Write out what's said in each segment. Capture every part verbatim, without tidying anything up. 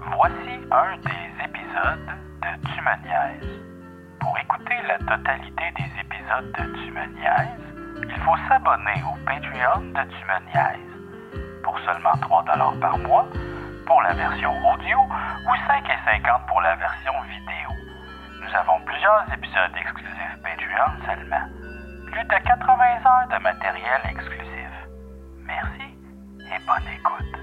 Voici un des épisodes de Tu me niaises. Pour écouter la totalité des épisodes de Tu me niaises, il faut s'abonner au Patreon de Tu me niaises. Pour seulement trois dollars par mois, pour la version audio, ou cinq dollars cinquante pour la version vidéo. Nous avons plusieurs épisodes exclusifs Patreon seulement. Plus de quatre-vingts heures de matériel exclusif. Merci et bonne écoute.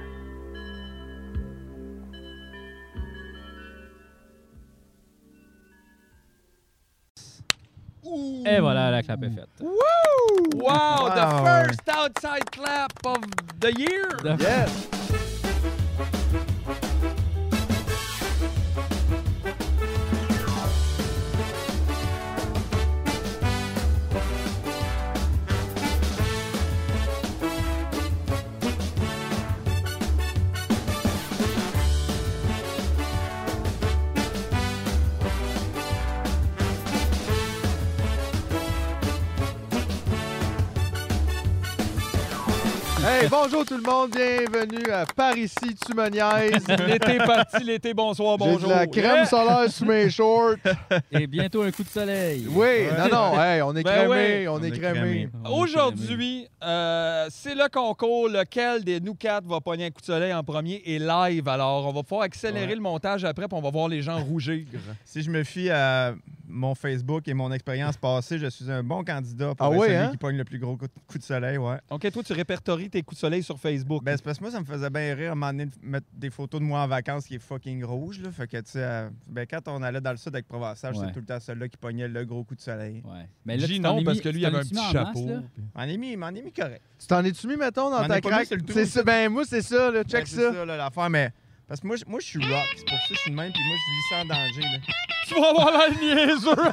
Ooh. Et voilà, la clap est faite. Woo! Wow, Wow. the first outside clap of the year. The- Yes! Hey, bonjour tout le monde, bienvenue à Par ici, tu me niaises. L'été parti, l'été bonsoir, J'ai bonjour. de la crème Yeah. solaire sous mes shorts. Et bientôt un coup de soleil. Oui, non, non, hey, on est Ben crémé, ouais. on, On est est crémé. crémé. Aujourd'hui, euh, c'est le concours. Lequel des nous quatre va pogner un coup de soleil en premier et live. Alors, on va pouvoir accélérer Ouais. le montage après, puis on va voir les gens rougir. Si je me fie à mon Facebook et mon expérience passée, je suis un bon candidat pour Ah être ouais, celui hein? qui pogne le plus gros coup de, coup de soleil. Ouais. OK, toi, tu répertories tes coups de soleil sur Facebook. Ben, c'est parce que moi, ça me faisait bien rire à un moment donné de mettre des photos de moi en vacances qui est fucking rouge. Là. Fait que, tu sais, euh, ben, quand on allait dans le sud avec Provençal, Ouais. c'était tout le temps celui-là qui pognait le gros coup de soleil. Ouais. Mais là, J tu t'en non, es parce mis- que lui, tu il avait t'en un es-tu petit mis en chapeau. masse, là? M'en ai mis, m'en ai mis correct. Tu t'en es-tu mis, mettons, dans M'en ta ai pas mis craque? sur le trou. C'est ça, ben moi, c'est ça, là, check Ben, ça. C'est ça, là, l'affaire. Mais parce que moi, je- moi, je suis rock. C'est pour ça que je suis de même. Puis moi, je vis sans danger. Là. Tu vas avoir la niaiseux!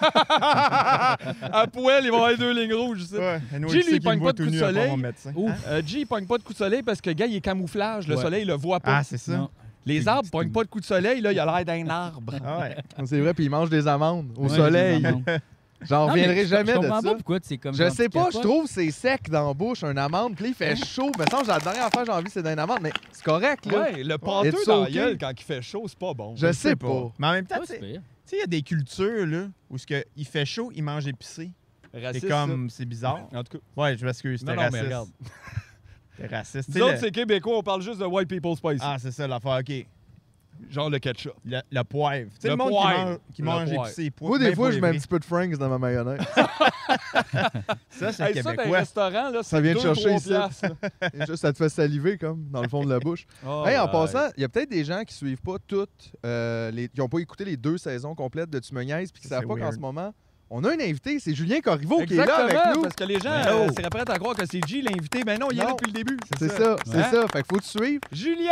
À poêle, il va y avoir deux lignes rouges, ça. Ouais. Anyway, G, qui c'est lui, il qui me pogne voit pas de tout coup de nu à part soleil. mon médecin? Ouf. Hein? Euh, G, il pogne pas de coup de soleil parce que le gars, il est camouflage. Le Ouais. soleil, il le voit pas. Ah, c'est ça? Non. Les arbres pognent pas de coup de soleil. Là, il a l'air d'un arbre. Ah ouais. C'est vrai, puis il mange des amandes au Ouais, soleil. des amandes. J'en Non, mais reviendrai je- jamais je de comprends ça. pas pourquoi tu sais comme Je genre, sais tu pas, je capotes. trouve que c'est sec dans la bouche, un amande, puis là, il fait chaud. Mais ça, la dernière fois que j'ai envie, c'est d'un amande, mais c'est correct, là. Ouais, le pâteux It's dans la okay. gueule quand il fait chaud, c'est pas bon. Je sais pas. Mais en même temps, Pas tu sais, super. tu sais, il y a des cultures là, où ce que il fait chaud, il mange épicé. Raciste, C'est comme, c'est bizarre. ça. En tout cas, Ouais, je m'excuse, non, c'était non, raciste. mais regarde. C'était raciste. Tu Nous sais, autres, le- c'est québécois, on parle juste de white people spicy. Ah, c'est ça l'affaire, OK. Genre le ketchup. Le, le poivre. Tu sais, Le le monde poivre. qui mange, qui Le mange poivre. épicé. po- Moi, des ben fois, je mets un poivré. petit peu de Franks dans ma mayonnaise. Ça, c'est Hey, ça, dans les québécois. restaurants, là, Ça c'est vient de deux, chercher trois ici. piastres, là. Et juste, ça te fait saliver, comme, dans le fond de la bouche. Oh, Hey, en ouais. passant, il y a peut-être des gens qui suivent pas toutes, euh, les, qui n'ont pas écouté les deux saisons complètes de Tu me niaises, puis qui Ça, savent c'est pas qu'en weird. ce moment, on a un invité, c'est Julien Corriveau qui est là Exactement, avec nous. parce que les gens Ouais. euh, seraient prêts à croire que c'est G l'invité. Ben non, il est là Non. depuis le début. C'est ça, c'est Hein? ça. Fait qu'il faut te suivre. Julien!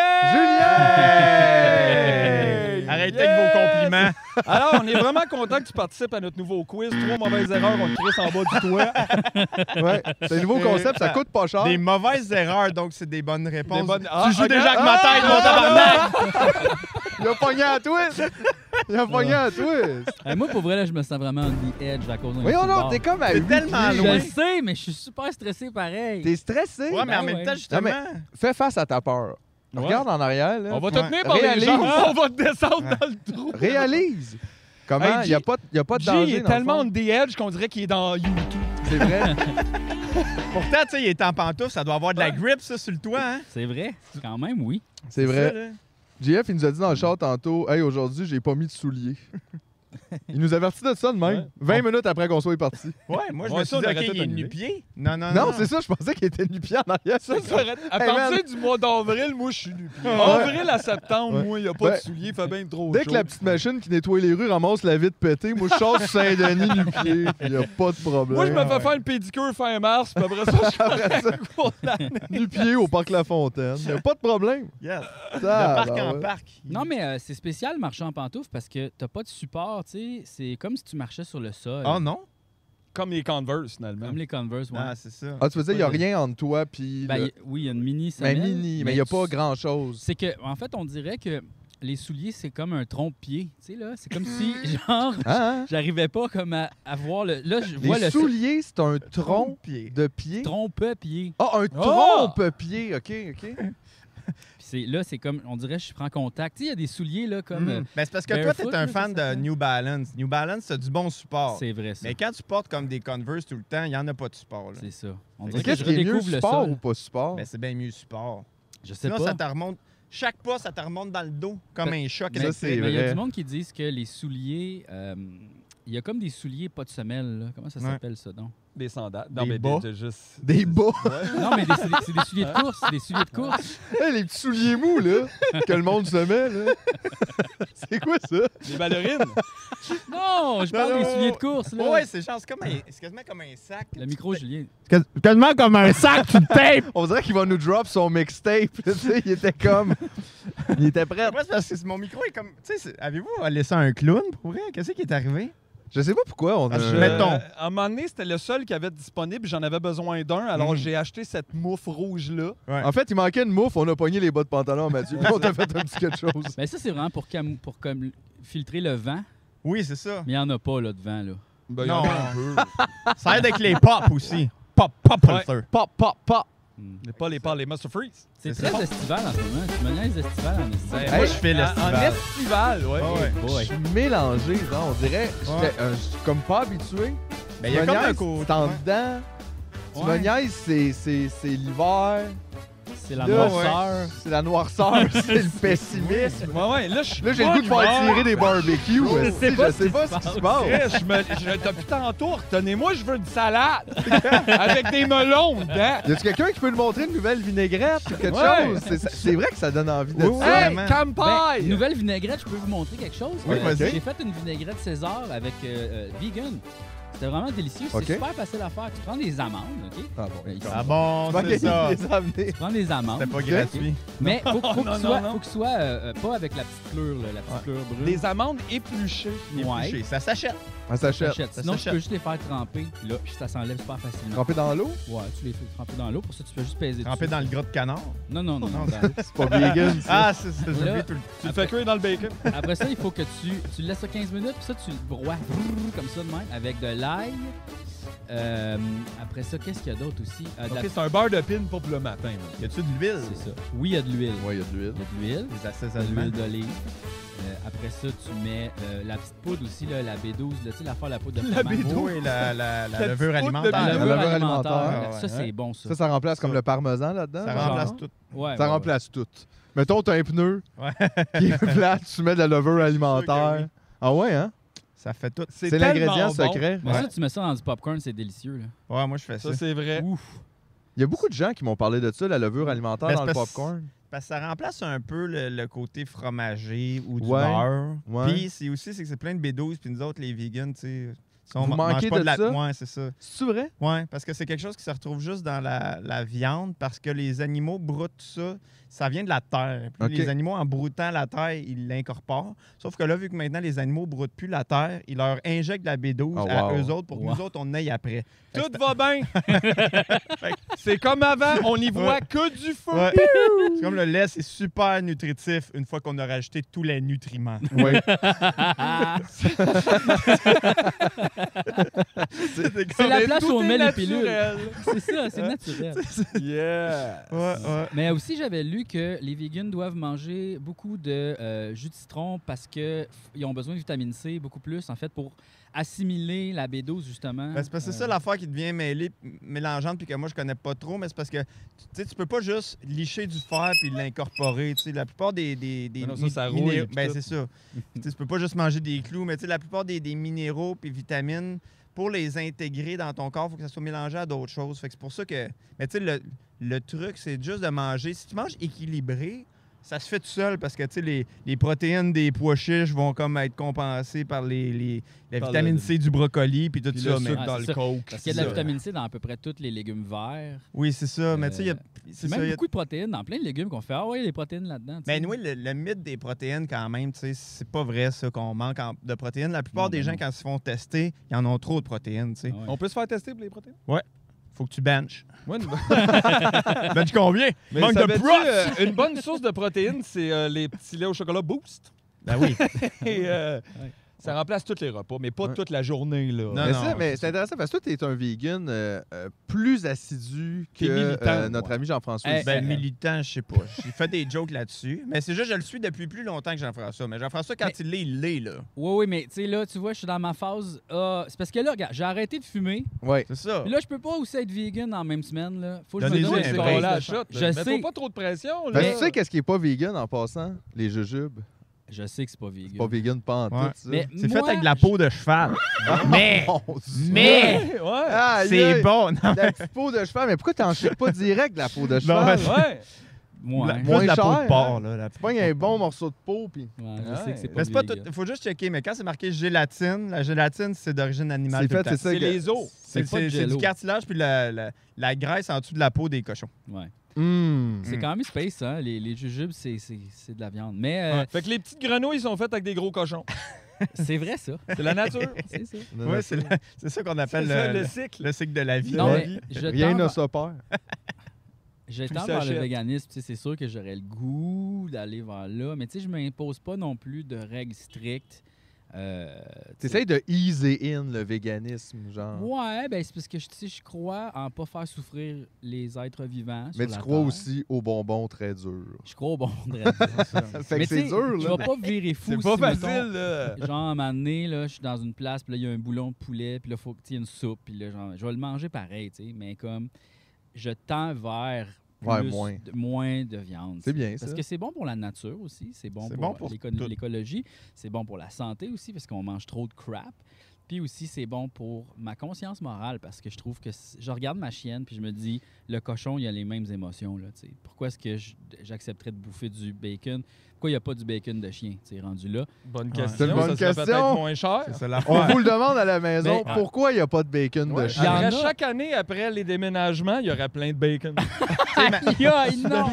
Julien! Arrêtez Yes! avec vos compliments. Alors, on est vraiment content que tu participes à notre nouveau quiz. Trois mauvaises erreurs, on te crisse en bas du toit. Ouais, c'est un nouveau concept, ça coûte pas cher. Des mauvaises erreurs, donc c'est des bonnes réponses. Des bonnes- Ah, tu joues ok. déjà avec ma tête, mon Ah, tabarnak! Il a pogné à twist! Il a pogné à twist! Hey, moi, pour vrai, là, je me sens vraiment on the edge à cause d'un Voyons petit non, bar. t'es comme à T'es huit tellement pieds. Je loin. le sais, mais je suis super stressé pareil. T'es stressé? Ouais, mais en Ben même ouais. temps, justement. Non, Fais face à ta peur. Ouais. Regarde en arrière, là. On va te Ouais. tenir par les Réalise. jambes, on va te descendre Ouais. dans le trou. Réalise! Comment? Hey, Il n'y a, pas de- y a pas de G danger. est dans le tellement fond. on the edge qu'on dirait qu'il est dans YouTube. C'est vrai. Pourtant, tu sais, il est en pantoufle, ça doit avoir de la grip, ça, sur le toit, hein? C'est vrai. Quand même, oui. C'est Ça, vrai. là. J F, il nous a dit dans le chat tantôt, hey, aujourd'hui, j'ai pas mis de souliers. Il nous avertit de ça de même, Ouais. vingt minutes après qu'on soit parti. Ouais, moi, je Ouais, me ça, suis on dit, aurait OK, tout il est annulé. nu-pied. Non, non, Non, c'est ça, je pensais qu'il était nu-pied en arrière. Ça, ça aurait- À Hey, man. partir du mois d'avril, moi, je suis nu. Ouais. Avril à septembre, Ouais. moi, il n'y a pas Ben, de souliers, il fait bien trop Dès chaud. que la petite machine qui nettoie les rues ramasse la vitre pétée, moi, je sors sur Saint-Denis nu-pied. Il n'y a pas de problème. Moi, je me fais Ouais. faire une pédicure fin mars, puis après ça, je Après ça, pour l'année. nu-pied au parc La Fontaine. Il n'y a pas de problème. Yes. Ça, De parc ben en ouais. parc. Non, mais euh, c'est spécial marcher en pantoufle parce que t'as pas de support, tu sais. C'est comme si tu marchais sur le sol. Oh non? Comme les Converse, finalement. Comme les Converse, ouais. Ah, c'est ça. Ah, tu veux dire, il n'y a rien entre toi puis Ben, le- y- oui, il y a une mini Ben, semelle. mini, mais il n'y a tu- pas grand-chose. C'est que, en fait, on dirait que les souliers, c'est comme un trompe-pied. Tu sais, là, c'est comme si, genre, Hein? j'arrivais pas comme à, à voir le... Là, je vois Les le... souliers, c'est un tronc pied. de pied. Trompe-pied. Ah, un Oh! trompe-pied. OK, OK. Puis c'est- là, c'est comme, on dirait, je prends contact. Tu sais, il y a des souliers, là, comme... euh, Mm. Ben, c'est parce que toi, Barefoot, t'es un là, fan ça de s'appelle. New Balance. New Balance, c'est du bon support. c'est vrai, ça. Mais quand tu portes comme des Converse tout le temps, il n'y en a pas de support. Là. C'est ça. On Mais dirait que Qu'est-ce je qui est mieux, redécouvre le support sol. ou pas support? Ben, c'est bien mieux support. Je sais Sinon, pas. ça te remonte... Chaque pas, ça te remonte dans le dos comme Ben, un choc ça, électrique. c'est Mais il y a vrai. du monde qui disent que les souliers... euh, il y a comme des souliers pas de semelle, là. Comment ça Ouais. s'appelle, ça, donc? Des sandales. Des Non, mais bas. des, des- juste... Des bas. Ouais. Non, mais des- c'est des, c'est des souliers de course. C'est des souliers de course. Hey, les petits souliers mous, là, que le monde se met, là. C'est quoi ça? Des ballerines. Non, je parle Non, des non, souliers de non. course, là. Ouais, c'est genre, c'est comme un, c'est quasiment comme un sac. Le micro, Julien. Quasiment comme un sac, tu tapes! On dirait qu'il va nous drop son mixtape. Tu sais, il était comme. Il était prêt. Moi, c'est parce que mon micro est comme. Tu sais, c'est- avez-vous laissé un clown pour vrai? Qu'est-ce qui est arrivé? Je sais pas pourquoi on a. Ah, je Je- mets- Mettons. À un moment donné, c'était le seul qui avait disponible. J'en avais besoin d'un. Alors, Mhm. j'ai acheté cette mouffe rouge-là. En fait, il manquait une mouffe, on a pogné les bas de pantalon à Mathieu. Puis on t'a fait un petit quelque chose. Mais ça, c'est vraiment pour, cam- pour comme filtrer le vent. Oui, c'est ça. Mais il n'y en a pas, là, de vent, là. Ben, il y Non. en a un peu. Ça aide avec les pop aussi. Pop, pop, Ouais. filter. Pop, pop, pop. Hmm. Les pas les pas les Master Freeze. C'est C'est très ça. estival en ce moment. Tu me niaises estival en estival. Ben, Moi, hey, je fais en- l'estival. En estival, ouais. Ah ouais. Boy. Je suis mélangé, genre, on dirait. Ouais. j'étais, euh, je suis comme pas habitué. Ben, il y a comme un côté. C'est en dedans. Tu me Ouais. niaises, c'est, c'est, c'est l'hiver. C'est la Là, noirceur. C'est la noirceur, c'est le pessimisme. Ouais, ouais. Là, je suis Là, j'ai le goût de faire tirer des barbecues. Je ouais. sais Je pas sais ce pas qui ce se qui se passe. passe. je me, je, depuis tantôt, retenez-moi, je veux une salade avec des melons dedans. Y a-tu quelqu'un qui peut nous montrer une nouvelle vinaigrette ou quelque Ouais. chose? C'est, c'est vrai que ça donne envie de Oui, oui. ça. Hey, Vraiment. campagne! Ben, nouvelle vinaigrette, je peux vous montrer quelque chose. Oui, Euh, vas-y. J'ai fait une vinaigrette César avec euh, euh, vegan. C'était vraiment délicieux. C'est Ok. super facile à faire. Tu prends des amandes, OK? Ah bon, Ben, ici, Ah bon, Tu vas c'est ça. les amener. Tu prends des amandes. C'était pas Ok. gratuit. Mais faut, faut Non, qu'il non, soit, non. faut qu'il soit euh, euh, pas avec la petite pleure, là, la petite pleure brune. Des amandes épluchées. Ouais. Épluché. Ça s'achète. On s'achète. T'achètes. Ça Sinon, tu s'achète. peux juste les faire tremper. Là, puis ça s'enlève super facilement. Trempé dans l'eau? Ouais, tu les fais tremper dans l'eau. Pour ça, tu peux juste peser Trempé dessus. dans le gras de canard. Non, non, non. non, Non, dans- C'est pas vegan, ça. Ah, c'est ça. Là- J'oublie tout le Tu le fais cuire dans le bacon. Après ça, il faut que tu, tu le laisses ça quinze minutes, puis ça, tu le broies brrr, comme ça de même, avec de l'ail. Euh, après ça, qu'est-ce qu'il y a d'autre aussi? Euh, de la- Ok, c'est un beurre de pin pour le matin. là. Y a-tu de l'huile? C'est ça. Oui, il y a de l'huile. Ouais, il y a de l'huile. Il y a de l'huile. Des Il y a de assaisonnements. l'huile d'olive. Euh, après ça, tu mets euh, la petite poudre aussi, là, la B douze, là, tu sais, l'affaire, la poudre de La fromage. B douze. Oui, la, la, la La levure petite poudre de La alimentaire. La levure levure alimentaire. alimentaire. Ça, Ouais, c'est bon, ça. Ça, ça remplace comme Ça. le parmesan là-dedans? Ça genre? remplace genre. tout. Ouais, Ça ouais, remplace tout. Mettons, t'as un pneu Ouais. qui est plat, tu mets de la levure que alimentaire. oui. Ah ouais, hein? Ça fait tout. C'est tellement l'ingrédient bon. secret. ouais. Mais Ouais. ça, tu mets ça dans du popcorn, c'est délicieux. Là. Ouais, moi, je fais ça. Ça, c'est vrai. Ouf. Il y a beaucoup de gens qui m'ont parlé de ça, la levure alimentaire Ben, dans c'est le parce- popcorn. Parce que ça remplace un peu le, le côté fromager ou du Ouais. beurre. Ouais. Puis c'est aussi c'est que c'est plein de B douze, puis nous autres, les vegans, tu sais, si on Vous ma- manquez mange pas de la... ça? Ouais, c'est ça. C'est vrai? Ouais, parce que c'est quelque chose qui se retrouve juste dans la, la viande, parce que les animaux broutent tout ça. Ça vient de la terre. Puis Ok. les animaux, en broutant la terre, ils l'incorporent. Sauf que là, vu que maintenant, les animaux broutent plus la terre, ils leur injectent de la B douze Oh, à wow. eux autres pour que Wow. nous autres, on aille après. Fait que Tout va bien. C'est comme avant, on n'y voit Ouais. que du feu. Ouais. C'est comme le lait, c'est super nutritif une fois qu'on a rajouté tous les nutriments. Oui. C'est la Mais place tout où on est met les naturel. pilules. C'est ça, c'est naturel. Yeah. Ouais, ouais. Mais aussi, j'avais lu que les vegans doivent manger beaucoup de euh, jus de citron parce qu'ils ont besoin de vitamine C beaucoup plus, en fait, pour assimiler la B douze, justement. Ben, c'est parce que c'est ça Euh, l'affaire qui devient mêlée, mélangeante, puis que moi je connais pas trop, mais c'est parce que tu sais, tu peux pas juste licher du fer puis l'incorporer. Tu sais, la plupart des. des, des Mais non, ça, mi- ça minéraux- rouille, puis Ben, tout. c'est ça. Tu sais, tu peux pas juste manger des clous, mais tu sais, la plupart des, des minéraux puis vitamines, pour les intégrer dans ton corps, il faut que ça soit mélangé à d'autres choses. Fait que c'est pour ça que. Mais tu sais, le, le truc, c'est juste de manger. Si tu manges équilibré, ça se fait tout seul parce que tu sais, les, les protéines des pois chiches vont comme être compensées par les, les, la Par vitamine le- C du brocoli puis tout Puis ça. le mais- sucre Ah, dans c'est le ça. coke. Parce qu'il y a de la c'est ça. vitamine C dans à peu près tous les légumes verts. Oui, c'est ça. Mais tu sais, il y a. Euh, c'est C'est ça, même il y a- beaucoup de protéines dans plein de légumes qu'on fait. Ah oui, il y a des protéines là-dedans. tu sais. Ben oui, le, le mythe des protéines, quand même, tu sais, c'est pas vrai, ça, qu'on manque en- de protéines. La plupart Non, des ben gens, non. quand ils se font tester, ils en ont trop de protéines, tu sais. Ah ouais. On peut se faire tester pour les protéines? Faut que tu benches. Ouais, une... Bench combien? Mais Manque de savais-tu, props! euh, une bonne source de protéines, c'est euh, les petits laits au chocolat Boost. Ben oui. Et, euh, Ça remplace tous les repas, mais pas Ouais. toute la journée. Là. Non, mais non, ça, mais c'est c'est intéressant parce que toi, tu es un vegan euh, euh, plus assidu que T'es militant, euh, notre ouais. ami Jean-François. Eh, ici. Ben, Euh, militant, je sais pas. J'ai fait des jokes là-dessus. Mais c'est juste, je le suis depuis plus longtemps que Jean-François. Mais Jean-François, quand Mais- il l'est, il l'est, là. Oui, oui, mais tu sais, là, tu vois, je suis dans ma phase. ah, c'est parce que là, regarde, j'ai arrêté de fumer. Ouais. C'est ça. Puis là, je peux pas aussi être vegan en même semaine. Là. Faut que je me Donnez-y donne un une break. pause la de shot, chance. là. Je mais sais. faut pas trop de pression. Là. Ben, Mais- tu sais qu'est-ce qui est pas vegan en passant? Les jujubes. Je sais que c'est pas vegan. C'est pas vegan pas en Ouais. tout, ça. Mais C'est fait moi, avec de la peau de cheval. mais, Mon Dieu. mais, Ouais. Aïe, c'est aïe. bon. Non, La petite peau de cheval. Mais pourquoi t'en chiques pas direct de la peau de Non, cheval? mais- Ouais. Ouais. la, Ouais, plus Moins de la peau cher, de porc, là. La Tu pognes un bon morceau de peau, puis je Ouais. sais que c'est pas Mais c'est pas vegan. tout. Faut juste checker. Mais quand c'est marqué gélatine, la gélatine, c'est d'origine animale. c'est tout le fait, temps. c'est ça. C'est que- les os. C'est C'est pas de c'est- c'est du jello. cartilage puis la, la, la graisse en dessous de la peau des cochons. Ouais. Hum. C'est Mm. quand même space, hein. Les, les jujubes, c'est, c'est, c'est de la viande. Mais euh, Fait que les petites grenouilles sont faites avec des gros cochons. c'est vrai, ça. C'est la nature. C'est ça. Non, Oui, non, c'est la- c'est ça qu'on appelle C'est ça, le, le le, cycle. le cycle de la vie. Non, Ouais. mais je Rien tends n'a vers- sa peur. je Plus tends vers le s'achète. véganisme. Tu sais, c'est sûr que j'aurais le goût d'aller vers là. Mais tu sais, je m'impose pas non plus de règles strictes. Euh, tu sais. T'essayes de easer in le véganisme, genre. Ouais, ben c'est parce que je, tu sais, je crois en pas faire souffrir les êtres vivants. sur Mais tu la crois Terre. aussi aux bonbons très durs. Je crois au bon de Fait Mais que c'est tu sais, dur, je là. vais pas virer fou. C'est si, pas mettons, facile, là. Genre, à un moment donné, là, je suis dans une place, puis là, il y a un boulon de poulet, puis là, il faut qu'il y ait une soupe, puis là, genre, je vais le manger pareil, tu sais, mais comme, je tends vers Ouais, plus moins. De, moins de viande. C'est tu sais. bien, Parce ça. que c'est bon pour la nature aussi, c'est bon, C'est pour, bon pour l'éco- tout. l'écologie, c'est bon pour la santé aussi, parce qu'on mange trop de crap. Puis aussi, c'est bon pour ma conscience morale, parce que je trouve que si- je regarde ma chienne, puis je me dis, le cochon, il a les mêmes émotions, là, tu sais. Pourquoi est-ce que je- j'accepterais de bouffer du bacon? Pourquoi il n'y a pas du bacon de chien, tu sais, rendu là? Bonne Ouais. question. C'est une bonne ça serait question. peut-être moins cher. C'est ça la On fois. vous le demande à la maison, Mais- pourquoi il n'y a pas de bacon Ouais. de Il y en chien? Après, a. chaque année, après les déménagements, il y aurait plein de bacon. Aïe, aïe, non!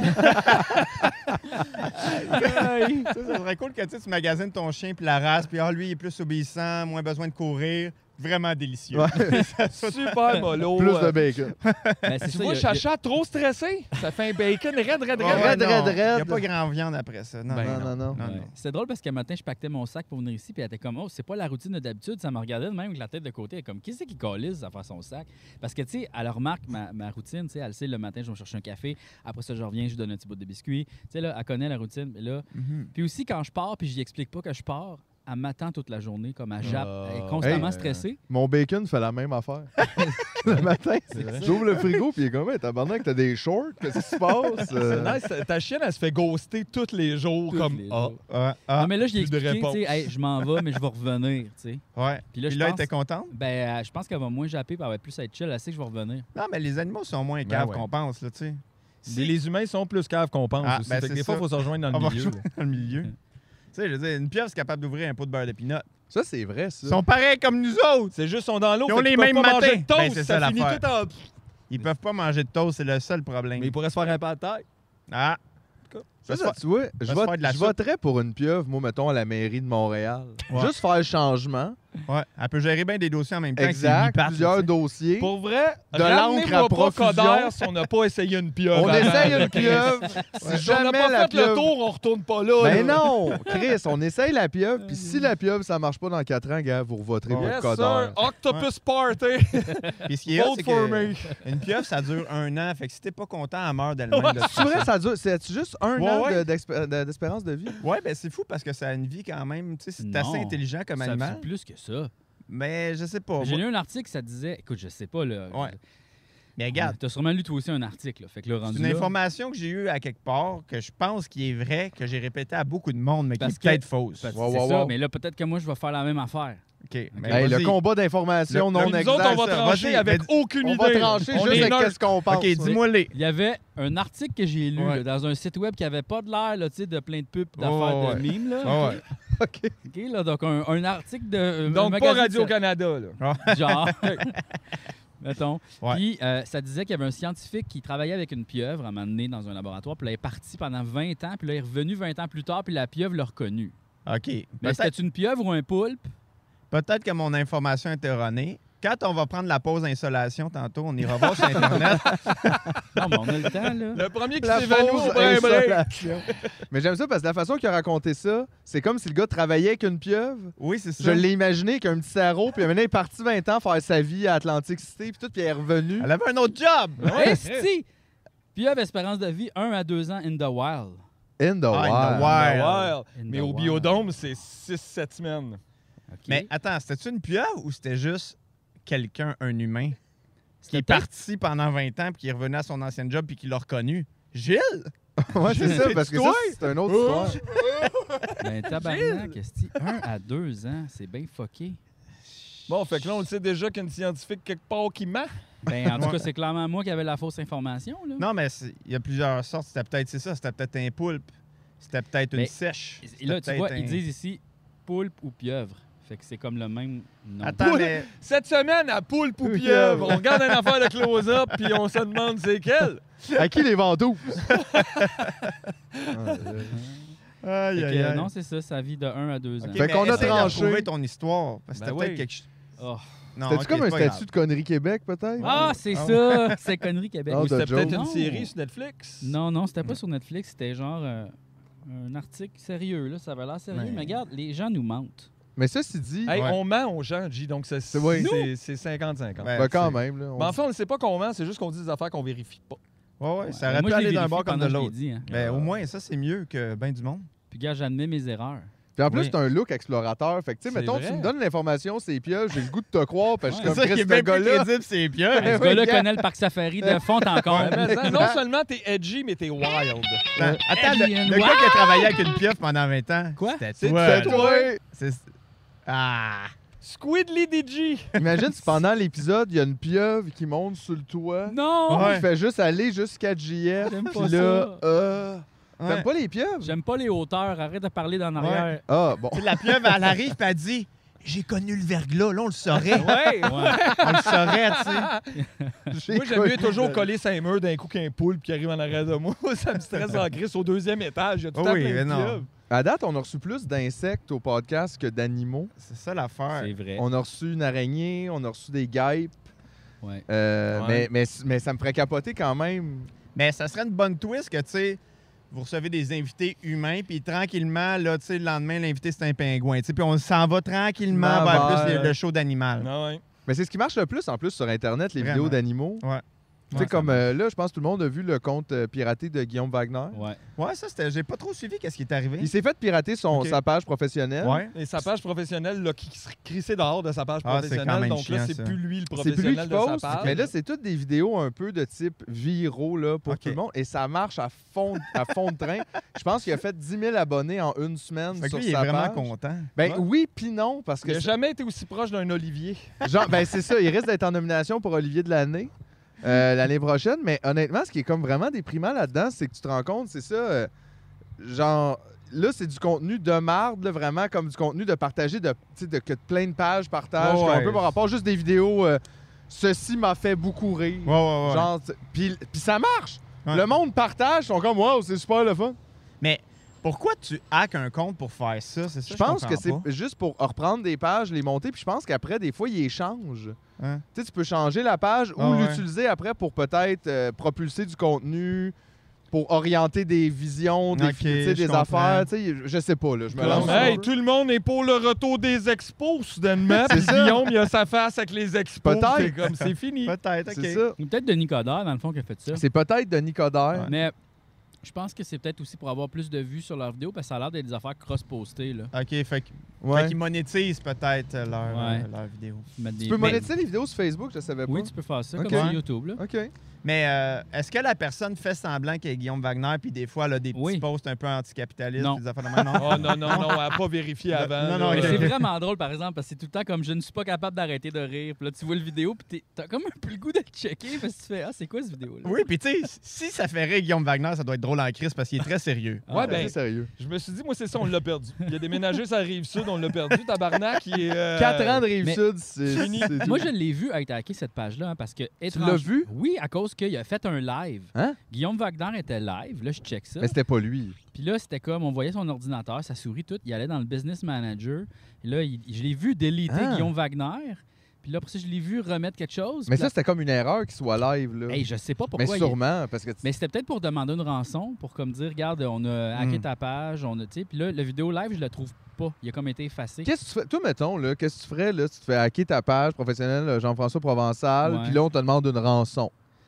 Aïe. Ça, ça serait cool que tu sais, tu magasines ton chien puis la race, puis ah, lui, il est plus obéissant, moins besoin de courir. Vraiment délicieux. Ouais. Super mollo. Plus euh, de bacon. Ben, c'est Tu ça, vois, il y a- il y a- Chacha trop stressé. Ça fait un bacon raide, raide, Ouais, raide. Raide, non, raide, Il n'y a raide. pas grand viande après ça. Non, Ben non, non, non. non, Ouais. non. C'était drôle parce qu'un matin, je pactais mon sac pour venir ici, puis elle était comme, oh, c'est pas la routine de d'habitude. Ça me regardait de même avec la tête de côté. Elle est comme, qui c'est qui calisse à faire son sac? Parce que, tu sais, elle remarque ma, ma routine. Tu sais, elle sait, le matin, je vais me chercher un café. Après ça, je reviens, je lui donne un petit bout de biscuit. Tu sais, là, elle connaît la routine. Mais là, Mhm. puis aussi, quand je pars, puis je lui explique pas que je pars, elle m'attend toute la journée, comme elle jappe. Ah. Elle est constamment Hey, stressée. Mon bacon fait la même affaire. Le matin, j'ouvre le frigo, puis il est comme, hey, tabarnak, t'as des shorts, qu'est-ce qui se passe? C'est Euh, nice. Ta chienne, elle se fait ghoster tous les jours Tous comme les ah. jours. Ouais, ah, non, mais là, je lui ai plus de expliqué, tu sais, réponse. hey, je m'en vais, mais je vais revenir, tu sais. ouais. Puis là, Puis je là, elle pense, était contente? ben, euh, je pense qu'elle va moins japper, puis elle va plus être chill. Elle sait que je vais revenir. Non, mais les animaux sont moins Ben caves ouais. qu'on pense, là, tu sais. Les, les humains sont plus caves qu'on pense Ah, aussi. ben, Fait que c'est des fois, ça. il faut se rejoindre dans On le va milieu. rejoindre dans le milieu. Tu sais, je veux dire, une pieuvre, c'est capable d'ouvrir un pot de beurre de pinot. Ça, c'est vrai, ça. Ils sont pareils comme nous autres. C'est juste, ils sont dans l'eau. Ils ont fait qu'ils les peuvent mêmes pas manger matins. de toast. Ben, c'est ça, ça finit l'affaire. tout en... Ils peuvent pas manger de toast, c'est le seul problème. Mais ils pourraient se faire un pas de tête. Ah, Ça, Ça, ça, tu vois, je, se vote- faire de la je soupe. voterais pour une pieuvre, moi, mettons, à la mairie de Montréal. Ouais. Juste faire le changement. ouais. Elle peut gérer bien des dossiers en même temps. avec ses Exact. huit pattes, Plusieurs là, tu sais. dossiers. Pour vrai, De l'encre ramenez-moi à pas profusion. Coder si on n'a pas essayé une pieuvre. On avant, essaye là, une Chris. pieuvre. Si Si on n'a jamais pas la fait le pieuvre... tour, on retourne pas là. Ben là. non! Chris, on essaye la pieuvre, puis si la pieuvre, ça marche pas dans quatre ans, gars, vous revoterez Ouais. pour Yes, Coder. sir. Octopus Party. Puis ce qui est hot, Vote c'est for que me. une pieuvre, ça dure un an. Fait que si t'es pas content, elle meurt d'elle-même. Ouais. de toute C'est vrai, façon. ça dure. C'est juste un Ouais, an ouais. de- d'expé- de- d'espérance de vie? Ouais, ben c'est fou parce que ça a une vie quand même. Tu sais, c'est assez Non. intelligent comme Ça animal. fait plus que ça. Mais je sais pas. J'ai lu un article, ça disait, écoute, je sais pas, là. Ouais. Mais regarde, Tu as sûrement lu toi aussi un article, là. Fait que le c'est rendu une là, information que j'ai eue à quelque part que je pense qui est vraie, que j'ai répété à beaucoup de monde, mais Parce qui est peut-être que- fausse. parce que Wow, c'est wow, ça, wow. mais là, peut-être que moi, je vais faire la même affaire. OK. Mais Hey, le vas-y. combat d'information Le- non Nous exact. autres, on va ça. trancher Vas-y, avec mais- aucune On idée. va là. trancher On juste est avec neutre. qu'est-ce qu'on pense. OK, dis-moi les. Il y avait un article que j'ai lu Ouais. là, dans un site web qui avait pas de l'air là, tu sais, de plein de pubs d'affaires Ouais, de ouais. mimes. Là, Ah ouais. OK. OK, là, donc, un, un article de. un Donc, pas magazine de- Radio-Canada. là. Genre. Mettons. Ouais. Puis, euh, ça disait qu'il y avait un scientifique qui travaillait avec une pieuvre à un moment donné dans un laboratoire. Puis là, il est parti pendant vingt ans. Puis là, il est revenu vingt ans plus tard. Puis la pieuvre l'a reconnu. OK. Mais Peut-être c'était une pieuvre ou un poulpe? peut-être que mon information est erronée, Quand on va prendre la pause insolation tantôt, on ira voir sur Internet. Non, mais on a le temps, là. Le premier qui La s'évanouit, fausse on prend un break. insolation. Mais j'aime ça parce que la façon qu'il a raconté ça, c'est comme si le gars travaillait avec une pieuvre. Oui, c'est ça. Je l'ai imaginé avec un petit sarreau, puis maintenant il est parti vingt ans faire sa vie à Atlantic City, puis tout, puis il est revenu. Elle avait un autre job. Hey, si! Puis il y avait espérance de vie un à deux ans in the wild. In the Ah, in the wild. wild. Wild. In Mais the au wild. biodôme, c'est six sept semaines. OK. Mais attends, c'était-tu une pieuvre ou c'était juste quelqu'un, un humain, qui C'était est peut-être- parti pendant vingt ans puis qui est revenu à son ancien job puis qui l'a reconnu? Gilles? Ouais, c'est ça, parce que ça, toi? c'est une autre histoire. Ben, tabarnak, esti, un à deux ans, c'est bien fucké. Bon, fait que là, on le sait déjà qu'il y a une scientifique quelque part qui ment. Ben, en tout cas, c'est clairement moi qui avais la fausse information, là. Non, mais c'est- il y a plusieurs sortes. C'était peut-être, c'est ça, c'était peut-être un poulpe. C'était peut-être une Mais- sèche. Et là, c'était tu vois, peut-être ils un- disent ici poulpe ou pieuvre. Fait que c'est comme le même nom. Attends, Poule. mais Cette semaine, à poule ou Pieuvre. pieuvre, on regarde une affaire de close-up puis on se demande c'est quelle. À qui les ventouses? Aïe, Fait aïe, que, aïe. non, c'est ça, sa vie de un à deux ans. OK, Fait mais qu'on a essaye de tranché. retrouver ton histoire. Parce que Ben c'était peut-être oui. quelque chose. Oh. Non, C'était-tu ok, comme un c'est pas statut grave. de Connerie Québec, peut-être? Ah, c'est Ah ça! C'est Connerie Québec. Ah, Ou c'était de peut-être joke. une Non. série sur Netflix. Non, non, c'était pas sur Netflix. C'était genre euh, un article sérieux, là. Ça avait l'air sérieux. Ouais. Mais regarde, les gens nous mentent. Mais ça, c'est dit. Hey, Ouais. on ment aux gens, G, donc c'est C'est- oui. c'est- c'est cinquante cinquante. Ben, Ben, quand c'est- même. Là, on Mais en dit- fait, on ne sait pas qu'on ment, c'est juste qu'on dit des affaires qu'on vérifie pas. Ouais, ouais, Ouais. ça Ben, aurait moi, pu je l'ai aller d'un vérifié bord comme pendant de que je l'ai l'autre. dit, hein. Ben, au moins, ça, c'est mieux que ben du monde. Puis, gars, j'admets mes erreurs. Puis en plus, Oui. c'est un look explorateur. Fait que, tu sais, C'est mettons, vrai. tu me donnes l'information, c'est pieuvre, j'ai le goût de te croire, parce que Ouais. je suis comme Chris, ce bien plus gars-là. crédible, c'est pieuvre. Ce oui, gars-là gars. connaît le parc safari de fond en comble. Mais ça, non seulement t'es edgy, mais t'es wild. Attends, attends, le, Alien, le gars wow! qui a travaillé avec une pieuvre pendant vingt ans. Quoi? C'était C'est- toi. c'est là. toi. C'est- Ah! Squidly D G. Imagine si pendant l'épisode, il y a une pieuvre qui monte sur le toit. Non! Ouais. Il fait juste aller jusqu'à J F. J'aime pas Puis là, ça. euh, Ouais. t'aimes pas les pieuvres? J'aime pas les hauteurs. Arrête de parler d'en arrière. Ah, bon. Tu sais, la pieuvre, elle arrive et elle dit j'ai connu le verglas. Là, on le saurait. Ouais. Ouais. On le saurait, tu sais. J'ai Moi, j'aime mieux connu toujours le- coller cinq murs d'un coup qu'un poule qui arrive en arrière de moi. Ça me stresse en gris au deuxième étage. Il y a tout le temps Oui, plein mais de non. pieuvres. À date, on a reçu plus d'insectes au podcast que d'animaux. C'est ça l'affaire. C'est vrai. On a reçu une araignée, on a reçu des guêpes. Ouais. Euh, Ouais. mais, mais, mais ça me ferait capoter quand même. Mais ça serait une bonne twist que, tu sais, vous recevez des invités humains, puis tranquillement, là, tu sais, le lendemain, l'invité, c'est un pingouin. Tu sais, puis on s'en va tranquillement vers Vers- plus le, le show d'animal. Ah ouais. Mais c'est ce qui marche le plus en plus sur Internet, les Vraiment. vidéos d'animaux. Ouais. Tu sais, Ouais, comme ça euh, là, je pense que tout le monde a vu le compte euh, piraté de Guillaume Wagner. Ouais. Ouais, ça, c'était. J'ai pas trop suivi qu'est-ce qui est arrivé. Il s'est fait pirater son, Ok. sa page professionnelle. Ouais. Et sa page professionnelle, là, qui qui serait crissée dehors de sa page Ah, c'est quand professionnelle. même Donc là, chiant, c'est ça. plus lui le C'est plus lui professionnel qui de sa poste, page. mais là, c'est toutes des vidéos un peu de type viraux là, pour Ok. tout le monde. Et ça marche à fond, à fond de train. Je pense qu'il a fait dix mille abonnés en une semaine Fait que sur lui, il est sa vraiment page. content. Ben Ouais. oui, puis non, parce Il que n'a jamais été aussi proche d'un Olivier. genre, ben c'est ça, il risque d'être en nomination pour Olivier de l'année euh, l'année prochaine. Mais honnêtement, ce qui est comme vraiment déprimant là-dedans, c'est que tu te rends compte, c'est ça, euh, genre. Là, c'est du contenu de marde, là, vraiment comme du contenu de partager, de, tu sais, de que plein de pages partagent, Ouais, qui ont un ouais. peu par rapport juste des vidéos. euh, Ceci m'a fait beaucoup rire. Ouais, ouais, ouais. Genre, t- puis puis ça marche. Ouais. Le monde partage, ils sont comme wow, c'est super le fun. Mais pourquoi tu hackes un compte pour faire ça? C'est ça Je je pense que comprends c'est pas. juste pour reprendre des pages, les monter, puis je pense qu'après des fois ils échangent. Hein? Tu sais, tu peux changer la page Ah ou ouais. l'utiliser après pour peut-être euh, propulser du contenu, pour orienter des visions, des, Ok, tu sais, je des comprends. affaires. Tu sais, je, je sais pas là, je me Non, lance. mais Hey, sur- tout le monde est pour le retour des expos, soudainement. C'est Puis ça. Guillaume, il a sa face avec les expos. Peut-être. C'est comme, c'est fini. Peut-être, OK. C'est ça. Ou peut-être Denis Coderre, dans le fond, qui a fait ça. C'est peut-être Denis Coderre. Mais je pense que c'est peut-être aussi pour avoir plus de vues sur leurs vidéos, parce que ça a l'air d'être des affaires cross-postées. Là. OK, fait, que- Ouais. fait qu'ils monétisent peut-être euh, leur, Ouais. euh, leur vidéo. Mettre des- Tu peux Mais- monétiser les vidéos sur Facebook, je savais pas. Oui, tu peux faire ça, Ok. comme sur Ouais. YouTube. Là. OK. Mais euh, est-ce que la personne fait semblant qu'elle est Guillaume Wagner, puis des fois, elle a des petits Oui. posts un peu anticapitalistes, Non. des affaires de même? Non. Oh non, non, non, elle n'a pas vérifié avant. non, là. non, Mais ok. c'est vraiment drôle, par exemple, parce que c'est tout le temps comme je ne suis pas capable d'arrêter de rire. Puis là, tu vois le vidéo, puis t'es- t'as comme un peu le goût de le checker, parce que tu fais ah, c'est quoi cette vidéo-là? Oui, puis tu sais, si ça fait rire Guillaume Wagner, ça doit être drôle en crise parce qu'il est très sérieux. Ah, Ouais, C'est ben, sérieux. je me suis dit, moi, c'est ça, on l'a perdu. Il a déménagé sur la Rive-Sud, on l'a perdu. Tabarnak, il est... euh, Quatre ans de mais- Rive-Sud, c'est Fini. c'est tout. Moi, je l'ai vu être hacké cette page-là, hein, parce que. l'as étrange- vu? Oui, à cause qu'il a fait un live. Hein? Guillaume Wagner était live. Là, je check ça. Mais c'était pas lui. Puis là, c'était comme, on voyait son ordinateur, sa souris, tout. Il allait dans le Business Manager. Et là, il- je l'ai vu déliter Ah. Guillaume Wagner. Puis là, après ça, je l'ai vu remettre quelque chose. Mais puis ça, c'était comme une erreur qu'il soit live, là. là- Hey, je sais pas mais pourquoi. il- sûrement, parce que... tu- Mais c'était peut-être pour demander une rançon, pour comme dire, regarde, on a hacké Mm. ta page, on a, tu sais. Puis là, la vidéo live, je la trouve pas. Il a comme été effacé. Qu'est-ce que tu fais? Toi, mettons, là, qu'est-ce que tu ferais, là, si tu te fais hacker ta page professionnelle euh, Jean-François Provençal, Ouais. puis là, on te demande une rançon.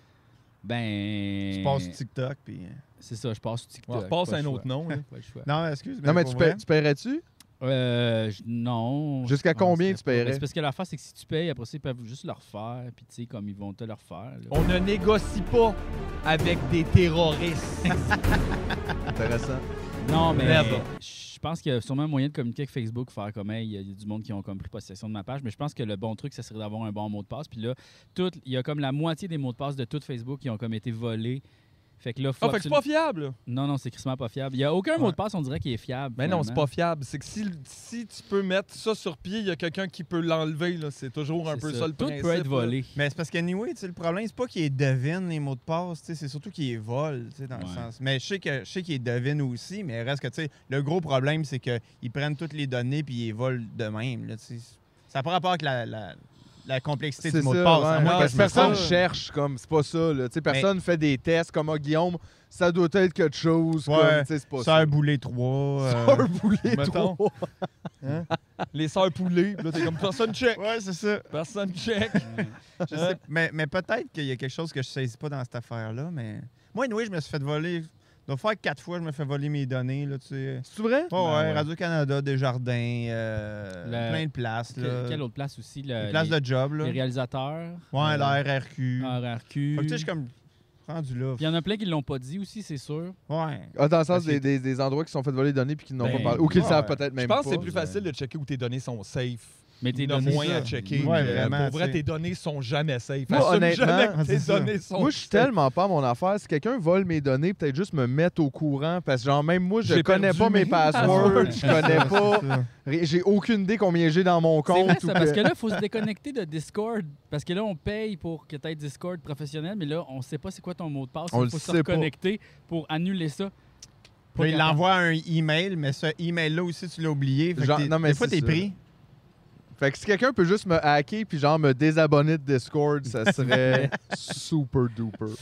Ben. Tu passes sur TikTok, puis... C'est ça, je passe sur TikTok. On repasse pas à un le autre choix. nom. là. Pas le choix. Non, excuse, mais Non, mais pour tu, vrai, paies- tu paierais-tu? Euh, je- non. Jusqu'à je penserais combien tu pas. paierais? Ben, c'est parce que l'affaire, c'est que si tu payes, après ça, ils peuvent juste le refaire. Puis, tu sais, comme ils vont te le refaire. là. On ne négocie pas avec des terroristes. Intéressant. Non, mais Never. je pense qu'il y a sûrement un moyen de communiquer avec Facebook, faire comme, hey, il y a du monde qui ont comme pris possession de ma page. Mais je pense que le bon truc, ça serait d'avoir un bon mot de passe. Puis là, tout, il y a comme la moitié des mots de passe de tout Facebook qui ont comme été volés. Fait que là, faut Ah, fait que c'est pas fiable. là. Non, non, c'est crissement pas fiable. Il y a aucun mot Ouais. de passe, on dirait, qui est fiable. Mais non, c'est finalement. pas fiable. C'est que si, si tu peux mettre ça sur pied, il y a quelqu'un qui peut l'enlever. là. C'est toujours un C'est peu ça, ça. le Tout principe. peut être là. volé. Mais c'est parce qu'anyway, tu sais, le problème, c'est pas qu'ils devinent les mots de passe, tu sais, c'est surtout qu'ils volent, tu sais, dans le Ouais. sens. Mais je sais que je sais qu'ils devinent aussi, mais reste que, tu sais, le gros problème, c'est qu'ils prennent toutes les données puis ils les volent de même, là, tu sais. Ça n'a pas rapport avec la, la, la complexité C'est du mot de ça, passe. ouais. à moins Non, que Parce je que me personne trompe. cherche comme, c'est pas ça, là. Tu sais, personne fait des tests comme ah, Guillaume, ça doit être quelque chose, Ouais. comme, tu sais, c'est pas ça. Sœur Boulet trois. euh, Sœur Boulet, mettons. trois. hein? Les sœurs poulées. Là, t'es comme personne check. Ouais, c'est ça. Personne check. Je sais- mais mais peut-être qu'il y a quelque chose que je saisis pas dans cette affaire-là, mais... Moi, anyway, je me suis fait voler... Ça doit faire quatre fois que je me fais voler mes données, là, tu sais. C'est vrai? Ouais, Ben ouais, ouais. Radio-Canada, Desjardins, euh, La- plein de places, là. Que- Quelle autre place aussi? Le- Des places les, de job, là. les réalisateurs. Ouais, euh, la R R Q. R R Q. Fait que, tu sais, je suis comme rendu là. Puis il y en a plein qui l'ont pas dit aussi, c'est sûr. Ouais. Ah, dans le sens Parce des, que- des, des endroits qui sont fait voler des données puis qui n'ont Ben, pas parlé. Ou qui le ouais. savent peut-être Je même pense pas. que c'est plus facile de checker où tes données sont safe. Mais tes Il y en a données, moins ça. à checker. Ouais, que- vraiment, Pour vrai, tu sais. tes données sont jamais safe. Moi, Assume honnêtement, jamais que c'est tes ça. données sont Moi, je suis safe. tellement pas mon affaire. Si quelqu'un vole mes données, peut-être juste me mettre au courant. Parce que, genre, même moi, je J'ai connais perdu pas mes mes passwords. Je connais C'est pas. ça. Ré- J'ai aucune idée combien j'ai dans mon C'est compte. vrai, ou ça, parce que- que là, il faut se déconnecter de Discord. Parce que là, on paye pour que tu aies Discord professionnel, mais là, on sait pas c'est quoi ton mot de passe. On Il le faut se sait pas. reconnecter pour annuler ça. Pas Puis il capable. l'envoie un email, mais ce email-là aussi, tu l'as oublié. Fait que Genre, t'es- non, mais des fois, c'est t'es ça. pris. Fait que si quelqu'un peut juste me hacker puis genre me désabonner de Discord, ça serait super duper.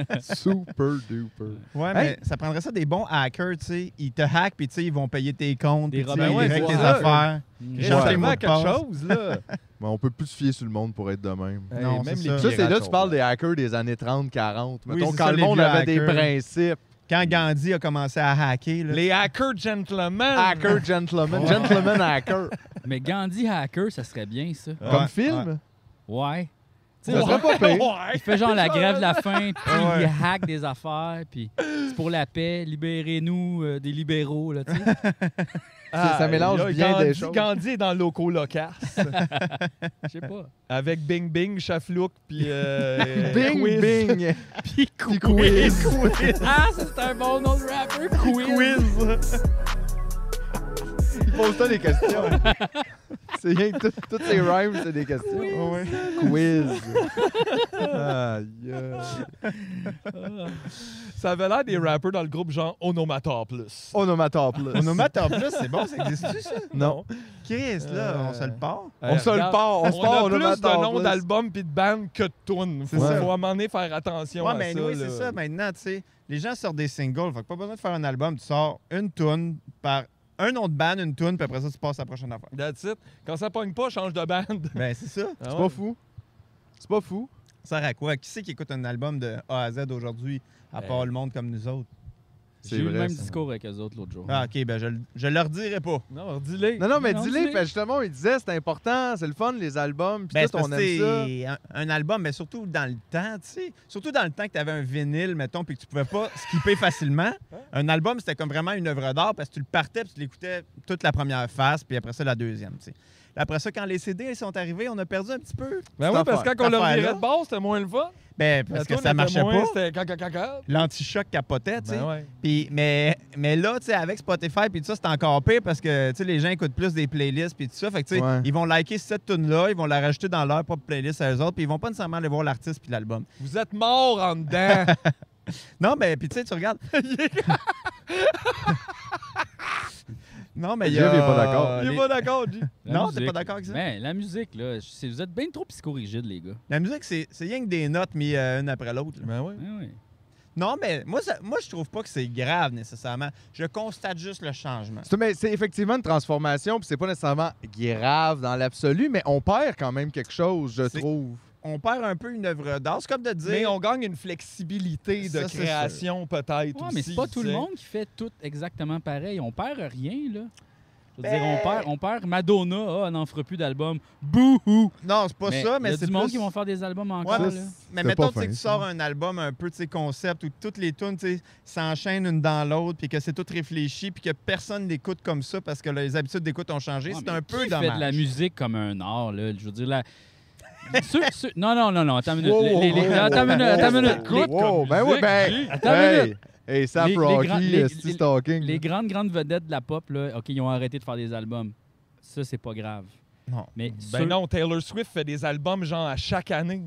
Super duper. Ouais, Hey. mais ça prendrait ça des bons hackers, tu sais. Ils te hackent, puis tu sais, ils vont payer tes comptes. Des puis, tu sais, Robin ils Hood, règlent tes voilà. affaires. Mm. Ils changent Ouais. tes mots de quelque passe. chose, là. Mais on peut plus se fier sur le monde pour être de même. Hey, Non, même c'est les ça. Ça, c'est pirates là que tu sont parles là. des hackers des années trente quarante. Oui, Mettons, c'est quand ça, le les monde vieux avait des hackers. principes. Quand Gandhi a commencé à hacker, là, Les hackers gentlemen. Hacker gentleman. Ouais. Gentleman hacker. Mais Gandhi Hacker, ça serait bien, ça. Ouais, Comme film. Ouais. Tu Ça sais, serait pas pire. Ouais. il fait genre la grève de la faim, puis Ouais. il hack des affaires, puis c'est pour la paix, libérez-nous euh, des libéraux, là, tu sais. Ah, ça mélange là, bien Gandhi, des choses. Gandhi est dans le loco locace. Je sais pas. Avec Bing Bing, Chaflouk, puis euh, Bing, Quiz. bing. Puis Puis quiz. Ah, ça, c'est un bon nom de rapper, Quiz. Il pose toi des questions. C'est rien que tout- toutes ces rhymes, c'est des questions. Ouais. Quiz. Aïe, aïe. Ça avait l'air des rappers dans le groupe genre Onomatopoulos. Onomatopoulos. Onomatopoulos, c'est bon, ça existe-tu, ça? Non. Chris, là, Euh, on se le part. On se le regarde, part. On se On part a plus de Onomatopoulos. noms d'albums puis de bandes que de tunes. Faut, C'est ça. faut à un moment donné faire attention Ouais, à mais ça. oui, là. c'est ça. Maintenant, tu sais, les gens sortent des singles. Fait que pas besoin de faire un album. Tu sors une tune par un nom de band, une tune, puis après ça, tu passes à la prochaine affaire. That's it. Quand ça pogne pas, change de bande. Ben, c'est ça. Ah C'est ouais. pas fou. C'est pas fou. Ça sert à quoi? Qui c'est qui écoute un album de A à Z aujourd'hui, à part Euh. le monde comme nous autres? C'est J'ai eu le vrai, même ça. discours avec eux autres l'autre jour. Ah, OK, ben, je, le- je leur dirai pas. Non, dis-le. Non, non, mais Non, dis-les, dis-les. parce que justement, il disait c'est important, c'est le fun, les albums, puis Ben, tout, c'est on parce que aime ça. c'est un, un album, mais surtout dans le temps, tu sais. Surtout dans le temps que tu avais un vinyle, mettons, puis que tu pouvais pas skipper facilement. Un album, c'était comme vraiment une œuvre d'art parce que tu le partais puis tu l'écoutais toute la première phase, puis après ça, la deuxième, tu sais. Après ça, quand les C D sont arrivés, on a perdu un petit peu. Ben oui, Cette parce que affaire- quand on leur cette virait affaire-là. de base, c'était moins le fun. Ben, parce La que toune ça était marchait moins, pas. C'était caca caca. L'anti-choc capotait, tu sais. Ben ouais. Puis, mais, mais là, tu sais, avec Spotify puis tout ça, c'est encore pire parce que, tu sais, les gens écoutent plus des playlists puis tout ça. Fait que, tu sais, Ouais. ils vont liker cette tune-là, ils vont la rajouter dans leur propre playlist à eux autres, puis ils vont pas nécessairement aller voir l'artiste puis l'album. Vous êtes morts en dedans. Non, mais puis tu sais, tu regardes. Non, mais il y Jeff, a... il est pas d'accord. Il est les- pas d'accord, G. La Non, musique, t'es pas d'accord avec ça? Ben, la musique, là, c'est- vous êtes bien trop psychorigides, les gars. La musique, c'est c'est rien que des notes mises euh, une après l'autre. là. Ben oui. Ah oui. Non, mais moi, ça- moi, je trouve pas que c'est grave nécessairement. Je constate juste le changement. C'est mais c'est effectivement une transformation, puis c'est pas nécessairement grave dans l'absolu, mais on perd quand même quelque chose, je C'est- trouve. On perd un peu une œuvre d'art. C'est comme de dire... Mais on gagne une flexibilité de Ça, c'est création, peut-être. Ouais, mais c'est aussi, pas tout tu le sais. monde qui fait tout exactement pareil. On perd rien, là. Je veux Ben- dire, on perd, on perd Madonna, ah, elle n'en fera plus d'album. Bouhou! Non, c'est pas ça, mais il y a c'est du monde plus... qui vont faire des albums Ouais, encore, mais, là. mais c'est mettons pas tu sais, fin, que tu ça. sors un album un peu, tu sais, concept, où toutes les tunes, tu sais, s'enchaînent une dans l'autre, puis que c'est tout réfléchi, puis que personne l'écoute comme ça parce que les habitudes d'écoute ont changé. Ouais, c'est mais un peu qui dommage. fait de la musique comme un art, là? Je veux dire, la... Ceux- ceux- Non, non, non, non, attends une minute. Wow, Les- wow, les- les- wow, Attends une minute, wow, attends une wow, minute. wow, Les- wow, ben oui, ben. Attends une Hey, minute. hey, Sap Les- les Rocky, grands- les- Steve les- Stalking. Les grandes, grandes vedettes de la pop, là, OK, ils ont arrêté de faire des albums. Ça, c'est pas grave. Non. Mais Ben ceux- non, Taylor Swift fait des albums genre à chaque année.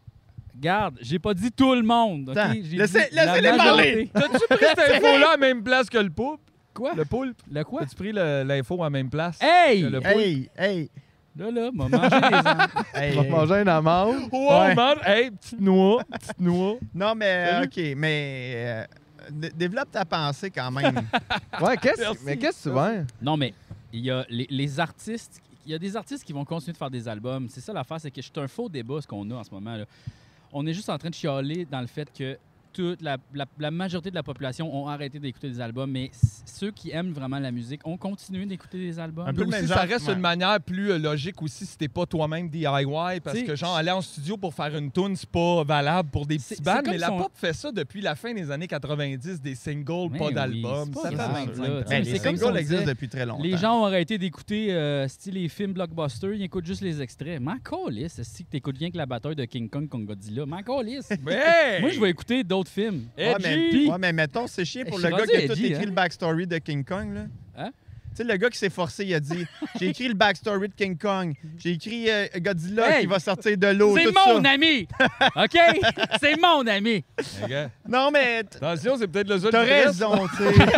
Garde, j'ai pas dit tout le monde, OK? Attends, J'ai laissez- dit la laissez-les majorité. T'as-tu pris cette info-là à la même place que le poulpe? Quoi? Le poulpe? Le quoi? T'as-tu pris le- l'info à la même place? Hey! Que le poulpe? Hey, hey, Là, là, m'a mangé des âmes. hey, On va hey. manger une amande. Wow, Ouais. man! Hey, petite noix, petite noix. Non, mais Salut. OK, mais euh, d- développe ta pensée quand même. Ouais, qu'est-ce Merci. mais qu'est-ce que tu veux? Non, mais il y a les, les artistes... Il y a des artistes qui vont continuer de faire des albums. C'est ça l'affaire, c'est que c'est un faux débat, ce qu'on a en ce moment, là. On est juste en train de chialer dans le fait que toute la, la- la majorité de la population ont arrêté d'écouter des albums, mais c- ceux qui aiment vraiment la musique ont continué d'écouter des albums. Un peu Puis le aussi, même ça genre, reste ouais. une manière plus euh, logique aussi si t'es pas toi-même D I Y, parce T'sais, que genre aller en studio pour faire une tune, c'est pas valable pour des C'est- petits c'est bands, comme mais la son- pop fait ça depuis la fin des années quatre-vingt-dix, des singles, Mais pas oui, d'albums. c'est ça pas fait grave, vingt-cinq là, ans. tu sais, Ben, c'est les comme si singles on existent disait, depuis très longtemps. Les gens ont arrêté d'écouter euh, style les films blockbusters, ils écoutent juste les extraits. M'en calisse, si tu écoutes rien que la bataille de King Kong contre Godzilla. M'en calisse. Hey! Moi, je vais écouter d'autres films. Ouais, mais, Edgy! ouais, mais mettons, c'est chiant pour Je le suis gars rendu qui a tout edgy, écrit hein. le backstory de King Kong. Là. Hein? Tu sais, le gars qui s'est forcé, il a dit j'ai écrit le backstory de King Kong. J'ai écrit euh, Godzilla Hey! qui va sortir de l'eau. C'est tout mon ça. ami! OK? C'est mon ami! Les gars, Non, mais t- attention, c'est peut-être le seul t'as qui reste. raison, tu sais.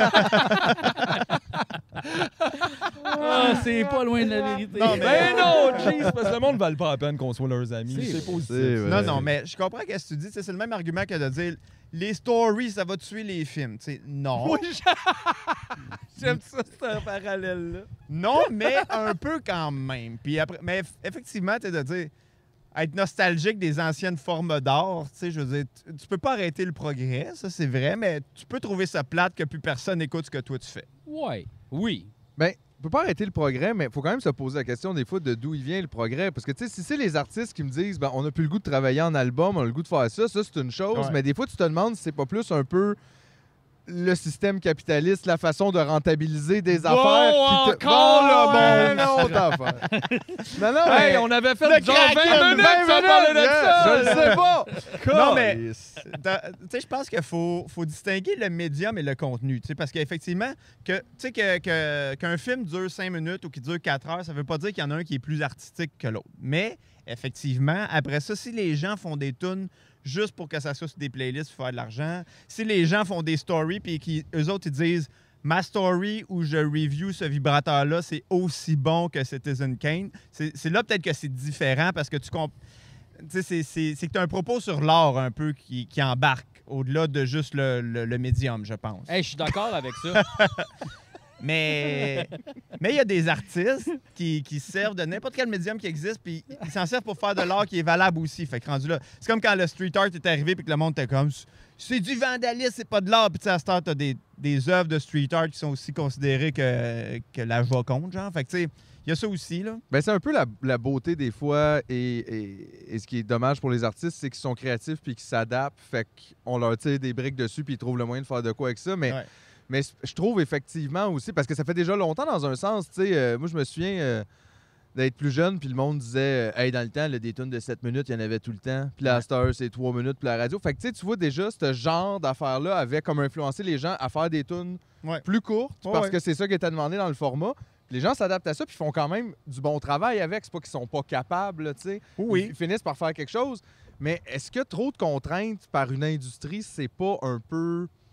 Ah, c'est pas loin de la vérité. Non, mais- Ben non, jeez, parce que le monde ne valent pas la peine qu'on soit leurs amis. C'est C'est vrai. positif. C'est vrai. Non, non, mais je comprends ce que tu dis. Tu sais, c'est le même argument que de dire les stories, ça va tuer les films. Tu sais, non. Oui, j'aime ça, c'est un parallèle-là. Non, mais un peu quand même. Puis après, mais eff- effectivement, tu sais, de dire être nostalgique des anciennes formes d'art, tu sais, je veux dire, tu, tu peux pas arrêter le progrès, ça c'est vrai, mais tu peux trouver ça plate que plus personne écoute ce que toi tu fais. Ouais. Oui. Ben, on peut pas arrêter le progrès, mais il faut quand même se poser la question des fois de d'où il vient le progrès. Parce que, tu sais, si c'est les artistes qui me disent, ben, on n'a plus le goût de travailler en album, on a le goût de faire ça, ça, c'est une chose. Ouais. Mais des fois, tu te demandes si c'est pas plus un peu le système capitaliste, la façon de rentabiliser des Bon, affaires. qui te- encore Bon, là, ben, bon. une autre affaire. non, non, Hey, mais... on avait fait Le genre Kraken, vingt minutes vingt sans parler de minutes, ça. Je le sais pas. Non, mais- Calisse. T'as- Tu sais, je pense qu'il faut, faut distinguer le médium et le contenu, tu sais, parce qu'effectivement, que, tu sais, que, que- qu'un film dure cinq minutes ou qu'il dure quatre heures, ça veut pas dire qu'il y en a un qui est plus artistique que l'autre. Mais, effectivement, après ça, si les gens font des tunes juste pour que ça soit sur des playlists pour faire de l'argent, si les gens font des stories puis qu'ils eux autres, ils disent ma story où je review ce vibrateur-là, c'est aussi bon que Citizen Kane, c'est c'est là peut-être que c'est différent parce que tu comprends. Tu sais, c'est- c'est c'est que tu as un propos sur l'art un peu qui, qui embarque au-delà de juste le, le- le médium, je pense. Hey, je suis d'accord avec ça. Mais mais il y a des artistes qui, qui se servent de n'importe quel médium qui existe, puis ils s'en servent pour faire de l'art qui est valable aussi. Fait que rendu là, c'est comme quand le street art est arrivé, puis que le monde était comme c'est du vandalisme, c'est pas de l'art. Puis tu sais, à cette heure, t'as des, des œuvres de street art qui sont aussi considérées que, que la Joconde, genre. Fait que tu sais, il y a ça aussi, là. Ben, c'est un peu la, la beauté des fois et, et- et ce qui est dommage pour les artistes, c'est qu'ils sont créatifs puis qu'ils s'adaptent. Fait qu'on leur tire des briques dessus puis ils trouvent le moyen de faire de quoi avec ça. Mais, Ouais. mais c- je trouve effectivement aussi, parce que ça fait déjà longtemps dans un sens, tu sais, euh, moi je me souviens euh, d'être plus jeune puis le monde disait, euh, hey, dans le temps, là, des tunes de sept minutes, il y en avait tout le temps. Puis la Ouais. Star, c'est trois minutes puis la radio. Fait que tu sais, tu vois déjà, ce genre d'affaires-là avait comme influencé les gens à faire des tunes Ouais. plus courtes Ouais, parce ouais. que c'est ça qui était demandé dans le format. Les gens s'adaptent à ça puis font quand même du bon travail avec. C'est pas qu'ils sont pas capables, là, tu sais. Oui. Ils finissent par faire quelque chose. Mais est-ce que trop de contraintes par une industrie, c'est pas un peu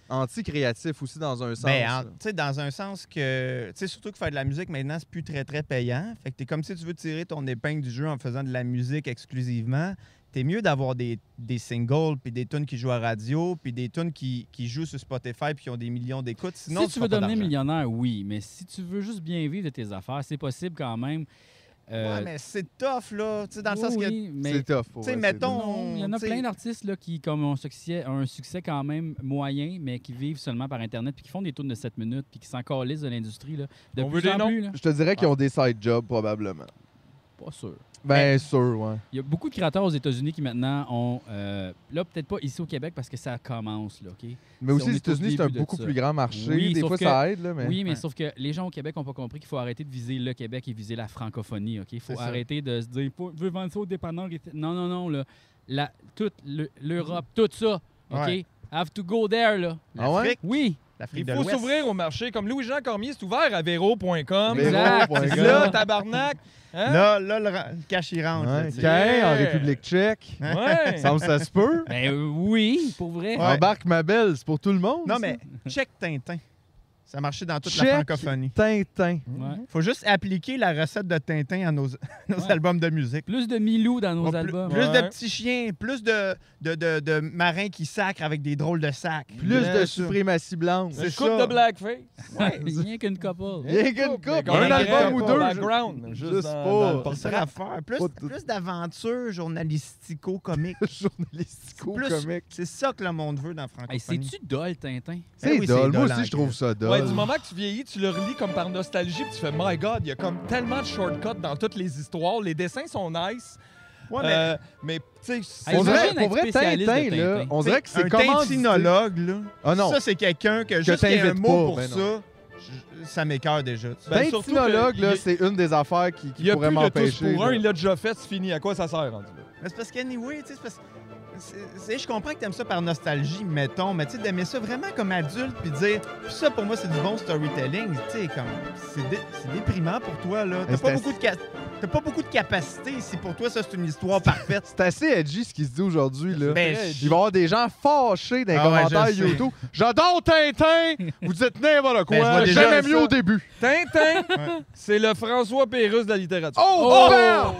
anti-créatif aussi dans un sens. Ben, là. en- tu sais, dans un sens que, tu sais, surtout que faire de la musique maintenant, c'est plus très, très payant. Fait que t'es comme si tu veux tirer ton épingle du jeu en faisant de la musique exclusivement. T'es mieux d'avoir des, des singles, puis des tunes qui jouent à radio, puis des tunes qui, qui jouent sur Spotify, puis qui ont des millions d'écoutes. Sinon, si tu feras veux pas devenir d'argent. millionnaire, oui. Mais si tu veux juste bien vivre de tes affaires, c'est possible quand même. Euh, Ouais, mais c'est tough, là. Tu sais, dans le oui, sens que. oui, mais C'est tough. pour tu sais, vrai, c'est mettons- dur. non, il y en a tu sais- plein d'artistes là, qui comme, ont, un succès, ont un succès quand même moyen, mais qui vivent seulement par Internet, puis qui font des tours de sept minutes, puis qui s'en calissent de l'industrie. Là, de On veut plus des en noms. plus. Là. Je te dirais qu'ils ont des side jobs, probablement. Pas sûr. Ben, sûr, ouais. Il y a beaucoup de créateurs aux États-Unis qui maintenant ont. euh, là, peut-être pas ici au Québec parce que ça commence, là, OK? Mais aussi, on les est au États-Unis, c'est un début de beaucoup ça. plus grand marché. Oui, Des sauf fois, que- ça aide, là, mais... Oui, mais Ouais. sauf que les gens au Québec n'ont pas compris qu'il faut arrêter de viser le Québec et viser la francophonie, OK? Il faut C'est ça. arrêter de se dire, faut, veut vendre ça au dépanneur. et- Non, non, non, là. La, toute le- l'Europe, tout ça, OK? Ouais. Have to go there, là. Ah ouais? L'Afrique, Oui. l'Afrique Il de faut l'Ouest. s'ouvrir au marché. Comme Louis-Jean Cormier, c'est ouvert à véro point com. Exact. Véro point com. Là, tabarnak. Hein? Là, là, le, ra- le cash, il rentre. là, Ouais, tu sais. Yeah. Caen, en République tchèque. Ouais. Semble que ça se peut. Ben euh, oui, pour vrai. Ouais. Embarque ma belle, c'est pour tout le monde. Non, ça. mais check Tintin. Ça a marché dans toute la Check francophonie. Tintin. Ouais. Faut juste appliquer la recette de Tintin à nos, nos Ouais. albums de musique. Plus de Milou dans nos Plus- albums. Plus Ouais. de petits chiens, plus de, de, de, de marins qui sacrent avec des drôles de sacs. Plus Bien de sûr. suprématie blanche. Une c'est coupe ça. de blackface. Ouais, Rien qu'une couple. Rien qu'une coupe, Mais un qu'on album agrège ou au deux. background, Juste juste pas. dans- dans le c'est portrait. ça l'affaire. Plus, Pas tout. plus d'aventures journalistico-comiques. Journalistico-comique. C'est ça que le monde veut dans la Hey, francophonie. c'est-tu dole, Tintin? C'est Eh oui, dole. c'est Moi dole aussi, en je trouve ça dole. Ouais, du moment que tu vieillis, tu le relis comme par nostalgie, puis tu fais My God, il y a comme tellement de shortcuts dans toutes les histoires. Les dessins sont nice. Ouais, mais Euh, mais tu sais, Hey, On Imagine dirait, être pour vrai, spécialiste Tintin, de là, Tintin. on dirait que c'est un commandité. tintinologue, là, Ah non. ça, c'est quelqu'un que juste qu'il y ait un t'invites mot pas, pour ben non. ça, je- ça m'écoeure déjà. tu sais. Ben, surtout Tintinologue, que là, il y a- c'est une des affaires qui, qui il y a pourrait plus de tous m'empêcher. pour un, là. il l'a déjà fait, c'est fini. À quoi ça sert, rendu là? Mais c'est parce qu'anyway, tu sais, c'est parce c'est- c'est- je comprends que t'aimes ça par nostalgie, mettons, mais tu sais, d'aimer ça vraiment comme adulte, puis dire, puis ça, pour moi, c'est du bon storytelling, tu sais, comme, c'est dé- c'est déprimant pour toi, là. T'as Mais pas, c'est beaucoup de ca- t'as pas beaucoup de capacité si pour toi, ça, c'est une histoire parfaite. C'est assez edgy ce qui se dit aujourd'hui. là. Ben, très Il va y avoir des gens fâchés dans les Ah ouais, commentaires je sais. YouTube. J'adore Tintin! Vous dites n'importe quoi. Ben, je vois déjà J'aimais ça. mieux au début. Tintin, Ouais. c'est le François Pérusse de la littérature. Oh! Oh! bam!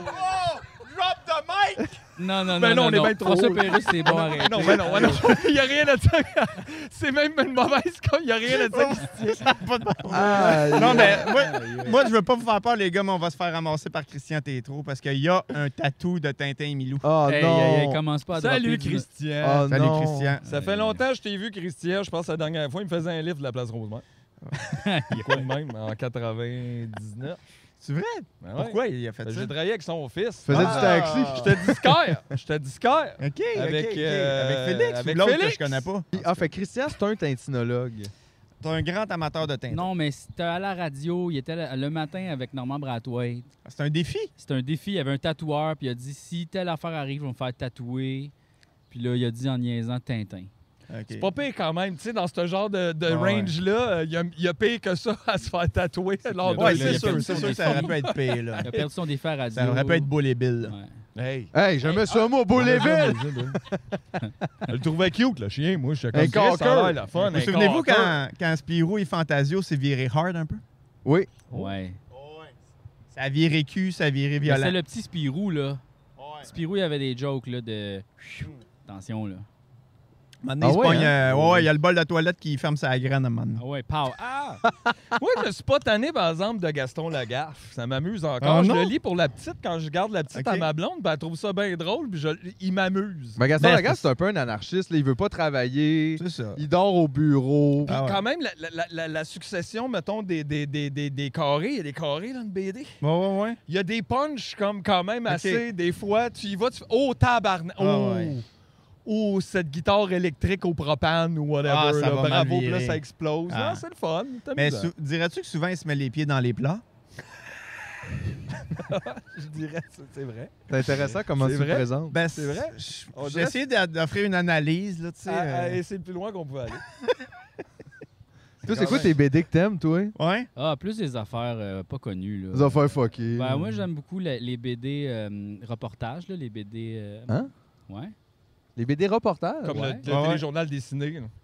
Drop the mic! Non, non, non. Ben non, non, on est non. bien trop François haut. Pérusse, c'est bon, arrêtez. Non, ben non, ben non. Il n'y a rien à dire. C'est même une mauvaise com. Il n'y a rien à dire qui se tient. Ah, Non, mais moi, Aïe, aïe. moi, je veux pas vous faire peur, les gars, mais on va se faire ramasser par Christian Tétrault parce qu'il y a un tatou de Tintin et Milou. Oh Hey, non! hey, hey, commence pas à Salut, dropper du- Christian. Oh Salut, non. Christian. Ça fait longtemps que je t'ai vu, Christian. Je pense que la dernière fois, il me faisait un livre de la place Rosemont. Quoi de même, en quatre-vingt-dix-neuf. C'est vrai? Ben ouais. Pourquoi il a fait Ben, ça? J'ai travaillé avec son fils. Faisait Ah. du taxi. J'étais disquaire. J'étais disquaire. OK, OK, Avec, OK. euh, Avec Félix avec ou l'autre que Félix. je connais pas? Ah, fait Christian, c'est un tintinologue. T'es un grand amateur de Tintin. Non, mais c'était à la radio. Il était le le matin avec Norman Brathwaite. C'est un défi. C'était un défi. Il y avait un tatoueur, puis il a dit si telle affaire arrive, je vais me faire tatouer. Puis là, il a dit en niaisant Tintin. OK. C'est pas pire quand même. Tu sais, dans ce genre de, de Ah ouais. range-là, euh, il y, a- il y a pire que ça à se faire tatouer lors clair. d'un Ouais, il a c'est livre. sûr, perdu c'est son sûr que ça aurait défi. pu être pire, là. Il a perdu son défi à la radio. Ça aurait pu être Bull et Bill. là. Ouais. Hey. Hey, j'aimais ça, moi, Beau-Léville! Je le trouvais cute, le chien. Moi, j'étais Un comme Chris, ça a cocker. l'air la fun. Vous un souvenez-vous cocker. quand, quand Spirou et Fantasio s'est viré hard un peu? Oui. Ouais. Ça a viré cul, ça a viré Mais violent. c'est le petit Spirou, là. Ouais. Spirou, il y avait des jokes, là, de... Attention, là. Un moment donné, Ah il se ouais, pogne, hein? euh, ouais, ouais, il y a le bol de toilette qui ferme sa graine à un moment donné. Ah ouais, pow. Ah! Moi, je suis pas tanné, par exemple, de Gaston Lagaffe. Ça m'amuse encore. Ah je non? le lis pour la petite quand je garde la petite Ok. à ma blonde. Ben, elle trouve ça bien drôle, puis je- il m'amuse. Mais Gaston Ben, Lagaffe, c'est un peu un anarchiste. Là. Il veut pas travailler. C'est ça. Il dort au bureau. Puis Ah ouais. quand même, la, la- la- la succession, mettons, des, des, des, des, des carrés, il y a des carrés dans le B D. Ouais, ouais, ouais. Il y a des punchs comme quand même Ok. assez. Des fois, tu y vas, tu fais Oh, tabarnak! Ah Oh! ouais. Ou cette guitare électrique au propane ou whatever. Ah, ça là, va mal bravo, puis là, virer. ça explose. Ah. Non, c'est le fun. c'est Mais amusant. sou- dirais-tu que souvent, il se met les pieds dans les plats? Je dirais, c'est- c'est vrai. C'est intéressant comment C'est tu le vrai? présentes. Ben, C'est vrai? j- On J'ai dirait- essayé d'a- d'offrir une analyse, là, tu sais. Ah, ah, euh, et c'est le plus loin qu'on pouvait aller. Toi, c'est quand quoi même. tes B D que t'aimes, toi? Ouais? Ah, plus des affaires euh, pas connues, là. Les affaires fuckées. Ben, moi, j'aime beaucoup la- les B D euh, reportages, là, les B D... euh, Hein? Ouais. Les B D reportages? Comme Ouais. le, le Ouais, ouais. téléjournal dessiné. là.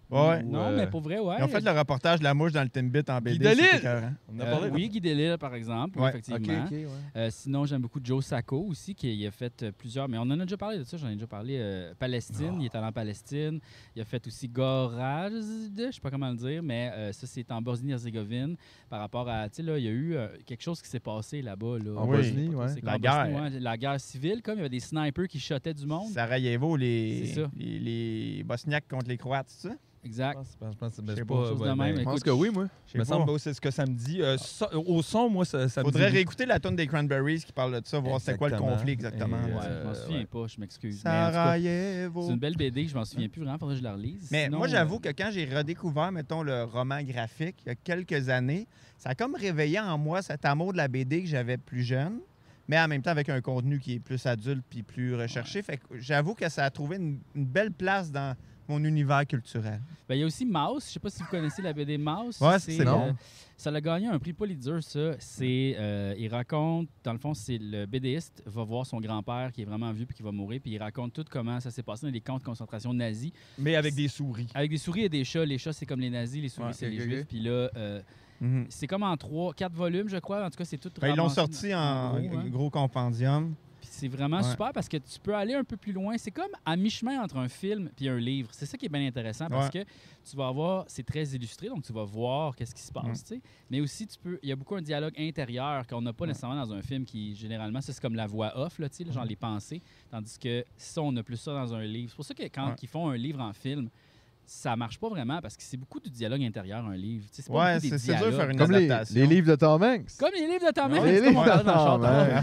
Ouais. Non, euh, mais pour vrai, ouais. Ils ont fait le reportage de la mouche dans le Timbit en B D. Guy Delisle! c'était écœurant. On a Euh, parlé. oui, Guy Delisle, par exemple, oui, Ouais. effectivement. OK, OK, ouais. Euh, sinon, j'aime beaucoup Joe Sacco aussi, qui a fait euh, plusieurs. Mais on en a déjà parlé de ça, j'en ai déjà parlé. euh, Palestine, Oh. il est allé en Palestine. Il a fait aussi Gorazd, je sais pas comment le dire, mais euh, ça, c'est en Bosnie-Herzégovine. Par rapport à. Tu sais, là, il y a eu euh, quelque chose qui s'est passé là-bas. Là. En Oui. Bosnie, ouais. C'est La qu'en guerre. Bosnie, ouais, la guerre civile, comme il y avait des snipers qui shottaient du monde. Sarajevo, les, C'est ça. les, les Bosniaques contre les Croates, c'est ça? Exact. Je pense, je pense que Je sais c'est pas, pas. chose de ouais, même. ben, Je pense Écoute, que oui, moi. Je sais me pas. semble que c'est ce que ça me dit. Euh, so- au son, moi, ça, ça me Faudrait dit. réécouter la tune des Cranberries qui parle de ça, voir c'était quoi le Exactement. conflit exactement. Et, Ouais, ouais. je m'en Euh, souviens ouais. pas, je m'excuse. Mais en tout cas, Sarajevo. c'est une belle B D, je m'en souviens plus vraiment, faudrait que je la relise. Mais Sinon, moi, j'avoue euh, que quand j'ai redécouvert, mettons, le roman graphique il y a quelques années, ça a comme réveillé en moi cet amour de la B D que j'avais plus jeune, mais en même temps avec un contenu qui est plus adulte puis plus recherché. Fait que j'avoue que ça a trouvé une, une belle place dans mon univers culturel. ben, il y a aussi Mouse, je sais pas si vous connaissez la B D Mouse. Ouais, c'est bon. euh, ça a gagné un prix Pulitzer, ça. C'est, euh, il raconte, dans le fond, c'est le BDiste va voir son grand-père qui est vraiment vieux puis qui va mourir, puis il raconte tout comment ça s'est passé dans les camps de concentration nazis. Mais avec des souris. Avec des souris et des chats. Les chats, c'est comme les nazis, les souris, Ouais, c'est ok, les ok, juifs. ok. Puis là, euh, Mhm. c'est comme en trois, quatre volumes, je crois. En tout cas, c'est tout Ben, ils l'ont ramassé sorti en gros, hein. gros compendium. Puis c'est vraiment Ouais. super parce que tu peux aller un peu plus loin. C'est comme à mi-chemin entre un film et un livre. C'est ça qui est bien intéressant parce que tu vas avoir, c'est très illustré, donc tu vas voir qu'est-ce qui se passe. Mm. tu sais. Mais aussi, tu peux, il y a beaucoup un dialogue intérieur qu'on n'a pas Ouais. nécessairement dans un film qui, généralement, ça, c'est comme la voix off, là, tu sais, là, genre Mm. les pensées. Tandis que ça, on a plus ça dans un livre. C'est pour ça que quand Ouais. ils font un livre en film, ça marche pas vraiment parce que c'est beaucoup du dialogue intérieur, un livre. Tu sais, c'est pas Ouais, beaucoup des c'est c'est dur de dialogues. faire une Comme les, adaptation. les livres de Tom Hanks. Comme les livres de Tom Ouais, Hanks, les comme on livres parlait de dans le Tom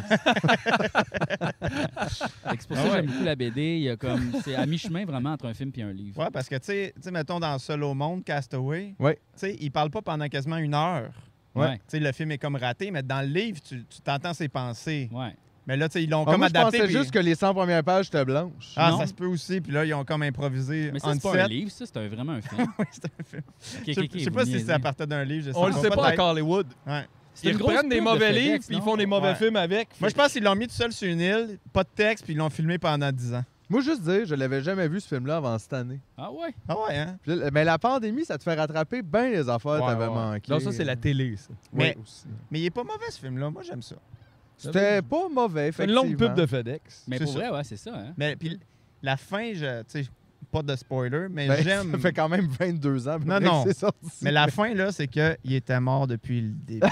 char. Hanks. Fait que C'est pour ça que j'aime beaucoup la B D. Il y a comme, c'est à mi-chemin vraiment entre un film et un livre. Ouais, parce que, tu sais, tu sais, mettons, dans Seul au monde, Castaway, Ouais. tu sais, il parle pas pendant quasiment une heure. Ouais. Tu sais, le film est comme raté, mais dans le livre, tu tu t'entends ses pensées. Ouais. Mais là, tu sais, ils l'ont Ah, comme moi, je adapté. pensais puis- juste que les cent premières pages étaient blanches. Ah, Non. ça se peut aussi. Puis là, ils ont comme improvisé. Mais ça, on c'est pas set. un livre, ça, c'est un- vraiment un film. Oui, c'est un film. Ok, Je ok, sais- ok, je sais vous pas si niaisez. c'est à partir d'un livre. Je sais On le sait pas peut-être. avec Hollywood. Ouais. C'est Ils une grosse reprennent des pub de mauvais FedEx, livres, puis ils non? font des mauvais Ouais. films avec. Moi, je pense qu'ils l'ont mis tout seul sur une île, pas de texte, puis ils l'ont filmé pendant dix ans. Moi, juste dire, je l'avais jamais vu ce film-là avant cette année. Ah ouais? Ah ouais, hein? Puis là, mais la pandémie, ça te fait rattraper bien les affaires que Ouais, t'avais ouais. manquées. Non, ça, c'est la télé, ça. Mais- Ouais, aussi. Mais il est pas mauvais, ce film-là. Moi, j'aime ça. C'était pas mauvais, C'est une effectivement. longue pub de FedEx. Mais C'est pour ça. vrai, ouais, c'est ça. Hein? Mais puis la fin, je, tu sais, pas de spoiler, mais Ben, j'aime. Ça fait quand même vingt-deux ans à peu Non, près non. que c'est sorti. Mais la fin, là, c'est qu'il était mort depuis le début.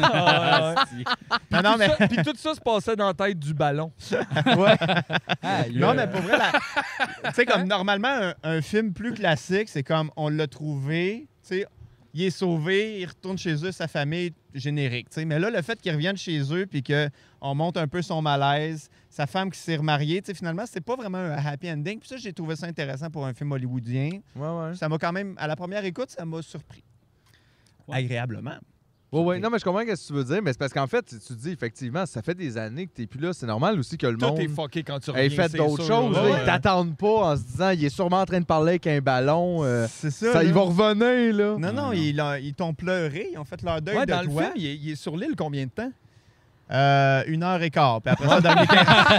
Ah, ouais. non, non, mais, Puis tout ça se passait dans la tête du ballon. ouais. Aïe, non, euh, mais pour vrai, la- tu sais, comme normalement, un, un film plus classique, c'est comme on l'a trouvé, tu sais, il est sauvé, il retourne chez eux, sa famille, générique. tu sais. Mais là, le fait qu'il revienne chez eux puis qu'on monte un peu son malaise, sa femme qui s'est remariée, tu sais, finalement, c'est pas vraiment un happy ending. Puis ça, j'ai trouvé ça intéressant pour un film hollywoodien. Ouais, ouais. Ça m'a quand même, à la première écoute, ça m'a surpris. Ouais. Agréablement. Ouais, ouais. Non, mais je comprends ce que tu veux dire, mais c'est parce qu'en fait, tu tu dis, effectivement, ça fait des années que t'es plus là. C'est normal aussi que le Tout monde est fucké quand tu reviens. ait fait c'est d'autres sûr. choses. Ouais, là. ouais. Ils t'attendent pas en se disant, il est sûrement en train de parler avec un ballon. euh, c'est ça, ça. il là. va revenir, là. Non, non, Non, non. ils, l'ont- ils t'ont pleuré, ils ont fait leur deuil Ouais, de dans le toi. film, il est, il est sur l'île combien de temps? Euh, une heure et quart. Puis après ça, Dominique.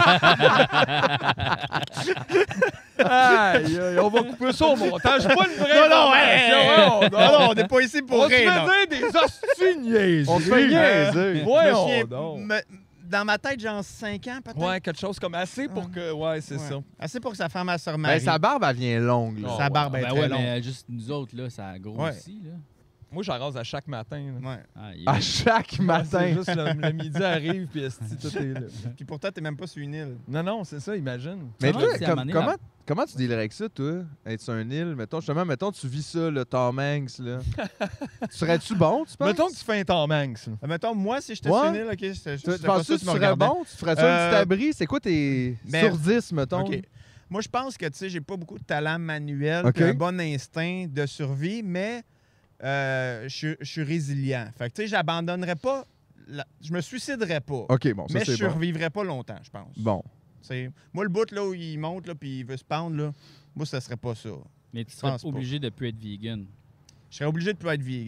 Aïe, aïe, on va couper ça au montage. Pas une vraie Non, non, information, hey, hein, on- non, non, on n'est pas ici pour On se fait rire. non. dire des hosties niaiseries. On se fait niaiser. Je me Voyons souviens, donc. me- dans ma tête, genre cinq ans peut-être. Ouais, quelque chose comme assez pour que... Ouais, c'est Ouais. ça. Assez pour que sa femme elle se remarie. Ben, sa barbe, elle vient longue. Là. Oh, Sa ouais. barbe est Ben très ouais, longue. mais juste nous autres, là, ça a grossi, Ouais. là. Moi, j'en rase à chaque matin. là. Ouais. Ah, il- À chaque C'est matin. juste le, le midi arrive, puis esti, tout est là. Puis pourtant, t'es même pas sur une île. Non, non, c'est ça, imagine. Mais Ça toi, va, c'est à un comme- moment donné, comment, la- comment tu dealerais avec ça, toi? Être sur une île, mettons, justement, mettons, tu vis ça, le Tom Hanks, là. Serais-tu bon, tu penses? Mettons que tu fais un Tom Hanks. là. Euh, Mettons, moi, si j'étais Ouais. sur une île, OK, je je- je Tu, sais tu pas penses ça, que tu tu me serais regardais. bon? Tu ferais ça un Euh, petit abri? C'est quoi tes ben, sur dix, mettons? OK. Moi, je pense que, tu sais, j'ai pas beaucoup de talent manuel, OK. puis un bon instinct de survie, mais euh, je suis- je suis résilient. Fait que, tu sais, j'abandonnerais pas, la- je me suiciderais pas, OK, bon, ça, mais je c'est bon. survivrais pas longtemps, je pense. Bon. Tu sais, moi, le bout là, où il monte, là, puis il veut se pendre, là, moi, ça serait pas ça. Mais tu Je serais pense pas. obligé de plus être vegan. Je serais obligé de plus être vegan.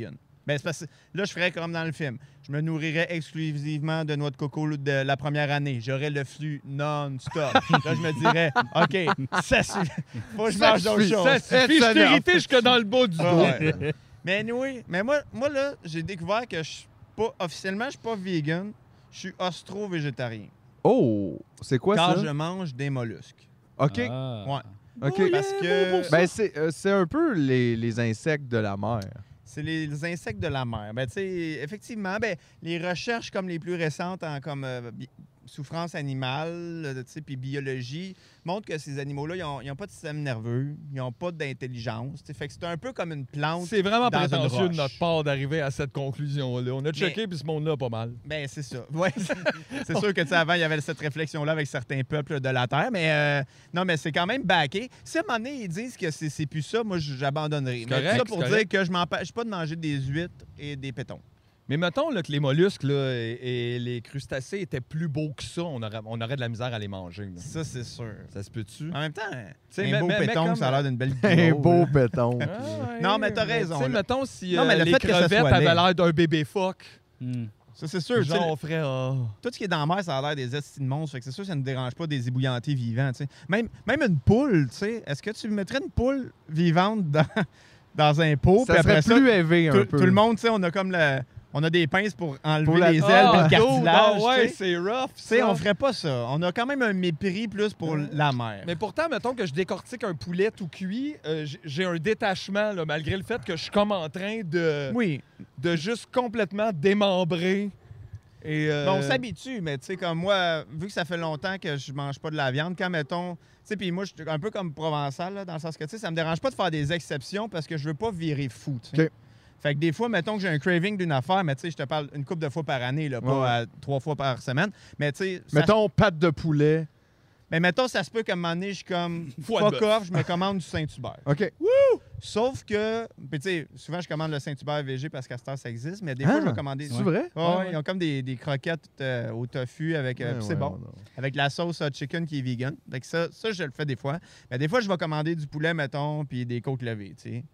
Ben, c'est parce que là, je ferais comme dans le film. Je me nourrirais exclusivement de noix de coco de la première année. J'aurais le flux non-stop. Là, je me dirais, OK, ça suffit. Faut que je mange d'autres choses. Ça suffit, je t'ai irrité jusque dans le bas du Ah dos. ouais. Mais anyway, mais moi, moi là, j'ai découvert que je suis pas, officiellement, je suis pas vegan. Je suis austro-végétarien. Oh, c'est quoi Quand ça? je mange des mollusques. OK. Ah. Ouais. OK. Parce que Ben, c'est euh, c'est un peu les, les insectes de la mer. c'est les, les insectes de la mer. Ben, tu sais, effectivement, ben, les recherches comme les plus récentes en comme euh, bi- souffrance animale, euh, tu sais, puis biologie, montrent que ces animaux-là, ils n'ont pas de système nerveux, ils n'ont pas d'intelligence. Tu sais, fait que c'est un peu comme une plante. C'est vraiment dans une prétentieux de roche. notre part d'arriver à cette conclusion-là. On a checké, puis ce monde-là a pas mal. Ben, c'est ça. Ouais, c'est c'est sûr que, tu sais, avant, il y avait cette réflexion-là avec certains peuples de la Terre, mais euh, non, mais c'est quand même backé. Si à un moment donné, ils disent que c'est c'est plus ça, moi, j'abandonnerai. Mais correct, tout ça pour c'est dire correct. que je m'empêche pas de manger des huîtres et des pétons. Mais mettons là, que les mollusques là, et, et les crustacés étaient plus beaux que ça, on aurait, on aurait de la misère à les manger. là. Ça, c'est sûr. Ça se peut-tu? En même temps, sais, un mais- beau mais- mais péton, comme- ça a l'air d'une belle Un guimauve, beau là. péton. Ah, ouais, Non, mais t'as raison, Tu sais, là. mettons si Non, mais euh, le les fait que ça crevettes soit avaient laid. l'air d'un bébé phoque. Hmm. Ça, c'est sûr. tu sais, Genre, on ferait... ah. tout ce qui est dans la mer, ça a l'air des estis de monstres. Fait que c'est sûr que ça ne dérange pas des ébouillantés vivants. tu sais. Même, même une poule, tu sais. Est-ce que tu mettrais une poule vivante dans, dans un pot? Ça puis serait après plus élevé un tout, peu. tout le monde, tu sais, on a comme le... On a des pinces pour enlever Pour la- les ailes Ah, et le dude, cartilage. ah ouais, tu sais. c'est rough, Tu sais, ça. on ferait pas ça. On a quand même un mépris plus pour la mer. Mais pourtant, mettons que je décortique un poulet tout cuit, euh, j'ai- j'ai un détachement, là, malgré le fait que je suis comme en train de, Oui, de juste complètement démembrer. Et, euh, ben, on s'habitue, mais tu sais, comme moi, vu que ça fait longtemps que je mange pas de la viande, quand mettons. Tu sais, puis moi, je suis un peu comme provençal, là, dans le sens que, tu sais, ça me dérange pas de faire des exceptions parce que je veux pas virer fou, tu sais. OK. Fait que des fois, mettons que j'ai un craving d'une affaire, mais tu sais, je te parle une couple de fois par année, là, pas Ouais. à trois fois par semaine. Mais tu sais, ça- Mettons pâte de poulet. mais mettons, ça se peut qu'à un moment donné, je suis comme Foie de fuck bœuf. off, je me commande du Saint-Hubert. OK. Sauf que, puis tu sais, souvent, je commande le Saint-Hubert V G parce qu'à cette heure, ça existe, mais des fois, Ah, je vais commander. C'est vrai? Ouais, Ouais, ouais, ouais. Ils ont comme des, des croquettes euh, au tofu avec. euh, Ouais, puis c'est ouais, bon. ouais, ouais. Avec la sauce hot chicken qui est vegan. Fait que ça, ça, je le fais des fois. Mais des fois, je vais commander du poulet, mettons, puis des côtes levées, tu sais.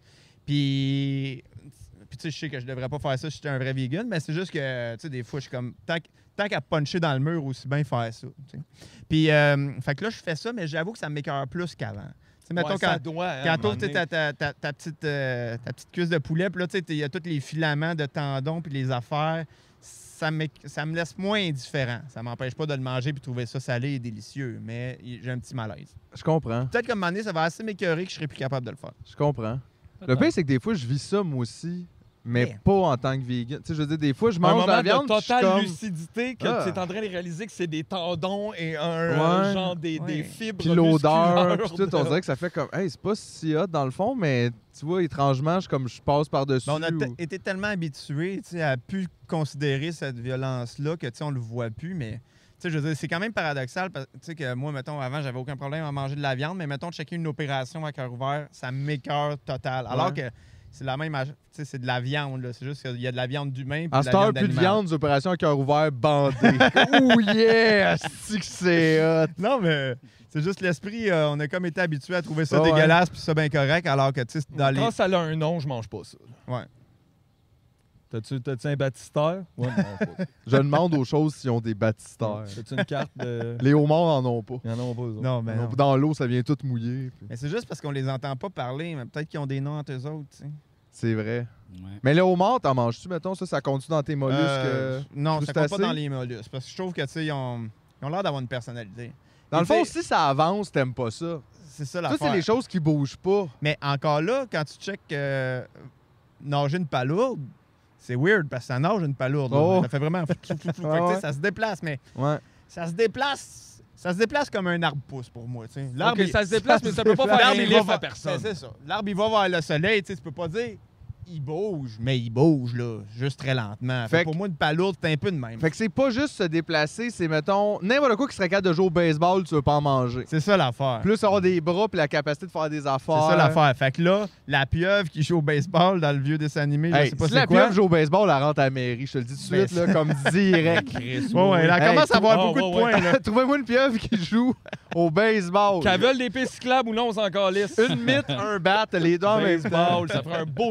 Puis, puis tu sais, je sais que je devrais pas faire ça si j'étais un vrai vegan, mais c'est juste que, tu sais, des fois, je suis comme, tant, qu'- tant qu'à puncher dans le mur, aussi bien faire ça, tu sais. Puis, euh, fait que là, je fais ça, mais j'avoue que ça m'écoeure plus qu'avant. Tu sais, mettons, ouais, quand, ça doit, hein, à un quand moment t'ouvres, tu sais, donné. ta, ta, ta, ta petite, euh, ta petite cuisse de poulet, puis là, tu sais, il y a tous les filaments de tendons puis les affaires, ça me, ça me laisse moins indifférent. Ça m'empêche pas de le manger puis trouver ça salé et délicieux, mais y- j'ai un petit malaise. Je comprends. Peut-être qu'à un moment donné, ça va assez m'écœurer que je serai plus capable de le faire. Je comprends. Le pire, c'est que des fois, je vis ça, moi aussi, mais Mais- pas en tant que vegan. Tu sais, je veux dire, des fois, je un mange moment de la viande, de puis je suis totale comme... lucidité que Ah. tu es en train de réaliser que c'est des tendons et un Ouais. euh, genre des, Ouais. des fibres Puis l'odeur, musculaires puis tout, de- on dirait que ça fait comme... Hey, c'est pas si hot dans le fond, mais tu vois, étrangement, je, comme je passe par-dessus. Mais on a ou- te- été tellement habitués tu sais, à plus considérer cette violence-là que tu sais, on le voit plus, mais tu sais, je veux dire, c'est quand même paradoxal parce tu sais, que moi, mettons, avant, j'avais aucun problème à manger de la viande, mais mettons, checker une opération à cœur ouvert, ça m'écœure total. Alors Ouais. que c'est la même, ag- tu sais, c'est de la viande, là. C'est juste qu'il y a de la viande d'humain. puis À de cette la heure, viande plus de d'animal. viande, des opérations à cœur ouvert bandées. Oh yeah! C'est que c'est hot! Non, mais c'est juste l'esprit, euh, on a comme été habitué à trouver ça Ouais, ouais. dégueulasse puis ça bien correct, alors que, tu sais, dans les. Quand ça a un nom, je mange pas ça. Ouais. T'as-tu t'as-tu un baptistère? Ouais, non, pas. Je demande aux choses s'ils ont des baptistères. T'as-tu une carte de... Les homards en ont pas. Il y en a pas, eux autres. Non, mais non. Dans l'eau, ça vient tout mouillé. puis- Mais c'est juste parce qu'on les entend pas parler, mais peut-être qu'ils ont des noms entre eux autres, tu sais. C'est vrai. Ouais. Mais le homard, t'en manges-tu, mettons? Ça, ça compte-tu dans tes mollusques? Euh, euh, non, ça compte pas crustacés? dans les mollusques. Parce que je trouve que, tu sais, ils ont, ils ont l'air d'avoir une personnalité. Dans Et le fond, tu sais- si ça avance, t'aimes pas ça. C'est ça Ça, l'affaire. c'est les choses qui bougent pas. Mais encore là, quand tu checkes euh, nager une palourde, c'est weird parce que ça nage une palourde. là. Oh. Ça fait vraiment... flou, flou, flou, flou. Ouais, Fait que, tu sais, ouais. ça se déplace, mais Ouais. ça se déplace... Ça se déplace comme un arbre pousse pour moi, tu sais. L'arbre, Ok, il- ça se déplace, mais ça peut pas L'arbre, faire un il va lift vers- à personne. Ben, c'est ça. L'arbre, il va vers le soleil, tu sais, tu peux pas dire il bouge, mais il bouge, là, juste très lentement. Fait Fait que pour moi, une palourde, c'est un peu de même. Fait que c'est pas juste se déplacer, c'est, mettons, n'importe quoi qui serait capable de jouer au baseball, tu veux pas en manger. C'est ça l'affaire. Plus avoir des bras puis la capacité de faire des affaires. C'est ça l'affaire. Fait que là, la pieuvre qui joue au baseball dans le vieux dessin animé, je Hey, sais pas si c'est la quoi. pieuvre joue au baseball, elle rentre à la mairie. Je te le dis tout de Ben, suite, là, comme direct. Ouais, ouais, elle Hey, commence à avoir oh, beaucoup ouais, de points, là. Trouvez-moi une pieuvre qui joue au baseball. Qu'elle veuille des pistes cyclables ou non, on s'en calisse. Une mythe, un bat, les deux en même temps. Baseball, ça ferait un beau drapeau.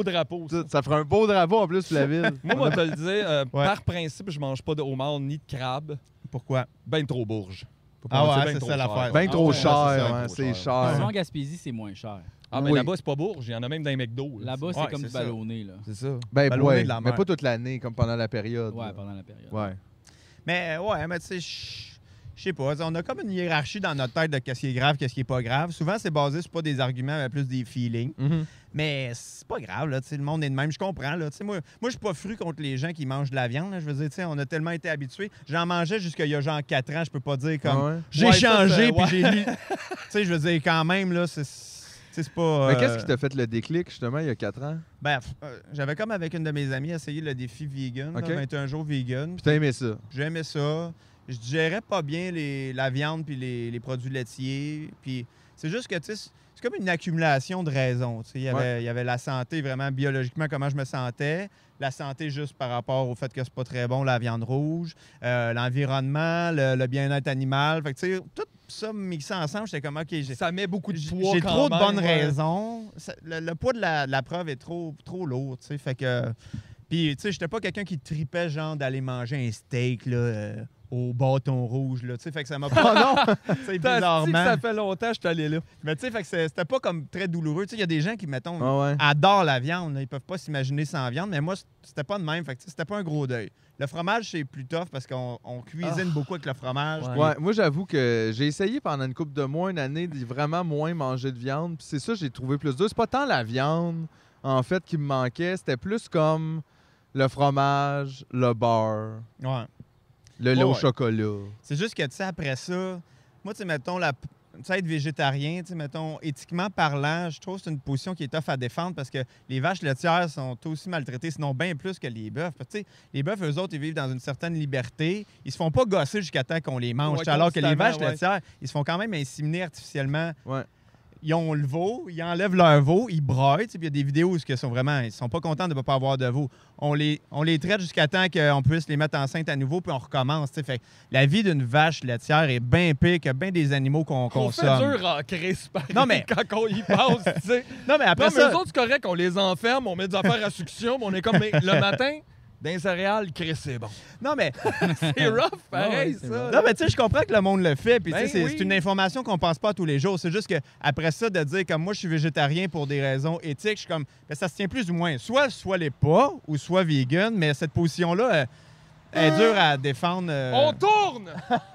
drapeau. Ça. Tout. Ça ferait un beau drapeau en plus sur la ville. Moi, moi, te le dire, euh, Ouais. par principe, je mange pas de homard ni de crabe. Pourquoi? Ben trop bourge. Faut Ah pas- ouais, ben c'est trop ça cher. l'affaire. Ben trop ouais, cher, ouais, c'est ça, ouais, ben trop c'est cher. Sinon, cher. en Gaspésie, c'est moins cher. Ah, mais Oui. là-bas, c'est pas bourge. Il y en a même dans les McDo. là. Là-bas, c'est Ouais, comme c'est du ça. ballonné, là. C'est ça. Ben Ballonné ouais, de la mais mer. pas toute l'année, comme pendant la période. Ouais, là. pendant la période. Ouais. Mais ouais, mais tu sais, je je sais pas. On a comme une hiérarchie dans notre tête de qu'est-ce qui est grave, qu'est-ce qui est pas grave. Souvent, c'est basé sur pas des arguments, mais plus des feelings. Mhm. Mais c'est pas grave, là. Tu sais, le monde est de même. Je comprends, là. Tu sais, moi, moi je suis pas fru contre les gens qui mangent de la viande. Là. Je veux dire, tu sais, on a tellement été habitués. J'en mangeais jusqu'il y a genre quatre ans. Je peux pas dire comme. Ah ouais? J'ai Ouais, ça, changé, c'est- puis ouais. j'ai lu. Tu sais, je veux dire, quand même, là, c'est. tu sais, c'est pas. Mais euh, qu'est-ce qui t'a fait le déclic, justement, il y a quatre ans? Ben, f- euh, j'avais comme avec une de mes amies essayé le défi vegan, là, OK. vingt et un jours vegan. Puis t'as aimé ça? J'aimais ça. Je digérais pas bien les, la viande puis les, les produits laitiers. Puis c'est juste que, tu sais, c'est comme une accumulation de raisons. tu sais. Il y avait, Ouais. il y avait la santé, vraiment biologiquement, comment je me sentais. La santé juste par rapport au fait que c'est pas très bon, la viande rouge. Euh, l'environnement, le, le bien-être animal. Fait que, tu sais, tout ça mixé ensemble, j'étais comme, OK, j'ai... Ça met beaucoup de J'ai poids j'ai quand trop de même, bonnes ouais. raisons. Ça- le, le poids de la, de la preuve est trop, trop lourd, tu sais. Fait que... Puis, tu sais, j'étais pas quelqu'un qui tripait, genre, d'aller manger un steak, là, euh, au bâton rouge, là, tu sais. Fait que ça m'a pas... non! Tu sais, T'as dit que bizarrement. ça fait longtemps que je suis allé là. Mais tu sais, fait que c'est- c'était pas comme très douloureux. Tu sais, il y a des gens qui, mettons, Ah ouais. adorent la viande, là. Ils peuvent pas s'imaginer sans viande, mais moi, c'était pas de même. Fait que tu sais, c'était pas un gros deuil. Le fromage, c'est plus tough parce qu'on on cuisine beaucoup avec le fromage. Ouais. puis- Ouais, moi j'avoue que j'ai essayé pendant une couple de mois, une année, de vraiment moins manger de viande. Puis c'est ça que j'ai trouvé plus dur. C'est pas tant la viande, en fait, qui me manquait. C'était plus comme le fromage, le beurre, Ouais. le lait Ouais, au ouais. chocolat. C'est juste que, tu sais, après ça, moi, tu sais, mettons, la... tu sais, être végétarien, tu sais, mettons, éthiquement parlant, je trouve que c'est une position qui est tough à défendre parce que les vaches laitières sont aussi maltraitées, sinon bien plus que les bœufs. Parce que, tu sais, les bœufs, eux autres, ils vivent dans une certaine liberté. Ils se font pas gosser jusqu'à temps qu'on les mange. Ouais, Tu sais, alors que les constamment, vaches ouais. laitières, ils se font quand même inséminer artificiellement. Ouais. Ils ont le veau, ils enlèvent leur veau, ils broient. tu sais, Puis il y a des vidéos où ils sont vraiment, ils sont pas contents de ne pas avoir de veau. On les, on les traite jusqu'à temps qu'on puisse les mettre enceintes à nouveau, puis on recommence. tu sais. Fait que la vie d'une vache laitière est bien pire que bien des animaux qu'on On fait consomme. dur en crise, pareil, Non, mais- quand on y pense, tu sais. Non, mais après Non, mais ça, eux autres, c'est correct, on les enferme, on met des affaires à succion, mais on est comme, mais le matin, d'un céréales, Chris, c'est bon. non, mais, C'est rough, pareil, ouais, c'est ça. non, mais tu sais, je comprends que le monde le fait, puis tu sais, Ben c'est oui. c'est une information qu'on pense pas tous les jours. C'est juste que après ça, de dire comme moi, je suis végétarien pour des raisons éthiques, je suis comme, ben, ça se tient plus ou moins. Soit, soit les pas, ou soit vegan, mais cette position-là, euh, elle est dure à défendre. euh, On tourne!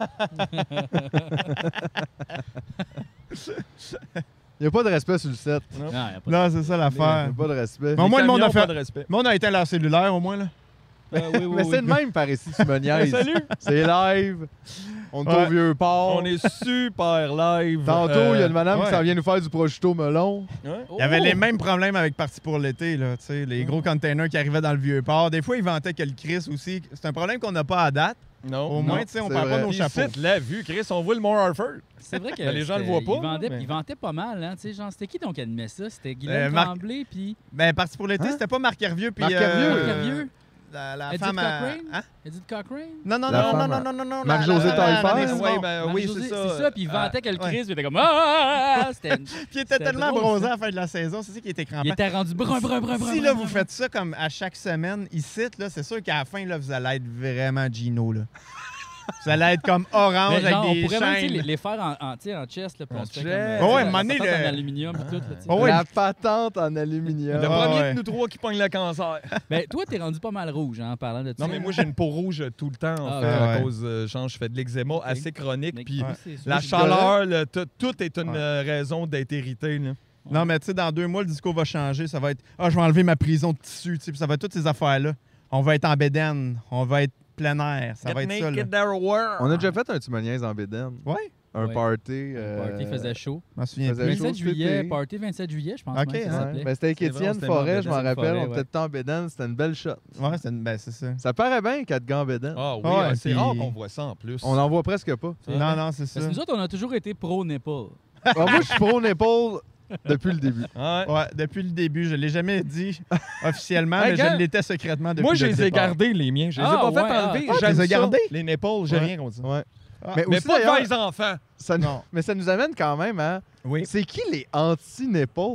Il n'y a pas de respect sur le set. Non, y a pas de- Non, c'est ça Il n'y l'affaire. a pas de respect. Mais au moins, le monde a Camions, fait. pas de respect. Le monde a éteint leur cellulaire, au moins, là. Euh, oui, oui, Mais oui. c'est le même par ici, tu me niaises. Salut! C'est live. On est Ouais. au vieux port. On est super live. Tantôt, Euh, il y a une madame ouais. qui s'en vient nous faire du prosciutto melon. ouais. Oh! Il y avait les mêmes problèmes avec Parti pour l'été, là. Tu sais, les gros containers qui arrivaient dans le vieux port. Des fois, ils vantaient que le Chris aussi. C'est un problème qu'on n'a pas à date. Non. Au non. moins, tu sais, on c'est perd pas vrai. nos Ici, chapeaux. la vue, Chris, on voit le Mont Harford. C'est vrai que Mais les gens le c'était- voient pas, Ils vendaient, mais- ils vantaient pas mal, hein. Tu sais, genre, c'était qui donc qui animait ça? C'était Euh, Guylaine Marc- Tremblay, puis Ben, Parti pour l'été, Hein? c'était pas Marc Hervieux. Puis, Marc euh, Hervieux. Marc Hervieux, La, la Edith femme à... Cochrane? Hein? Edith Cochrane. Non, non, La non, non, femme non, à- non, non, non. Marc-Josée la- la- la- Taillefer? la- Ouais, ben oui, Marie-Josée, c'est ça. C'est ça, puis il Ah, vantait que le ouais. Chris, puis il était comme ah! C'était- Puis il était C'était tellement drôle, bronzé ça. à la fin de la saison, c'est ça qui était crampant. Il était rendu brun, brun, brun, brun. Si là, brun, vous brun. faites ça comme à chaque semaine, ici, là, c'est sûr qu'à la fin, là, vous allez être vraiment Gino, là. Vous allez être comme orange Mais genre, avec on des pourrait même tu sais, chaînes. les, les faire en, en, tu sais, en chest, là, puis En on se fait chest. comme, euh, Ouais, tu sais, ouais, la mané, patente le- en aluminium puis tout, là, tu sais. Ouais, ouais. La patente en aluminium. Le Ah, premier ouais. de nous trois qui pogne le cancer. Ben, toi, t'es rendu pas mal rouge, hein, en parlant de ça. Non, mais moi, j'ai une peau rouge tout le temps, en Ah, fait, ouais. à Ouais. cause, euh, genre, je fais de l'eczéma Ok. assez chronique, Mais- puis Ouais, c'est sûr. la c'est chaleur, le- tout, tout est une Ouais. euh, raison d'être irrité, là. Non, mais tu sais, dans deux mois, le discours va changer. Ça va être « Ah, je vais enlever ma prison de tissu. » Tu sais, puis ça va être toutes ces affaires-là. On va être en bédaine. On va être plein air. Ça Get va être ça, là. naked everywhere. On a déjà fait un Timoniaise en bédaine. Ouais? Un Ouais. party. Le euh, party faisait chaud. Je m'en souviens faisait plus. chaud. vingt-sept cet juillet, été. party vingt-sept juillet, je pense. Ok, même, ça hein. s'appelait. Ben, c'était avec C'est vrai, Étienne c'était Forêt, bon, je m'en Étienne rappelle. Forêt, On ouais. était tout en bédaine. C'était une belle shot. Ouais, c'est une- ben, c'est ça. Ça paraît bien, quatre gants en bédaine. Ah oui, Ouais, euh, c'est puis- rare qu'on voit ça en plus. On n'en voit presque pas. Ouais. Non, non, c'est ça. Parce que nous autres, on a toujours été pro-nipple. Ah, moi, je suis pro épaule depuis le début. Ouais. Ouais, depuis le début. Je ne l'ai jamais dit officiellement, Hey, mais gars, je l'étais secrètement depuis Moi, je le les ai départ. gardés, les miens. Je les ai Ah, pas fait ouais, ah. enlever. Ah, tu J'aime les as ça. gardés? Les nipples, j'ai Ouais. rien contre ça. Ouais. Ah, mais Mais aussi, pas d'ailleurs, devant les enfants. ça, nous- Non. mais ça nous amène quand même à. Oui. C'est qui les anti-nipples?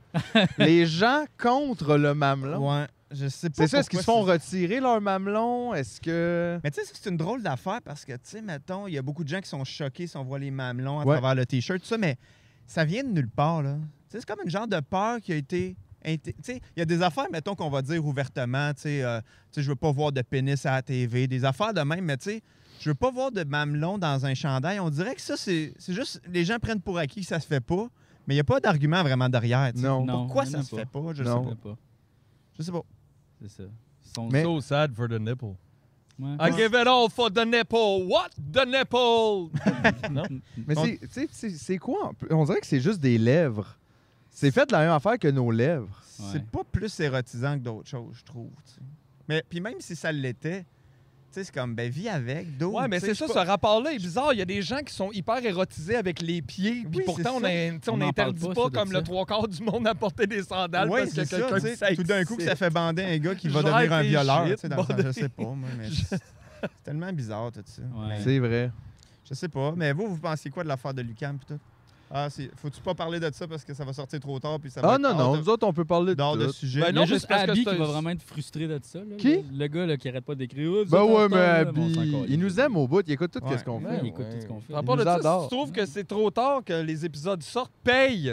Les gens contre le mamelon. Ouais, je sais pas. C'est ça, est-ce qu'ils se font pourquoi retirer leur mamelon? Est-ce que... Mais tu sais, ça, c'est une drôle d'affaire parce que, tu sais, mettons, il y a beaucoup de gens qui sont choqués si on voit les mamelons à Ouais. travers le T-shirt, tout ça, mais ça vient de nulle part, là. Tu sais, c'est comme une genre de peur qui a été... inté- Tu sais, il y a des affaires, mettons, qu'on va dire ouvertement, tu sais, euh, tu sais, je veux pas voir de pénis à la T V, des affaires de même, mais tu sais, je veux pas voir de mamelon dans un chandail. On dirait que ça, c'est c'est juste... Les gens prennent pour acquis que ça se fait pas, mais il n'y a pas d'argument vraiment derrière, tu sais. Non. Non, Pourquoi il y en ça a se pas. fait pas? Je Non. Je sais sais pas. pas. Je sais pas. C'est ça. Ils sont- Mais- So sad for the nipple. Ouais. I give it all for the nipple. What? The nipple? non? Mais On- c'est- tu sais, c'est c'est quoi? un peu? On dirait que c'est juste des lèvres. C'est fait de la même affaire que nos lèvres. Ouais. C'est pas plus érotisant que d'autres choses, je trouve. tu sais. Mais puis même si ça l'était, tu sais, c'est comme, ben, vis avec, d'autres. Ouais, mais c'est ça, ce rapport-là est bizarre. Il y a des gens qui sont hyper érotisés avec les pieds, puis Oui, pourtant, on c'est ça. a- tu sais, On on n'en n'interdit parle pas, pas, ça, de comme ça. le trois quarts du monde à porter des sandales Oui, parce que c'est ça. quelqu'un tu sais, ça tout d'un coup, que ça fait bander un gars qui va Genre devenir un tes violeur. shit, tu sais, dans le sens, bordel. je sais pas, moi, mais c'est c'est tellement bizarre tout ça. Ouais. Mais C'est vrai. je sais pas. Mais vous, vous pensez quoi de l'affaire de Lucam pis tout? Ah, c'est... Faut-tu pas parler de ça parce que ça va sortir trop tard puis ça va Ah être non, hors non, de- nous autres, on peut parler de hors de tout. sujet. Ben Il y non, a mais juste c'est parce que Abby c'est qui un- va vraiment être frustré de ça. Là. Qui? Le, le gars là, qui arrête pas d'écrire. Oh, vous Ben êtes en ouais, mais retard, là, mais on Abby, s'en calisse, il nous là. aime au bout, il écoute tout Ouais. ce qu'on Ouais, fait. il écoute tout ce qu'on fait. À part nous de ça, adore. si tu trouves que c'est trop tard que les épisodes sortent, paye.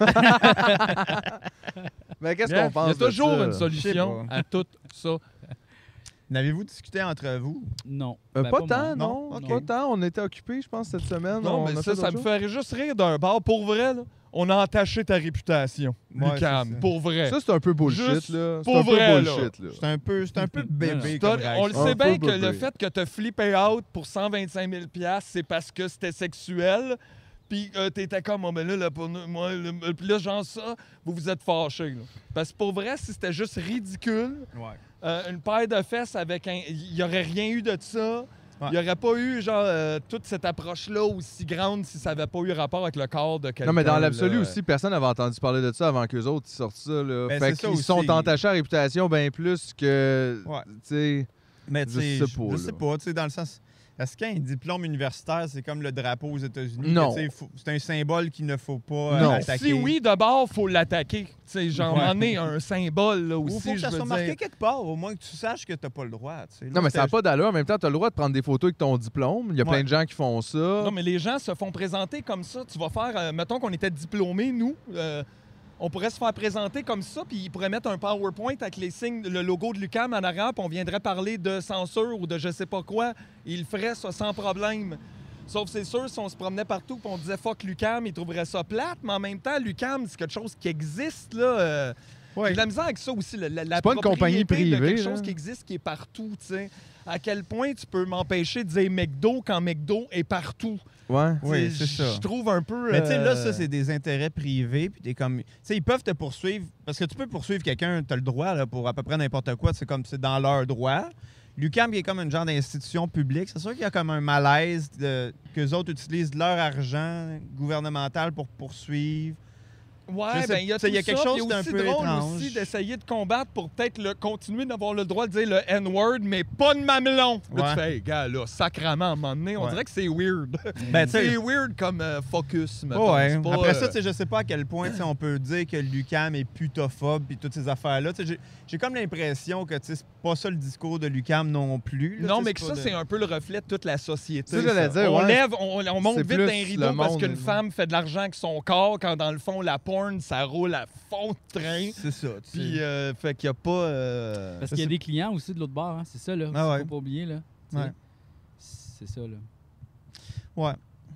Mais qu'est-ce Hein? qu'on pense Il y a de toujours ça? une solution Je sais pas. à tout ça. N'avez-vous discuté entre vous? Non. Euh, Ben, pas moi. tant, non. Non? Ok. Pas tant. On était occupés, je pense, cette semaine. Non, On mais a ça, fait ça me d'autres ferait juste rire d'un bar. Pour vrai, là, on a entaché ta réputation, Ouais, Lucam. c'est ça. Pour vrai. choses. Ça, c'est un peu bullshit, Juste là. C'est pour un peu vrai, là. bullshit, là. C'est un peu, c'est un peu bébé T'as- comme on le réaction. sait Un bien peu que le bébé. fait que tu as flippé out pour cent vingt-cinq mille dollars, c'est parce que c'était sexuel. Puis euh, t'étais comme, oh, mais là, là, pour nous, moi, le- puis là, genre ça, vous vous êtes fâchés. Là. Parce que pour vrai, si c'était juste ridicule, Ouais. euh, une paire de fesses avec un. Il n'y aurait rien eu de ça. Il Ouais. n'y aurait pas eu, genre, euh, toute cette approche-là aussi grande si ça n'avait pas eu rapport avec le corps de quelqu'un. Non, mais dans l'absolu là. aussi, personne n'avait entendu parler de ça avant qu'eux autres ils sortent ça. Là. Ben, fait c'est ça qu'ils aussi. sont entachés à réputation bien plus que. Ouais. Tu sais. Mais tu Je sais, sais je pas, je là. sais pas, tu sais, dans le sens. Est-ce qu'un diplôme universitaire, c'est comme le drapeau aux États-Unis? Non. que, tu sais, faut- C'est un symbole qu'il ne faut pas euh, Non. attaquer. Si oui, d'abord, il faut l'attaquer. Tu sais, genre, Ouais. en est un symbole, là, Ou aussi, faut que je ça veux soit marqué dire. quelque part, au moins que tu saches que t'as pas le droit. tu sais. Là, Non, mais ça n'a c'était- pas d'allure. En même temps, tu as le droit de prendre des photos avec ton diplôme. Il y a plein Ouais. de gens qui font ça. Non, mais les gens se font présenter comme ça. Tu vas faire, euh, mettons qu'on était diplômés, nous, euh, on pourrait se faire présenter comme ça, puis ils pourraient mettre un PowerPoint avec les signes, le logo de Lucam en arrière, puis on viendrait parler de censure ou de je sais pas quoi. Ils le feraient, ça, sans problème. Sauf, c'est sûr, si on se promenait partout et on disait fuck Lucam, ils trouveraient ça plate, mais en même temps, Lucam, c'est quelque chose qui existe, là. euh, Ouais. J'ai de la misère avec ça aussi. La, la- la C'est pas une compagnie propriété de privée, quelque là. chose qui existe, qui est partout, tu sais. À quel point tu peux m'empêcher de dire McDo quand McDo est partout? Ouais. Oui, Tu sais, c'est ça. Je trouve un peu... Mais tu sais, là, euh, ça, c'est des intérêts privés. Puis t'es comme. Tu sais, ils peuvent te poursuivre. Parce que tu peux poursuivre quelqu'un, tu as le droit là, pour à peu près n'importe quoi. C'est comme c'est dans leur droit. L'U Q A M, il est comme une genre d'institution publique. C'est sûr qu'il y a comme un malaise de, qu'eux autres utilisent leur argent gouvernemental pour poursuivre. Ouais, Je sais- ben il y a tu sais, tout il y a quelque ça, chose puis il y a d'un aussi peu drôle étrange. aussi d'essayer de combattre pour peut-être le, continuer d'avoir le droit de dire le N-word, mais pas de mamelon. Là, Ouais. tu fais, hey, gars, là, sacrament, à un moment donné, on Ouais. dirait que c'est weird. Ben, tu sais- c'est weird comme euh, focus, mettons. Ouais. C'est pas, Après ça, euh, tu sais, je sais pas à quel point tu sais, on peut dire que l'U Q A M est putophobe puis toutes ces affaires-là. Tu sais, J'ai j'ai comme l'impression que tu sais, c'est pas ça le discours de l'U Q A M non plus. là, Non, tu sais, mais que c'est ça, pas de- c'est un peu le reflet de toute la société. Ça, j'allais dire, on ouais. lève, on, on monte C'est vite plus d'un rideau le parce monde, qu'une là. femme fait de l'argent avec son corps, quand dans le fond, la porn, ça roule à fond de train. C'est ça. tu sais. Puis, euh, fait qu'il n'y a pas. euh, Parce qu'il y a des clients aussi de l'autre bord, hein, c'est ça, là. Ah ouais. Faut pas oublier, là. Tu sais. Ouais. C'est ça, là. Ouais.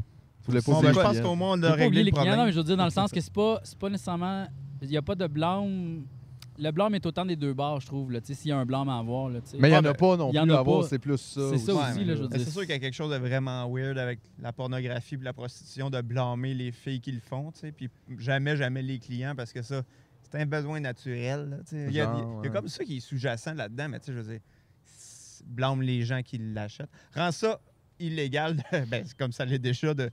Tu voulais pas Bon, oublier ben, je le pense client. qu'au moins, on Faut a pas réglé oublier le les clients, problème. non, mais je veux dire, dans le sens que c'est pas, c'est pas nécessairement. Il n'y a pas de blâme. Le blâme est autant des deux bords, je trouve. là. Tu sais, s'il y a un blâme à avoir, là, tu sais. Mais il n'y en Ah, a ben, pas non il y plus en a à avoir, pas. c'est plus ça. C'est ça aussi. aussi, là, je veux Mais dire. c'est sûr qu'il y a quelque chose de vraiment weird avec la pornographie et la prostitution, de blâmer les filles qui le font, tu sais, puis jamais, jamais les clients, parce que ça, c'est un besoin naturel. là, tu sais. Il y, a- Genre, il y a ouais. comme ça qui est sous-jacent là-dedans, mais tu sais, je veux dire, blâme les gens qui l'achètent. Rend ça illégal, de- ben, c'est comme ça l'est déjà, de,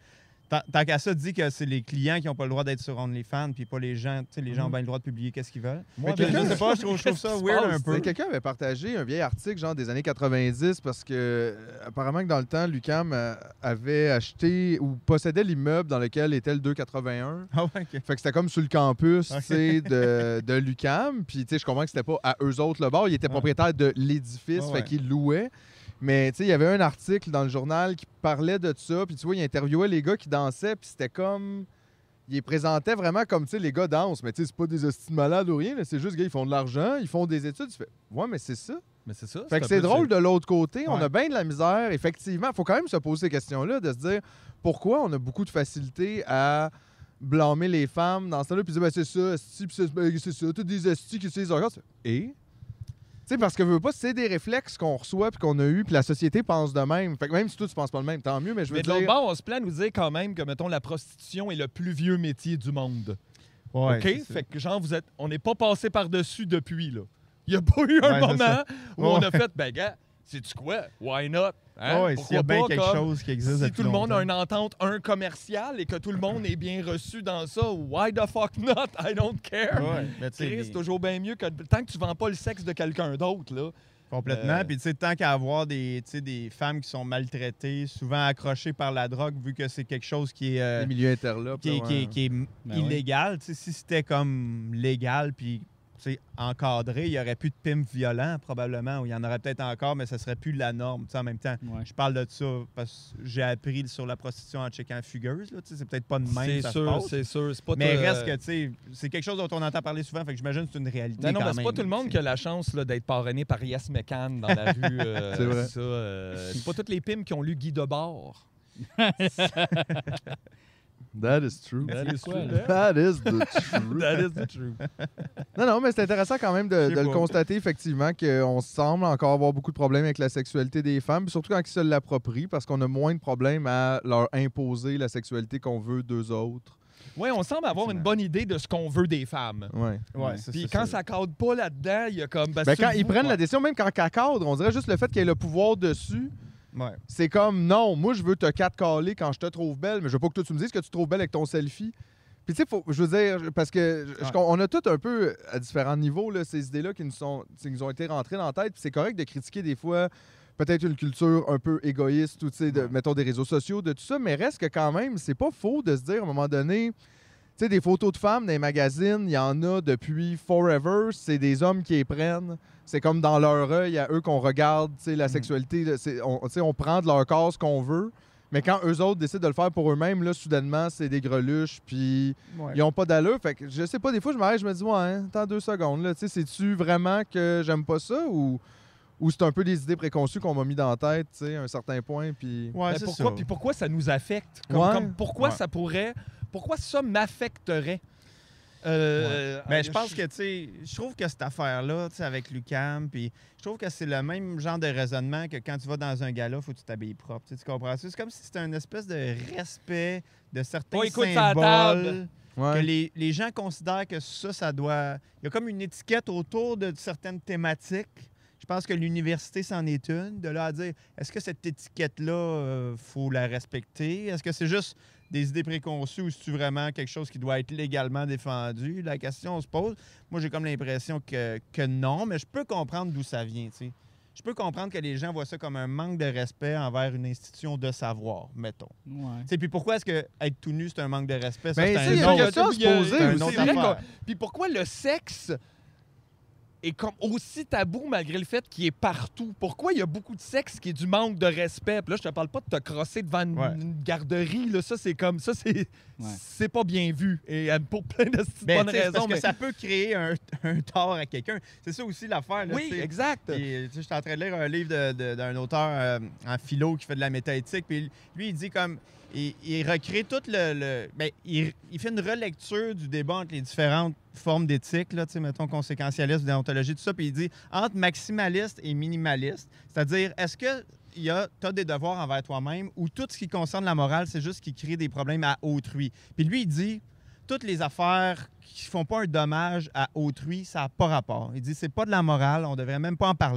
Tant, tant qu'à ça, dit que c'est les clients qui n'ont pas le droit d'être sur OnlyFans, puis pas les gens. Tu sais, les gens ont bien le droit de publier qu'est-ce qu'ils veulent. Moi, Fait que mais je sais pas, je trouve, je trouve ça qu'est-ce qui se weird passe? un peu. C'est- Quelqu'un avait partagé un vieil article genre des années quatre-vingt-dix parce que euh, apparemment que dans le temps, Lucam euh, avait acheté ou possédait l'immeuble dans lequel était le deux quatre-vingt-un. Ah ouais, ok. Fait que c'était comme sur le campus Ok. tu sais, de, de l'U Q A M. Puis tu sais, je comprends que c'était pas à eux autres le bord. Il était Ouais. propriétaire de l'édifice, Ouais, fait ouais. qu'il louait. Mais tu sais, il y avait un article dans le journal qui parlait de ça. Puis tu vois, il interviewait les gars qui dansaient. Puis c'était comme. Il les présentait vraiment comme, tu sais, les gars dansent. Mais tu sais, c'est pas des hosties de malades ou rien. là. C'est juste, gars, ils font de l'argent, ils font des études. Tu fais, ouais, mais c'est ça. Mais c'est ça. Fait que un c'est peu drôle de l'autre côté. On Ouais. a bien de la misère. Effectivement, il faut quand même se poser ces questions-là, de se dire pourquoi on a beaucoup de facilité à blâmer les femmes dans ce temps-là, puis dire ben, c'est ça, esti, puis c'est ben, c'est ça, tous des estis qui utilisent leur corps. Tu fais, et? Tu sais, parce que veux pas, c'est des réflexes qu'on reçoit puis qu'on a eu, puis la société pense de même. Fait que même si toi, tu penses pas le même, tant mieux, mais je veux Mais de l'autre dire. bord, on se plaint de nous dire quand même que, mettons, la prostitution est le plus vieux métier du monde. Ouais, OK? c'est ça. Fait que, genre, vous êtes... on n'est pas passé par-dessus depuis, là. Il n'y a pas eu un Ouais, c'est moment ça. où Ouais. on a fait, ben, gars, sais-tu quoi? Why not? Hein? Ouais, s'il y a Pourquoi bien pas, quelque comme, chose qui existe si depuis tout le monde a longtemps. une entente, un commercial, et que tout le monde est bien reçu dans ça, why the fuck not? I don't care. Ouais, mais tu sais, Chris, les- c'est toujours bien mieux que... Tant que tu vends pas le sexe de quelqu'un d'autre, là. Complètement. Euh, Puis, tu sais, tant qu'à avoir des, tu sais, des femmes qui sont maltraitées, souvent accrochées par la drogue, vu que c'est quelque chose qui est, euh, Les milieux interlopes. qui est, là, qui est- ouais. qui est m- Ben oui. illégal. Tu sais, si c'était comme légal, puis tu sais, encadré, il n'y aurait plus de pimps violents, probablement, ou il y en aurait peut-être encore, mais ça serait plus la norme. Tu sais, en même temps, Ouais. je parle de ça parce que j'ai appris sur la prostitution en checkant Fugueuse. Là, tu sais, c'est peut-être pas de même C'est ça se sûr, passe. c'est sûr. C'est pas Mais tout, reste euh, que, tu sais, c'est quelque chose dont on entend parler souvent, fait que j'imagine que c'est une réalité. Non, non, quand mais c'est pas même, tout le monde tu qui sais. a la chance là, d'être parrainé par Yes McCann dans la rue. euh, C'est vrai. ça, euh, c'est pas toutes les pimes qui ont lu Guy Debord. That is true. That is quoi, true. là? That is the truth. That is the truth. Non, non, mais c'est intéressant quand même de, Je sais de le pas. constater, effectivement, qu'on semble encore avoir beaucoup de problèmes avec la sexualité des femmes, puis surtout quand ils se l'approprient, parce qu'on a moins de problèmes à leur imposer la sexualité qu'on veut d'eux autres. Oui, on semble avoir une bonne idée de ce qu'on veut des femmes. Ouais. Ouais, c'est Puis ça, quand ça. ça cadre pas là-dedans, il y a comme... Ben, Ben, c'est quand vous, ils prennent ouais. la décision, même quand qu'à cadre, on dirait juste le fait qu'il y ait le pouvoir dessus. Ouais. C'est comme, non, moi, je veux te catcaller quand je te trouve belle, mais je veux pas que toi, tu me dises que tu trouves belle avec ton selfie. Puis, tu sais, faut- je veux dire, parce que je- je- Ouais. on a tous un peu, à différents niveaux, là, ces idées-là qui nous, sont, qui nous ont été rentrées dans la tête. Puis, c'est correct de critiquer des fois peut-être une culture un peu égoïste, ou, tu sais, de, Ouais. mettons, des réseaux sociaux, de tout ça, mais reste que quand même, c'est pas faux de se dire, à un moment donné, tu sais, des photos de femmes dans les magazines, il y en a depuis forever. C'est des hommes qui les prennent. C'est comme dans leur œil, à eux qu'on regarde, tu sais, la Mhm. sexualité. là, c'est- On, tu sais, on prend de leur corps ce qu'on veut. Mais quand eux autres décident de le faire pour eux-mêmes, là, soudainement, c'est des greluches, puis Ouais. ils ont pas d'allure. Fait que je sais pas, des fois, je m'arrête, je me dis, ouais, hein, attends deux secondes, là, tu sais, c'est-tu vraiment que j'aime pas ça ou, ou c'est un peu des idées préconçues qu'on m'a mis dans la tête, tu sais, à un certain point, puis... Ouais, Ben, c'est pourquoi, ça. puis pourquoi ça nous affecte? Comme, Ouais. comme pourquoi Ouais. ça pourrait... Pourquoi ça m'affecterait? Euh, Mais euh, je pense que, tu sais, je trouve que cette affaire-là, tu sais, avec l'U Q A M, puis je trouve que c'est le même genre de raisonnement que quand tu vas dans un gala, faut que tu t'habilles propre. Tu sais, tu comprends ça? C'est comme si c'était une espèce de respect de certains Pas écoute ça à la symboles table. Ouais. que les, les gens considèrent que ça, ça doit... Il y a comme une étiquette autour de certaines thématiques. Je pense que l'université, c'en est une. De là à dire, est-ce que cette étiquette-là, euh, faut la respecter? Est-ce que c'est juste des idées préconçues ou c'est-tu vraiment quelque chose qui doit être légalement défendu? La question se pose. Moi, j'ai comme l'impression que, que non, mais je peux comprendre d'où ça vient, tu sais. Je peux comprendre que les gens voient ça comme un manque de respect envers une institution de savoir, mettons. Ouais. Tu sais, puis pourquoi est-ce que être tout nu, c'est un manque de respect? Ça, Ben, c'est ça, un il y a une autre- question à se il y a- poser c'est un aussi. autre C'est vrai affaire. qu'on- Puis pourquoi le sexe est comme aussi tabou malgré le fait qu'il est partout? Pourquoi il y a beaucoup de sexe qui est du manque de respect? Puis là, je te parle pas de te crosser devant une, Ouais. une garderie. Là. Ça, c'est comme... Ça, c'est Ouais. c'est pas bien vu. Et euh, pour plein de petites Ben, bonnes tu sais, c'est raisons. parce que mais- ça peut créer un, un tort à quelqu'un. C'est ça aussi l'affaire. là, Oui, tu sais. exact. Puis, tu sais, je suis en train de lire un livre de- de- d'un auteur euh, en philo qui fait de la métaéthique. Puis lui, il dit comme. Il, il recrée tout le. le- ben, il, il fait une relecture du débat entre les différentes formes d'éthique, là, tu sais, mettons conséquentialiste, déontologie, tout ça. Puis il dit entre maximaliste et minimaliste. C'est-à-dire, est-ce que tu as des devoirs envers toi-même ou tout ce qui concerne la morale, c'est juste ce qui crée des problèmes à autrui? Puis lui, il dit toutes les affaires qui font pas un dommage à autrui, ça n'a pas rapport. Il dit c'est pas de la morale, on devrait même pas en parler.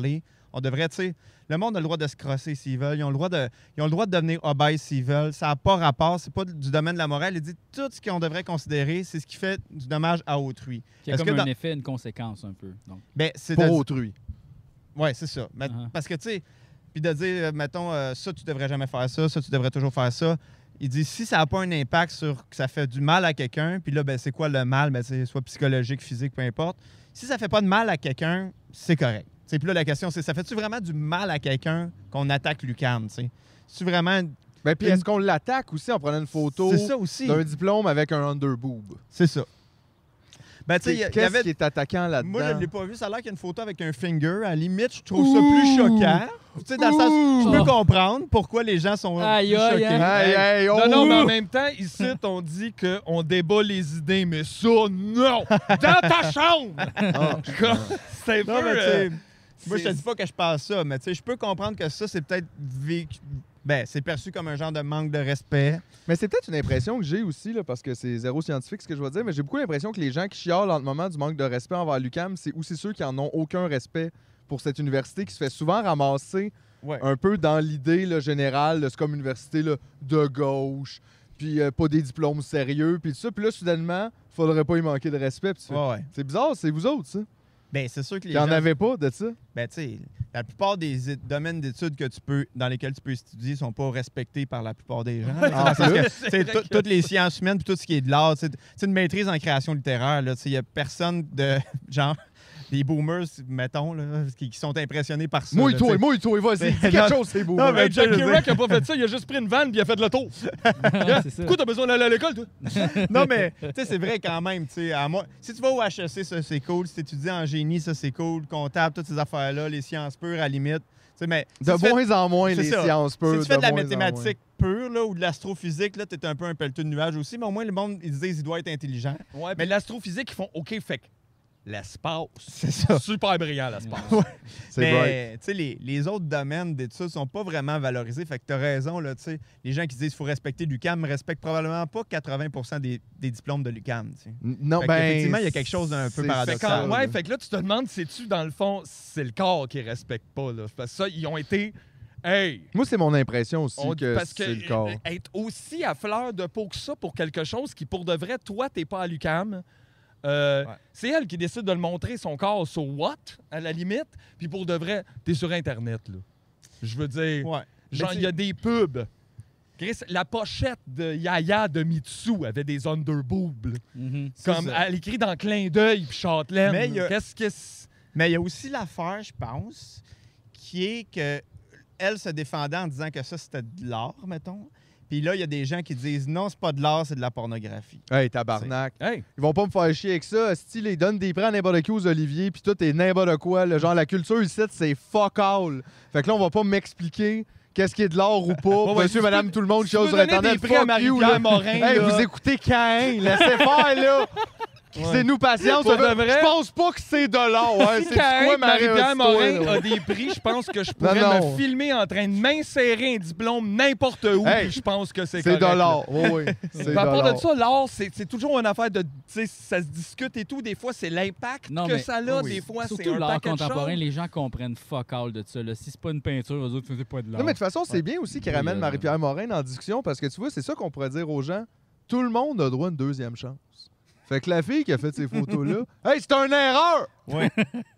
on devrait, tu sais, le monde a le droit de se crosser s'ils veulent. Ils ont le droit de, ils ont le droit de devenir obèses s'ils veulent. Ça n'a pas rapport. C'est pas du domaine de la morale. Il dit tout ce qu'on devrait considérer, c'est ce qui fait du dommage à autrui. Il y a Parce comme que un dans- effet, une conséquence un peu. Donc, Ben, c'est Pour de- autrui. Ouais, c'est ça. Mais- Uh-huh. Parce que, tu sais, puis de dire, euh, mettons, euh, ça, tu devrais jamais faire ça, ça, tu devrais toujours faire ça. Il dit, si ça n'a pas un impact sur que ça fait du mal à quelqu'un, puis là, ben, c'est quoi le mal? Ben, c'est soit psychologique, physique, peu importe. Si ça fait pas de mal à quelqu'un, c'est correct. Puis là, la question, c'est, ça fait-tu vraiment du mal à quelqu'un qu'on attaque l'U Q A M? T'sais? C'est-tu vraiment... Ben, puis Une- est-ce qu'on l'attaque aussi en prenant une photo C'est ça aussi. d'un diplôme avec un underboob? C'est ça. Ben, tu sais, il y a- il y Qu'est-ce avait... qui est attaquant là-dedans? Moi, je ne l'ai pas vu. Ça a l'air qu'il y a une photo avec un finger. À la limite, je trouve ça plus choquant. Tu sais, dans le sens, je peux Ouh. comprendre pourquoi les gens sont Aïe, plus aïe, choqués. aïe. Hey, hey, oh! Non, non, mais en même temps, ici, on dit qu'on débat les idées, mais ça, non! Dans ta chambre! Ah. C'est un Non, peu... mais tu euh, sais, moi, je te c'est- dis pas que je pense ça, mais tu sais, je peux comprendre que ça, c'est peut-être vécu... Ben, c'est perçu comme un genre de manque de respect. Mais c'est peut-être une impression que j'ai aussi, là, parce que c'est zéro scientifique ce que je vais dire, mais j'ai beaucoup l'impression que les gens qui chialent en ce moment du manque de respect envers l'U Q A M, c'est aussi ceux qui en ont aucun respect pour cette université qui se fait souvent ramasser Ouais. un peu dans l'idée là, générale, là, c'est comme une université là, de gauche, puis euh, pas des diplômes sérieux, puis tout ça. Puis là, soudainement, faudrait pas y manquer de respect. puis tu fais, Ouais, ouais. C'est bizarre, c'est vous autres, ça. Ben, c'est sûr que les Il n'y en gens... avait pas de ça. Ben, tu sais, la plupart des é- domaines d'études que tu peux, dans lesquels tu peux étudier sont pas respectés par la plupart des gens. Ah, Parce que, c'est tu sais, tout- toutes les sciences humaines puis tout ce qui est de l'art, tu sais, tu sais, une maîtrise en création littéraire, là, tu sais, il y a personne de, genre, des boomers, mettons, là, qui, qui sont impressionnés par ça. là, tu Mouille-toi, sais. mouille-toi, vas-y. Mais Dis quelque non- chose, c'est beau. non, mais Hey, Jack tu sais, je veux Kerouac a pas fait ça, il a juste pris une vanne puis il a fait le tour. c'est ça. Pourquoi t'as besoin d'aller à l'école, toi? Non, mais tu sais, c'est vrai quand même. tu sais, à moi, si tu vas au H E C, ça, c'est cool. Si tu étudies en génie, ça, c'est cool. Comptable, toutes ces affaires-là, les sciences pures, à la limite. Tu sais, mais si De tu fais- moins en moins, c'est les ça. sciences Si pures. tu fais de la moins en mathématique pure là, ou de l'astrophysique, là, t'es un peu un pelleteux de nuages aussi, mais au moins, le monde, ils disent qu'il doit être intelligent. Ouais, mais l'astrophysique, ils font OK, fait que l'espace. C'est ça. Super brillant, l'espace. moins. C'est bright. Mais tu sais, les, les autres domaines d'études sont pas vraiment valorisés. Fait que tu as raison, là, tu sais. Les gens qui disent qu'il faut respecter l'U Q A M respectent probablement pas quatre-vingts pour cent des, des diplômes de l'U Q A M. tu sais. Non, Fait ben. qu'effectivement, il y a quelque chose d'un peu c'est- paradoxal. Fait quand- ça, ouais, là. fait que là, tu te demandes, sais-tu, dans le fond, c'est le corps qui respecte pas, là. Parce que ça, ils ont été. Hey! Moi, c'est mon impression aussi On- que parce que c'est le corps. euh, être aussi à fleur de peau que ça pour quelque chose qui, pour de vrai, toi, t'es pas à l'U Q A M. euh, Ouais. C'est elle qui décide de le montrer, son corps, so what, à la limite. Puis pour de vrai, t'es sur Internet, là. Je veux dire, Ouais. genre, Mais il y a des pubs. Chris, la pochette de Yaya de Mitsu avait des underboobs, là. Mhm. C'est Comme ça. elle écrit dans Clin d'œil puis Châtelaine. Mais il y a- Qu'est-ce que c'est? Mais il y a aussi l'affaire, je pense, qui est que elle se défendait en disant que ça, c'était de l'art, mettons. Puis là, il y a des gens qui disent non, c'est pas de l'art, c'est de la pornographie. Hey, tabarnak. Hey! Ils vont pas me faire chier avec ça. Style, ils donnent des prix à n'importe qui aux Olivier, puis tout est n'importe quoi. Le genre, la culture ici, c'est fuck all. Fait que là, on va pas m'expliquer qu'est-ce qui est de l'art ou pas. Ouais, ouais, Monsieur, tu madame, peux- tout le monde qui tu chose peux sur donner Internet. des prix à Fuck you, là. Marie-Pierre Morin, Hey, là. vous écoutez Caïn. Laissez faire, là. Crissez-nous patience. Pour de Je vrai? pense pas que c'est de l'art. Ouais, Si c'est Caïn, quoi, Marie-Pierre Marie-Pierre Morin a des prix, je pense que je pourrais Non, non. me filmer en train de m'insérer un diplôme n'importe où, Hey, puis je pense que c'est C'est de correct, là. l'art. Oui, oui. C'est de Puis à part l'art. de ça, l'art, c'est c'est toujours une affaire de. Tu sais, ça se discute et tout. Des fois, c'est l'impact Non, que mais- ça a. oui. Des fois, c'est Surtout un l'art paquet de contemporain, choses. les gens comprennent fuck all de ça. Là. Si c'est pas une peinture, eux autres, c'est pas de l'art. Non, mais de toute façon, c'est bien aussi qu'ils Oui, ramènent euh, Marie-Pierre Morin en discussion parce que tu vois, c'est ça qu'on pourrait dire aux gens. Tout le monde a droit à une deuxième chance. Fait que la fille qui a fait ces photos-là, hey, c'est une erreur! Ouais.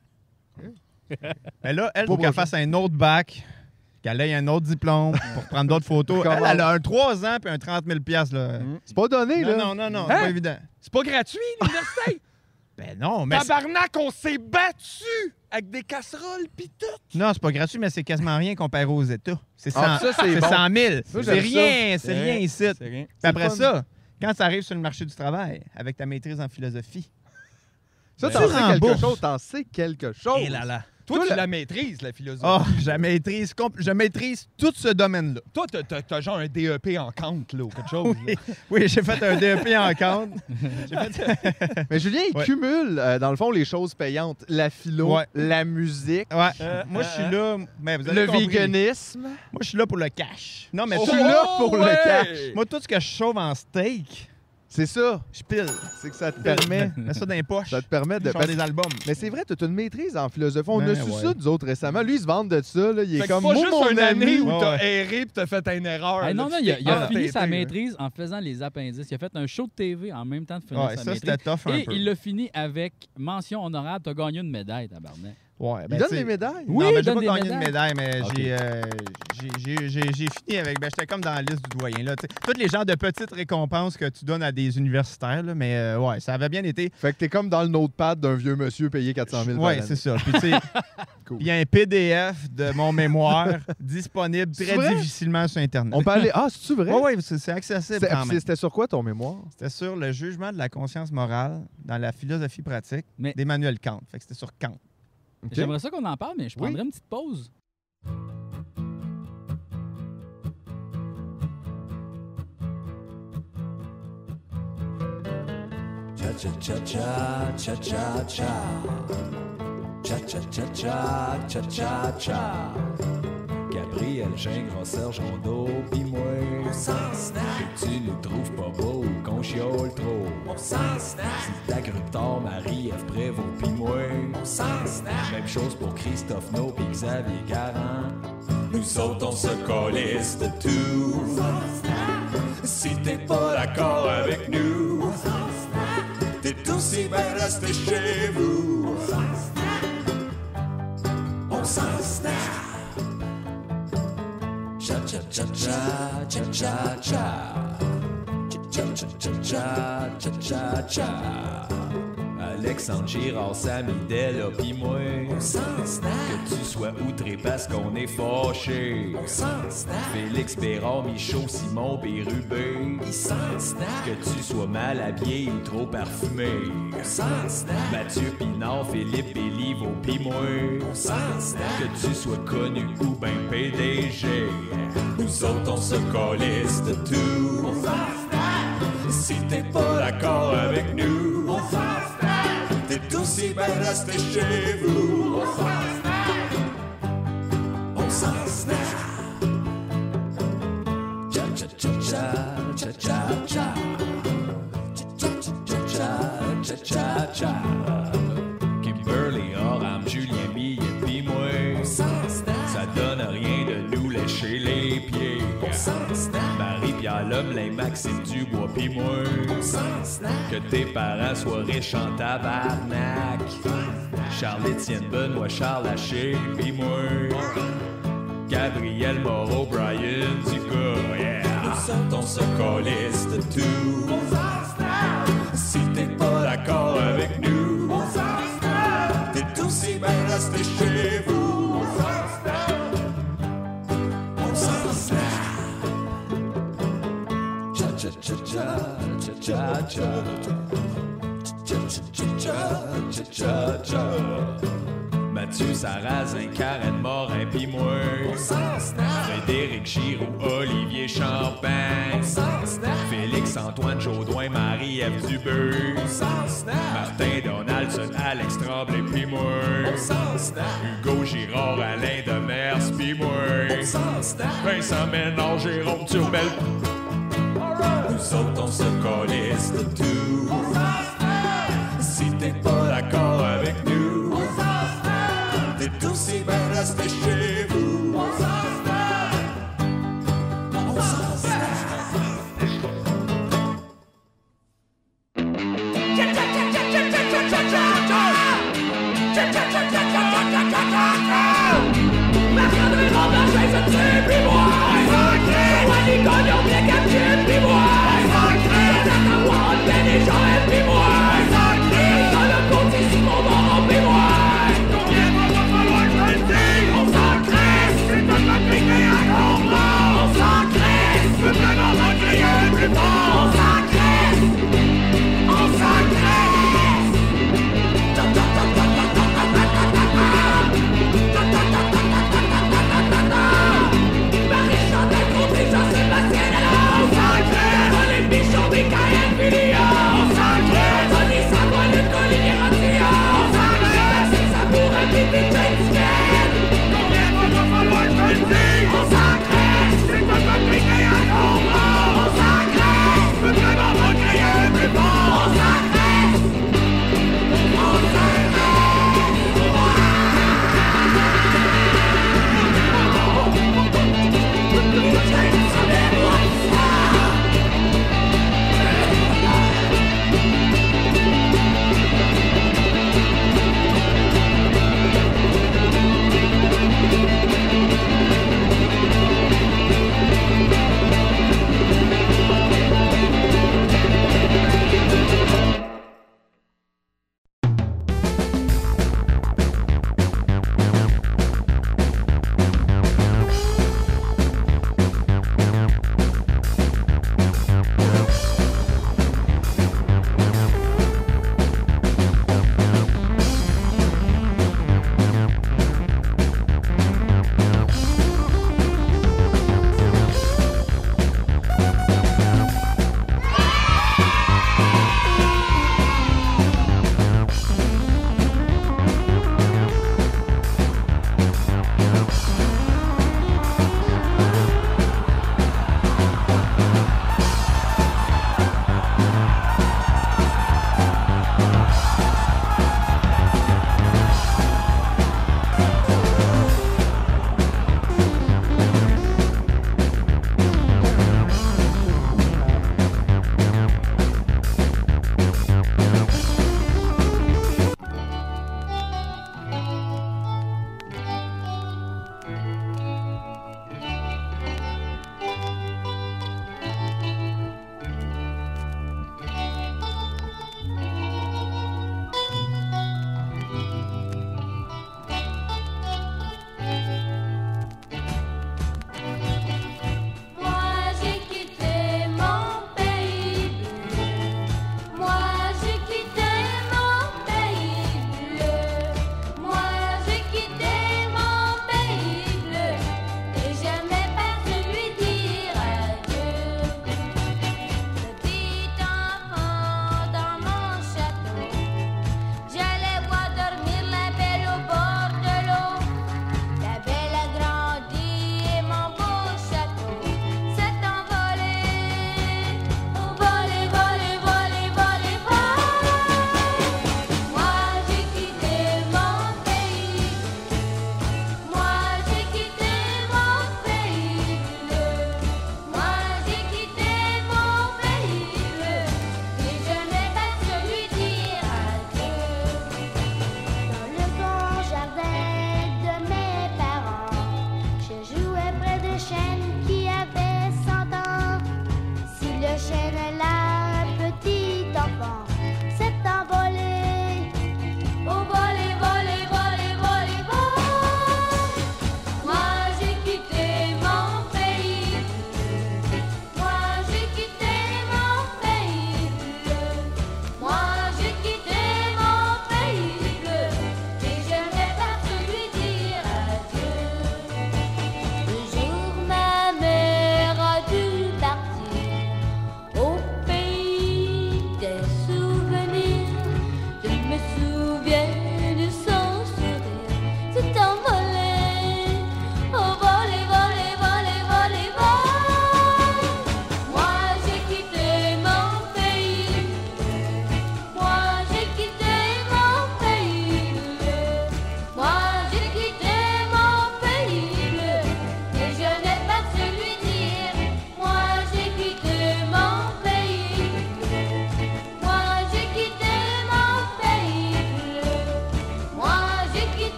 Mais là, elle, Pas faut qu'elle moi, fasse un autre bac, qu'elle ait un autre diplôme pour prendre d'autres photos. Elle, Comment? elle a un trois ans puis un trente mille piastres, là. C'est pas donné, Non, là. non, non, non, Hein? c'est pas évident. C'est pas gratuit, l'université. Ben non, mais... c'est- Tabarnak, on s'est battu avec des casseroles pis tout. Non, c'est pas gratuit, mais c'est quasiment rien comparé aux États. C'est cent, Ah, ça, c'est c'est bon. cent mille. Ça, C'est j'aime rien, c'est rien ici. C'est rien. Puis après fun. ça, quand tu arrives sur le marché du travail avec ta maîtrise en philosophie, Ça, Tu t'en sais quelque rembourses. chose, t'en sais quelque chose. et là là. Toi, Toi, tu la- la maîtrises, la philosophie. Oh, je maîtrise, compl- je maîtrise tout ce domaine-là. Toi, t'as- t'as t'as genre un D E P en Kant, là, ou quelque chose. Oui, là. oui, j'ai fait un D E P en compte. J'ai fait... Mais Julien, il Ouais. cumule, euh, dans le fond, les choses payantes. La philo, Ouais. la musique, Ouais. Euh, moi, je suis là. Mais vous avez le compris. véganisme. Moi, je suis là pour le cash. Non, mais Oh, tout, là pour le ouais! cash. moi, tout ce que je sauve en steak, C'est ça. Je pile. C'est que ça te permet... Mets ça dans les poches. ça te permet de... Je fais des albums. Mais c'est vrai, tu as une maîtrise en philosophie. On Ben a su ouais. ça, nous autres, récemment. Lui, il se vante de ça. Là. Il est Fait que comme, pas moi, juste mon une ami... année où Ouais, t'as ouais. erré pis t'as fait une erreur. Hey, là, non, tu non, t'es il a, il a entêté, fini sa là. maîtrise en faisant les appendices. Il a fait un show de T V en même temps de finir Ouais, sa ça, maîtrise. c'était tough un Et peu. il l'a fini avec mention honorable. T'as gagné une médaille, tabarnak. Ouais, Il ben, donne tu sais- les médailles? Oui, non, mais il j'ai donne pas des gagné une médailles. médaille, mais Ok. j'ai, euh, j'ai, j'ai, j'ai, j'ai fini avec... Ben, j'étais comme dans la liste du doyen. Là, tu sais. Toutes les genres de petites récompenses que tu donnes à des universitaires, là, mais euh, ouais, ça avait bien été. Fait que t'es comme dans le notepad d'un vieux monsieur payé quatre cent mille Ouais, par c'est année. ça. Puis, tu sais, Cool. il y a un P D F de mon mémoire disponible C'est très vrai? difficilement sur Internet. On peut aller... Ah, c'est-tu vrai? Ouais, ouais, c'est, c'est accessible C'est- quand même. C'était sur quoi ton mémoire? C'était sur le jugement de la conscience morale dans la philosophie pratique Mais- d'Emmanuel Kant. Fait que c'était sur Kant. Ok. J'aimerais ça qu'on en parle, mais je Oui. prendrais une petite pause. Gabriel Gingras, Serge Rondeau, pis moi. Que tu nous trouves pas beau ou qu'on chiole trop. Si ta grupe tard, Marie-Ève Prévost, pis moi. Même chose pour Christophe No pis Xavier Garand. Nous autres, on se calisse de tout. Si t'es pas d'accord avec nous, t'es aussi bien resté chez vous. On s'en snap. Cha cha cha cha cha cha cha. Cha cha cha cha cha cha cha. Alexandre Girard, Samy Della pis moi. Que tu sois outré parce qu'on est fâché. Félix Bérard, Michaud, Simon Bérubé. Que tu sois mal habillé ou trop parfumé. Mathieu Pinard, Philippe Béliveau pis moi. Que tu sois connu ou ben P D G. Nous autres on se calisse de tout. Si t'es pas d'accord avec nous, t'es aussi bien resté chez vous. On s'en snap. Cha cha cha cha cha cha cha. Cha cha cha cha cha cha. Kimberly Oram, Julien Millet pis moi. Ça donne rien de nous lécher les pieds. Marie-Pierre Lemelin, Maxime Dubois pis moi. Que tes parents soient riches en tabarnak. Charles-Étienne Benoît, Charles Haché pis moi. Gabriel Moreau, Brian Dugas, yeah. Nous autres, on se calisse de tout. Si t'es pas d'accord avec nous, t'es aussi bien resté chez vous. On s'en snap. Cha cha cha cha cha cha cha. Cha cha cha cha cha cha cha. Mathieu Sarrazin, Karen Morin pis moi. Frédéric Giroux, Olivier Champagne. Félix-Antoine Jaudoin, Marie-Ève Dubeux. Martin Donaldson, Alex Tremblay pis moi. Hugo Girard, Alain Demers pis moi. Vincent Ménard, Jérôme Turmel. Nous autres on se calisse de tout. Si t'es pas d'accord avec nous, t'es aussi bien resté chez vous. On s'en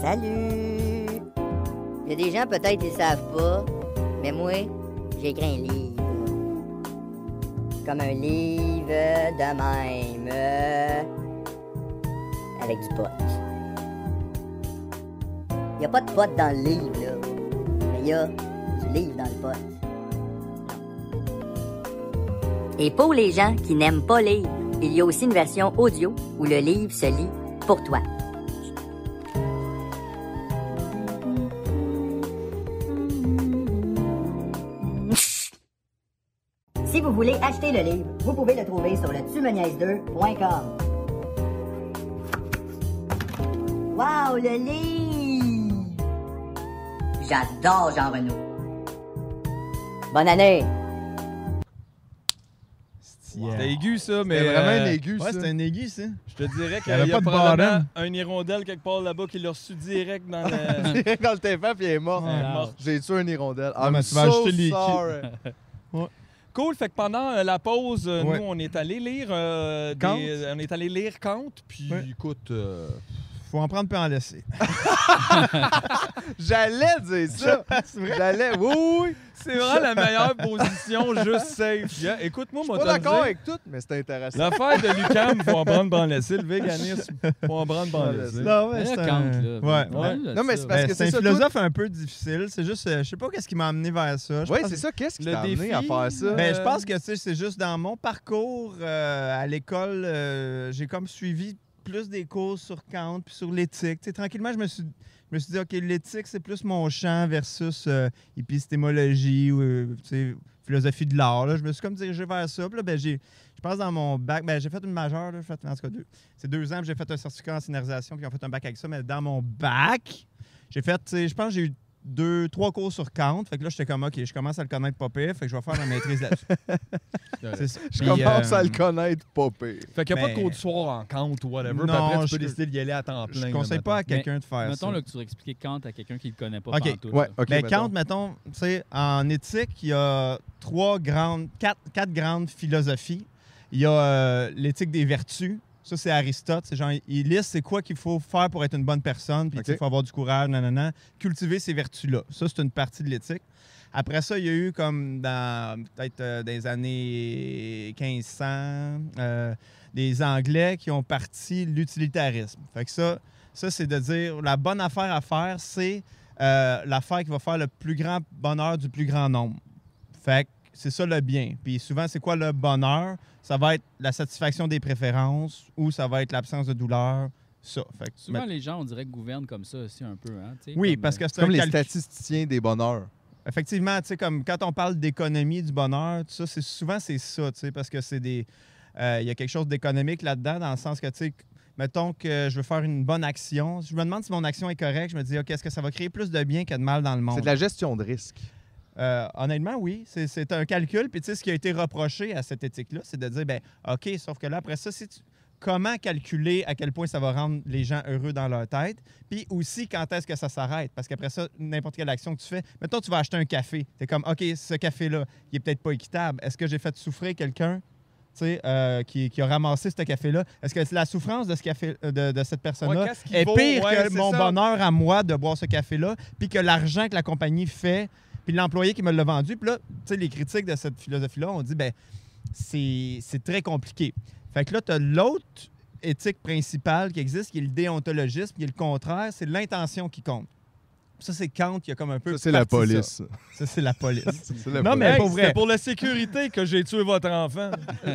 Salut! Il y a des gens, peut-être, ils savent pas, mais moi, j'ai écrit un livre. Comme un livre de même. euh, avec du pot. Il n'y a pas de pot dans le livre, là. Mais il y a du livre dans le pot. Et pour les gens qui n'aiment pas lire, il y a aussi une version audio où le livre se lit pour toi. Si vous voulez acheter le livre, vous pouvez le trouver sur le tu me niaises deux point com. Wow, le livre! J'adore Jean Renaud. Bonne année! C'était aigu, ça, mais. C'était vraiment euh, un aigu, Ouais, ça. c'est un aigu, ça. Je te dirais Il y avait qu'il y a pas de probablement bottom. un hirondelle quelque part là-bas qui l'a reçu direct dans le. Direct dans le tympan, puis il est mort. Elle est morte. J'ai tué un hirondelle. Ouais, I'm mais tu vas so ajouter les sorry. Cool, fait que pendant euh, la pause, euh, Ouais. nous, on est allé lire euh, des- Kant. euh, on est allé lire Kant, puis Ouais. écoute, euh, Faut en prendre puis en laisser. J'allais dire ça. J'allais, oui, oui. c'est vraiment la meilleure position, juste safe. Yeah, Écoute-moi, Je moi, suis pas d'accord avec tout, mais c'est intéressant. l'affaire de l'UQAM, faut en prendre, pas en laisser. Le véganisme, faut en prendre, pas en laisser. Non, ouais, Mais c'est là, un... Kant, là. Ouais. Ouais. Non, mais c'est parce Ben, que c'est c'est un ça, philosophe un peu difficile. C'est juste, euh, je sais pas qu'est-ce qui m'a amené vers ça. Je Oui, pense- c'est ça. Qu'est-ce qui Le t'a amené défi, à faire ça? Ben, Euh, je pense que tu sais, c'est juste dans mon parcours euh, à l'école, euh, j'ai comme suivi plus des cours sur Kant puis sur l'éthique. Tu sais, tranquillement, je me suis, je me suis dit, OK, l'éthique, c'est plus mon champ versus euh, épistémologie ou euh, tu sais, philosophie de l'art. là. Je me suis comme dirigé vers ça. Puis là, ben, j'ai, je pense dans mon bac, ben, j'ai fait une majeure, là, j'ai fait, en tout cas deux. C'est deux ans que j'ai fait un certificat en scénarisation puis on fait un bac avec ça. Mais dans mon bac, j'ai fait, tu sais, je pense que j'ai eu deux, trois cours sur Kant. Fait que là, j'étais comme, OK, je commence à le connaître pas pire. Fait que je vais faire ma maîtrise là-dessus. C'est ça. Je Puis, commence à euh, le connaître pas pire. Fait qu'il n'y a pas de Mais- cours du soir en Kant ou whatever, puis Non, après, tu je- peux décider d'y aller à temps plein. Je là, conseille pas à mettons. quelqu'un de faire Mettons ça. là, que tu vas expliquer Kant à quelqu'un qui ne le connaît pas OK. pantoute, Ouais, là. OK. Mais mettons. Kant, mettons, tu sais, en éthique, il y a trois grandes, quatre, quatre grandes philosophies. Il y a euh, l'éthique des vertus. Ça, c'est Aristote. C'est genre, il liste c'est quoi qu'il faut faire pour être une bonne personne. Puis, tu sais, OK. il faut avoir du courage, nanana. Cultiver ces vertus-là. Ça, c'est une partie de l'éthique. Après ça, il y a eu comme dans peut-être euh, des années quinze cents, euh, des Anglais qui ont parti l'utilitarisme. Fait que ça, ça c'est de dire la bonne affaire à faire, c'est euh, l'affaire qui va faire le plus grand bonheur du plus grand nombre. Fait que c'est ça le bien. Puis souvent, c'est quoi le bonheur? Ça va être la satisfaction des préférences ou ça va être l'absence de douleur. Ça. Fait que, Souvent, mais- les gens, on dirait, gouvernent comme ça aussi un peu. Hein, tu sais, oui, comme, parce euh, que c'est C'est comme un les calcul- statisticiens des bonheurs. Effectivement, tu sais, comme quand on parle d'économie du bonheur, tout ça, c'est souvent c'est ça, tu sais, parce que c'est des. euh, Il y a quelque chose d'économique là-dedans, dans le sens que, tu sais, mettons que je veux faire une bonne action. Je me demande si mon action est correcte. Je me dis, OK, est-ce que ça va créer plus de bien que de mal dans le monde? C'est de la gestion de risque. Euh, honnêtement, oui. C'est, c'est un calcul. Puis, tu sais, ce qui a été reproché à cette éthique-là, c'est de dire, ben OK, sauf que là, après ça, si tu- comment calculer à quel point ça va rendre les gens heureux dans leur tête? Puis aussi, quand est-ce que ça s'arrête? Parce qu'après ça, n'importe quelle action que tu fais, mettons, tu vas acheter un café. Tu es comme, OK, ce café-là, il est peut-être pas équitable. Est-ce que j'ai fait souffrir quelqu'un? tu sais, Euh, qui, qui a ramassé ce café-là. Est-ce que la souffrance de, ce café, de, de cette personne-là Ouais, qu'est-ce qu'il est vaut? pire Ouais, que c'est mon ça. bonheur à moi de boire ce café-là, puis que l'argent que la compagnie fait, puis l'employé qui me l'a vendu. Puis là, tu sais, les critiques de cette philosophie-là, on dit, ben c'est c'est très compliqué. Fait que là, tu as l'autre éthique principale qui existe, qui est le déontologisme, qui est le contraire, c'est l'intention qui compte. Ça, c'est Kant qui a comme un peu. Ça, c'est la parti police. Ça, Ça, c'est la police. C'est la Non, police. mais Hey, pour c'était vrai. pour la sécurité que j'ai tué votre enfant.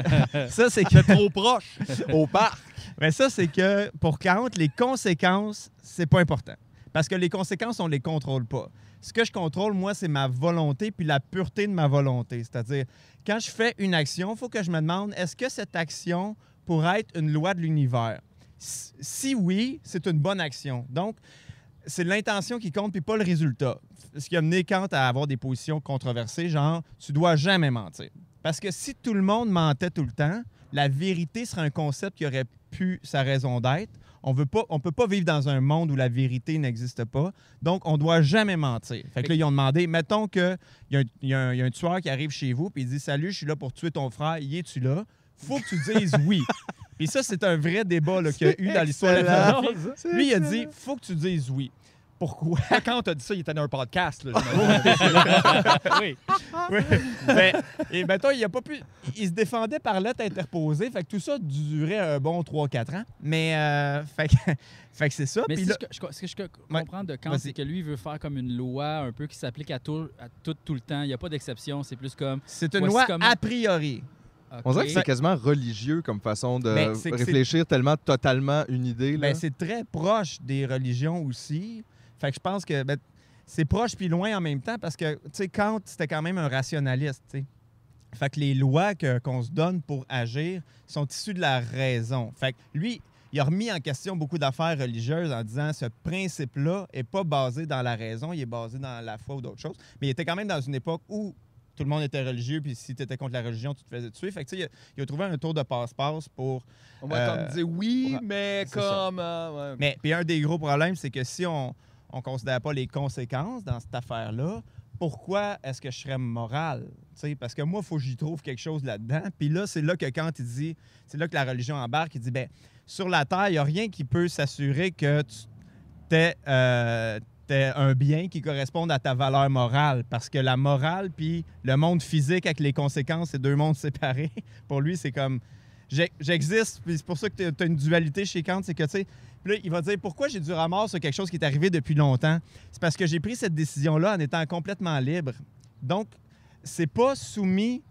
Ça, c'est que. J'étais trop proche. Au parc. Mais ça, c'est que pour Kant, les conséquences, c'est pas important. Parce que les conséquences, on les contrôle pas. Ce que je contrôle, moi, c'est ma volonté puis la pureté de ma volonté. C'est-à-dire, quand je fais une action, il faut que je me demande, est-ce que cette action pourrait être une loi de l'univers? Si si oui, c'est une bonne action. Donc, c'est l'intention qui compte puis pas le résultat. Ce qui a mené Kant à avoir des positions controversées, genre, tu dois jamais mentir. Parce que si tout le monde mentait tout le temps, la vérité serait un concept qui aurait pu sa raison d'être. On ne peut pas vivre dans un monde où la vérité n'existe pas. Donc, on ne doit jamais mentir. Fait que là, ils ont demandé, mettons qu'il y, a un- il y, a un- il y a un tueur qui arrive chez vous puis il dit « Salut, je suis là pour tuer ton frère. Y es-tu là? » Faut que tu dises oui. Puis Puis ça, c'est un vrai débat là, qu'il y a eu dans l'histoire de la excellent. philosophie. C'est Lui, il a dit, excellent. faut que tu dises oui. Pourquoi? Toi, quand on t'a dit ça, il était dans un podcast. Là, j'imagine. Oui. Oui. Ben, et mettons, il a pas pu. Il se défendait par lettre interposée. Fait que tout ça durait un bon trois quatre ans. Mais euh, fait que, fait que c'est ça. Mais Puis si là- je, je- ce que je Ouais. comprends de Kant, Vas-y. c'est que lui, il veut faire comme une loi un peu qui s'applique à tout, à tout, tout le temps. Il n'y a pas d'exception. C'est plus comme. c'est une voici loi comment- a priori. On dirait OK. que c'est quasiment religieux comme façon de Ben, c'est que c'est- réfléchir tellement totalement une idée. Là. Ben, c'est très proche des religions aussi. Fait que je pense que ben, c'est proche puis loin en même temps parce que, tu sais, Kant, c'était quand même un rationaliste, tu sais. Fait que les lois que- qu'on se donne pour agir sont issues de la raison. Fait que lui, il a remis en question beaucoup d'affaires religieuses en disant ce principe-là n'est pas basé dans la raison, il est basé dans la foi ou d'autres choses. Mais il était quand même dans une époque où tout le monde était religieux, puis si tu étais contre la religion, tu te faisais tuer. Fait que, tu sais, il a, il a trouvé un tour de passe-passe pour... On va Euh, comme dire oui, ouais, mais c'est ça. comme. euh, ouais. Mais puis un des gros problèmes, c'est que si on ne considère pas les conséquences dans cette affaire-là, pourquoi est-ce que je serais moral? T'sais, parce que moi, il faut que j'y trouve quelque chose là-dedans. Puis là, c'est là que quand il dit, c'est là que la religion embarque, il dit, ben sur la Terre, il n'y a rien qui peut s'assurer que tu es, un bien qui corresponde à ta valeur morale. Parce que la morale puis le monde physique avec les conséquences, c'est deux mondes séparés. Pour lui, c'est comme... j'ai- J'existe, puis c'est pour ça que tu as une dualité chez Kant, c'est que, tu sais, puis là, il va dire pourquoi j'ai du remords sur quelque chose qui est arrivé depuis longtemps. C'est parce que j'ai pris cette décision-là en étant complètement libre. Donc, c'est pas soumis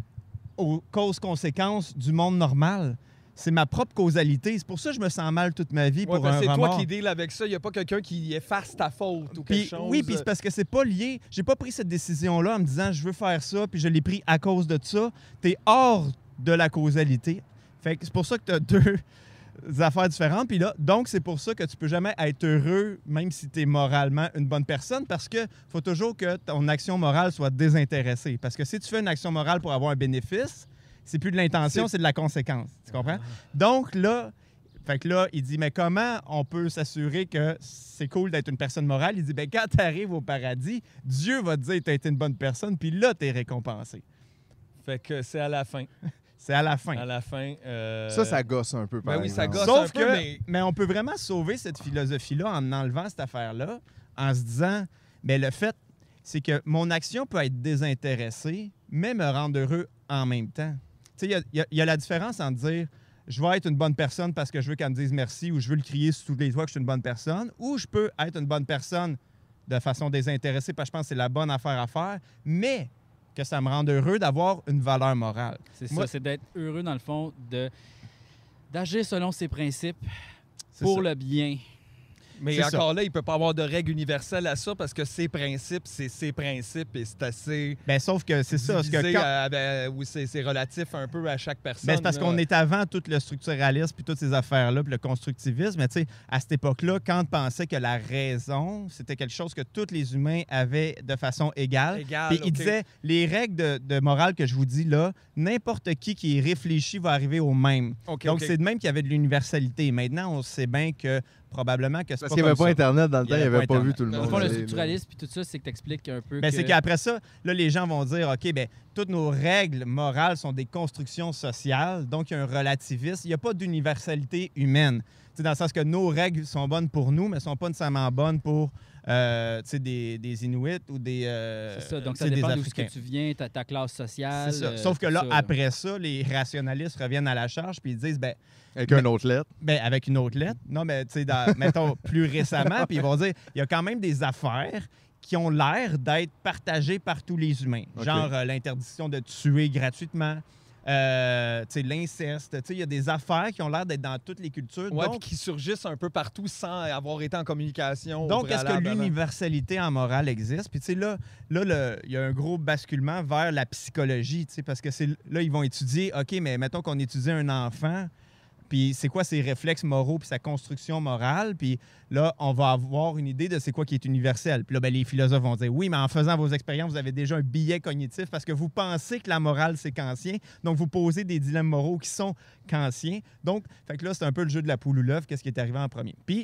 aux causes-conséquences du monde normal. C'est ma propre causalité. C'est pour ça que je me sens mal toute ma vie Ouais, pour parce un que c'est remords. toi qui deal avec ça. Il n'y a pas quelqu'un qui efface ta faute ou Puis- quelque chose. Oui, puis c'est parce que c'est pas lié. J'ai pas pris cette décision-là en me disant je veux faire ça, puis je l'ai pris à cause de ça. T'es hors de la causalité. Fait que c'est pour ça que tu as deux affaires différentes. Puis là, donc, c'est pour ça que tu peux jamais être heureux, même si tu es moralement une bonne personne, parce que faut toujours que ton action morale soit désintéressée. Parce que si tu fais une action morale pour avoir un bénéfice, c'est plus de l'intention, C'est- c'est de la conséquence. Tu comprends? Donc là, fait que là, il dit, mais comment on peut s'assurer que c'est cool d'être une personne morale? Il dit, ben quand tu arrives au paradis, Dieu va te dire que tu as été une bonne personne, puis là, tu es récompensé. Fait que c'est à la fin. C'est à la fin. À la fin. euh, Ça, ça gosse un peu, par Ben oui, ça exemple. gosse. Sauf un peu, que, mais- mais... on peut vraiment sauver cette philosophie-là en enlevant cette affaire-là, en se disant, mais le fait, c'est que mon action peut être désintéressée, mais me rendre heureux en même temps. Tu sais, il y a- il y, a- il y a la différence entre dire, je vais être une bonne personne parce que je veux qu'elle me dise merci ou je veux le crier sous tous les toits que je suis une bonne personne, ou je peux être une bonne personne de façon désintéressée parce que je pense que c'est la bonne affaire à faire, mais que ça me rende heureux d'avoir une valeur morale. C'est Moi- ça, c'est d'être heureux, dans le fond, de d'agir selon ses principes C'est pour ça. le bien. Mais C'est encore là, il ne peut pas avoir de règle universelle à ça parce que ses principes, c'est ses principes et c'est assez. Ben, sauf que c'est ça. Parce que divisé quand- à- ben, oui, c'est c'est relatif un peu à chaque personne. Ben, c'est parce là. qu'on est avant tout le structuralisme puis toutes ces affaires-là, puis le constructivisme. Mais tu sais, à cette époque-là, Kant pensait que la raison, c'était quelque chose que tous les humains avaient de façon égale. Égal, Puis il ok. disait, les règles de, de morale que je vous dis là, n'importe qui qui est réfléchi va arriver au même. OK, Donc OK. c'est de même qu'il y avait de l'universalité. Maintenant, on sait bien que probablement que c'est Parce pas qu'il n'y avait comme pas ça. Internet dans le Il y temps, il avait n'y avait pas pas vu Internet. tout le Dans monde. le fond, le aller, là. structuralisme puis tout ça, c'est que t'expliques un peu Ben, que... c'est qu'après ça, là, les gens vont dire, OK, ben toutes nos règles morales sont des constructions sociales, donc il y a un relativisme. Il n'y a pas d'universalité humaine. Tu sais, dans le sens que nos règles sont bonnes pour nous, mais ne sont pas nécessairement bonnes pour euh, tu sais, des, des Inuits ou des, euh, C'est ça, donc tu ça sais, des dépend d'où ce Africains. que tu viens, ta, ta classe sociale. C'est ça. euh, Sauf que tout là, ça, là. après ça, les rationalistes reviennent à la charge puis ils disent, ben Avec Mais- un autre lettre. Ben, avec une autre lettre. Non, mais tu sais, dans- mettons plus récemment, puis ils vont dire il y a quand même des affaires qui ont l'air d'être partagées par tous les humains. OK. Genre euh, l'interdiction de tuer gratuitement, euh, tu sais, l'inceste. Tu sais, il y a des affaires qui ont l'air d'être dans toutes les cultures. Ouais, puis donc, qui surgissent un peu partout sans avoir été en communication. au donc est-ce que préalable avant. l'universalité en morale existe? Puis, tu sais, là, là le- il y a un gros basculement vers la psychologie, tu sais, parce que c'est là, ils vont étudier, OK, mais mettons qu'on étudie un enfant, puis c'est quoi ses réflexes moraux, puis sa construction morale, puis là, on va avoir une idée de c'est quoi qui est universel. Puis là, ben, les philosophes vont dire, oui, mais en faisant vos expériences, vous avez déjà un biais cognitif parce que vous pensez que la morale, c'est kantien, donc vous posez des dilemmes moraux qui sont kantiens. Donc, fait que là, c'est un peu le jeu de la poule ou l'œuf, qu'est-ce qui est arrivé en premier. Puis,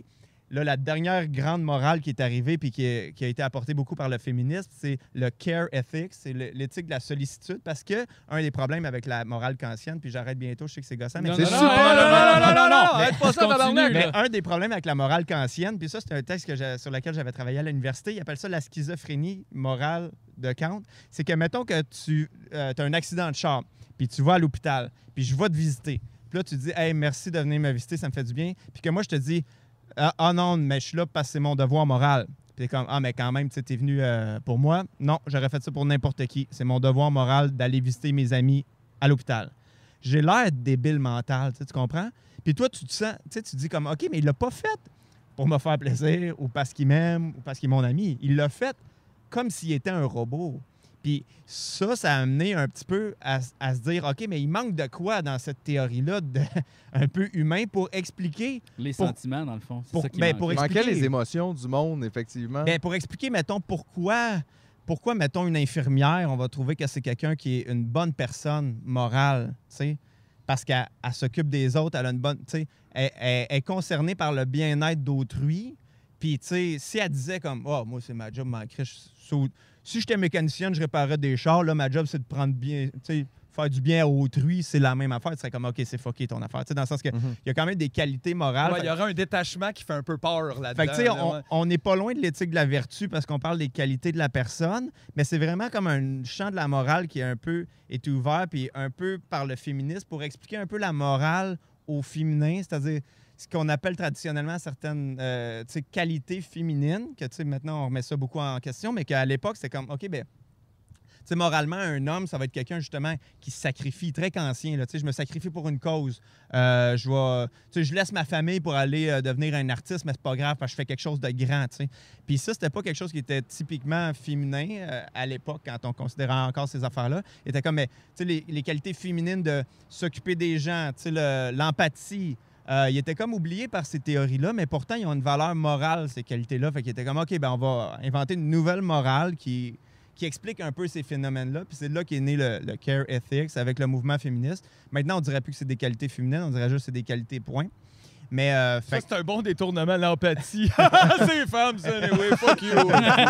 là, la dernière grande morale qui est arrivée puis qui, est- qui a été apportée beaucoup par le féminisme, c'est le care ethics, c'est le- l'éthique de la sollicitude. Parce que un des problèmes avec la morale kantienne, puis j'arrête bientôt, je sais que c'est gossant, mais Non, c'est non, non, super, non, non, non, non, non, non, non, Mais- arrête pas ça, continue, tabarnak, mais là. un des problèmes avec la morale kantienne, puis ça, c'est un texte que j'ai- sur lequel j'avais travaillé à l'université, ils appellent ça la schizophrénie morale de Kant. C'est que, mettons que tu as un accident de char, puis tu vas à l'hôpital, puis je vais te visiter. Puis là, tu te dis, hey, merci de venir me visiter, ça me fait du bien. Puis que moi, je te dis, ah, ah non, mais je suis là parce que c'est mon devoir moral. Puis t'es comme, ah, mais quand même, tu sais, t'es venu euh, pour moi. Non, j'aurais fait ça pour n'importe qui. C'est mon devoir moral d'aller visiter mes amis à l'hôpital. J'ai l'air débile mental, tu sais, tu comprends? Puis toi, tu te sens, tu sais, tu te dis comme, OK, mais il l'a pas fait pour me faire plaisir ou parce qu'il m'aime ou parce qu'il est mon ami. Il l'a fait comme s'il était un robot. Puis ça, ça a amené un petit peu à, à se dire, OK, mais il manque de quoi dans cette théorie-là, de, un peu humain, pour expliquer, Les Pour- sentiments, dans le fond. C'est pour- ça qui ben, manque. pour Il manquait expliquer- les émotions du monde, effectivement. ben, pour expliquer, mettons, pourquoi, pourquoi, mettons, une infirmière, on va trouver que c'est quelqu'un qui est une bonne personne morale, tu sais, parce qu'elle elle s'occupe des autres, elle a une bonne, tu sais, elle, elle- elle est concernée par le bien-être d'autrui. Puis, tu sais, si elle disait comme, oh, moi, c'est ma job, ma crèche. So- si j'étais mécanicienne, je réparais des chars, là, ma job, c'est de prendre bien, tu sais, faire du bien à autrui, c'est la même affaire. Tu serais comme, OK, c'est fucké ton affaire. Tu sais, dans le sens qu'il Mhm. y a quand même des qualités morales. Ouais, Fait- il y aura un détachement qui fait un peu peur là-dedans. fait que, tu sais, là, ouais. on- on n'est pas loin de l'éthique de la vertu parce qu'on parle des qualités de la personne, mais c'est vraiment comme un champ de la morale qui est un peu est ouvert, puis un peu par le féminisme pour expliquer un peu la morale au féminin, c'est-à-dire ce qu'on appelle traditionnellement certaines euh, tu sais, qualités féminines, que tu sais, maintenant on remet ça beaucoup en question, mais qu'à l'époque, c'était comme, OK, ben tu sais, moralement, un homme, ça va être quelqu'un, justement, qui se sacrifie, très kantien. Là, tu sais, je me sacrifie pour une cause. Euh, je vais, tu sais, je laisse ma famille pour aller euh, devenir un artiste, mais c'est pas grave parce que je fais quelque chose de grand. Tu sais. Puis ça, c'était pas quelque chose qui était typiquement féminin euh, à l'époque, quand on considérait encore ces affaires-là. Il était comme, mais, tu sais, les, les qualités féminines de s'occuper des gens, tu sais, le- l'empathie. Euh, il était comme oublié par ces théories-là, mais pourtant, ils ont une valeur morale, ces qualités-là. Fait qu'il était comme, OK, ben on va inventer une nouvelle morale qui qui explique un peu ces phénomènes-là. Puis c'est là qu'est né le, le care ethics avec le mouvement féministe. Maintenant, on dirait plus que c'est des qualités féminines, on dirait juste que c'est des qualités point. Mais euh, Ça, fait c'est un bon détournement de l'empathie. C'est femmes, ça, anyway. Fuck you.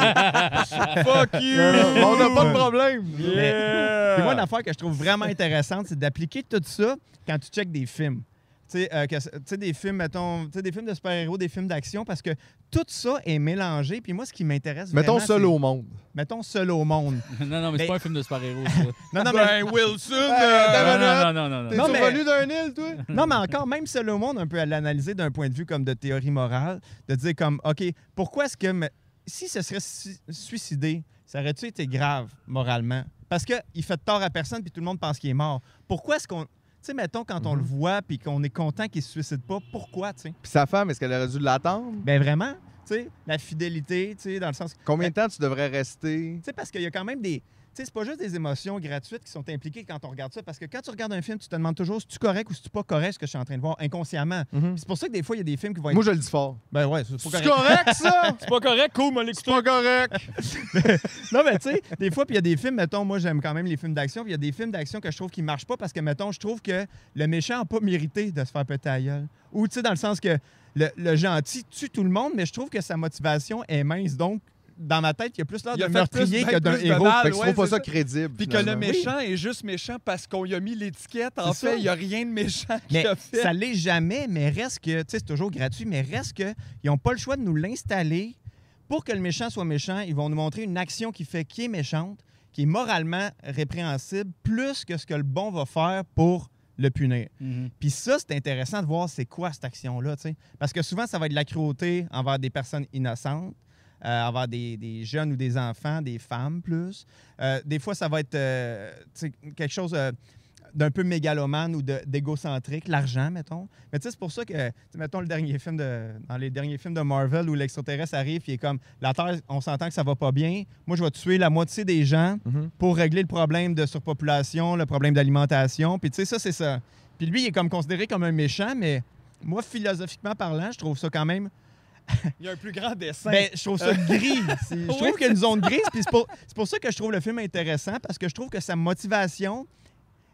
Fuck you. On n'a pas de problème. Yeah. Puis moi, une affaire que je trouve vraiment intéressante, c'est d'appliquer tout ça quand tu checkes des films. Tu sais, euh, que- tu sais, des films, mettons, tu sais, des films de super-héros, des films d'action, parce que tout ça est mélangé. Puis moi, ce qui m'intéresse Mettons vraiment, seul c'est- au monde. Mettons seul au monde. non, non, mais c'est Mais- pas un film de super-héros, ça. Non, non, mais, Ben, Wilson. t'as euh, non, non, non, non, non. T'es Non, mais- survenu d'un île, toi? non, mais encore, même seul au monde, on peut l'analyser d'un point de vue comme de théorie morale, de dire comme, OK, pourquoi est-ce que, me- si ce serait su- suicidé, ça aurait-tu été grave moralement? Parce qu'il fait de tort à personne puis tout le monde pense qu'il est mort. Pourquoi est-ce qu'on... Tu sais, mettons, quand on le voit puis qu'on est content qu'il se suicide pas, pourquoi, tu sais? Puis sa femme, est-ce qu'elle aurait dû l'attendre? Ben vraiment, tu sais, la fidélité, tu sais, dans le sens... Combien de temps tu devrais rester? Tu sais, parce qu'il y a quand même des... Tu sais, c'est pas juste des émotions gratuites qui sont impliquées quand on regarde ça, parce que quand tu regardes un film, tu te demandes toujours si tu es correct ou si tu pas correct ce que je suis en train de voir, inconsciemment. Puis c'est pour ça que des fois, il y a des films qui vont être... Moi, je le dis fort. Ben ouais, c'est pas C'est correct. correct, ça? C'est pas correct, cool, mais C'est l'écouter. pas correct. Non, mais tu sais, des fois, puis il y a des films, mettons, moi, j'aime quand même les films d'action, puis il y a des films d'action que je trouve qui marchent pas parce que, mettons, je trouve que le méchant n'a pas mérité de se faire péter la gueule. Ou, tu sais, dans le sens que le, le gentil tue tout le monde, mais je trouve que sa motivation est mince. Donc, dans ma tête, il y a plus l'air Il a d'un fait meurtrier plus- que d'un plus de héros. mal. Fait que je ouais, trouve pas c'est ça ça. crédible. Puis que le finalement. méchant est juste méchant parce qu'on lui a mis l'étiquette. En C'est fait, ça. il n'y a rien de méchant Mais qu'il a fait. ça l'est jamais, mais reste que, tu sais, c'est toujours gratuit, mais reste que ils n'ont pas le choix de nous l'installer. Pour que le méchant soit méchant, ils vont nous montrer une action qui fait qui est méchante, qui est moralement répréhensible, plus que ce que le bon va faire pour le punir. Mhm. Puis ça, c'est intéressant de voir c'est quoi cette action-là, tu sais. Parce que souvent, ça va être de la cruauté envers des personnes innocentes, euh, envers des, des jeunes ou des enfants, des femmes plus. Euh, des fois, ça va être euh, tu sais, quelque chose euh, d'un peu mégalomane ou de- d'égocentrique, l'argent, mettons. Mais tu sais, c'est pour ça que, tu sais, mettons, le dernier film de, dans les derniers films de Marvel où l'extraterrestre arrive, il est comme, la Terre, on s'entend que ça va pas bien. Moi, je vais tuer la moitié des gens Mhm. pour régler le problème de surpopulation, le problème d'alimentation. Puis tu sais, ça, c'est ça. Puis lui, il est comme considéré comme un méchant, mais moi, philosophiquement parlant, je trouve ça quand même... Il y a un plus grand dessin. Ben, je trouve ça gris. C'est- Je trouve Oui, qu'il y a une zone grise, puis c'est pour, c'est pour ça que je trouve le film intéressant, parce que je trouve que sa motivation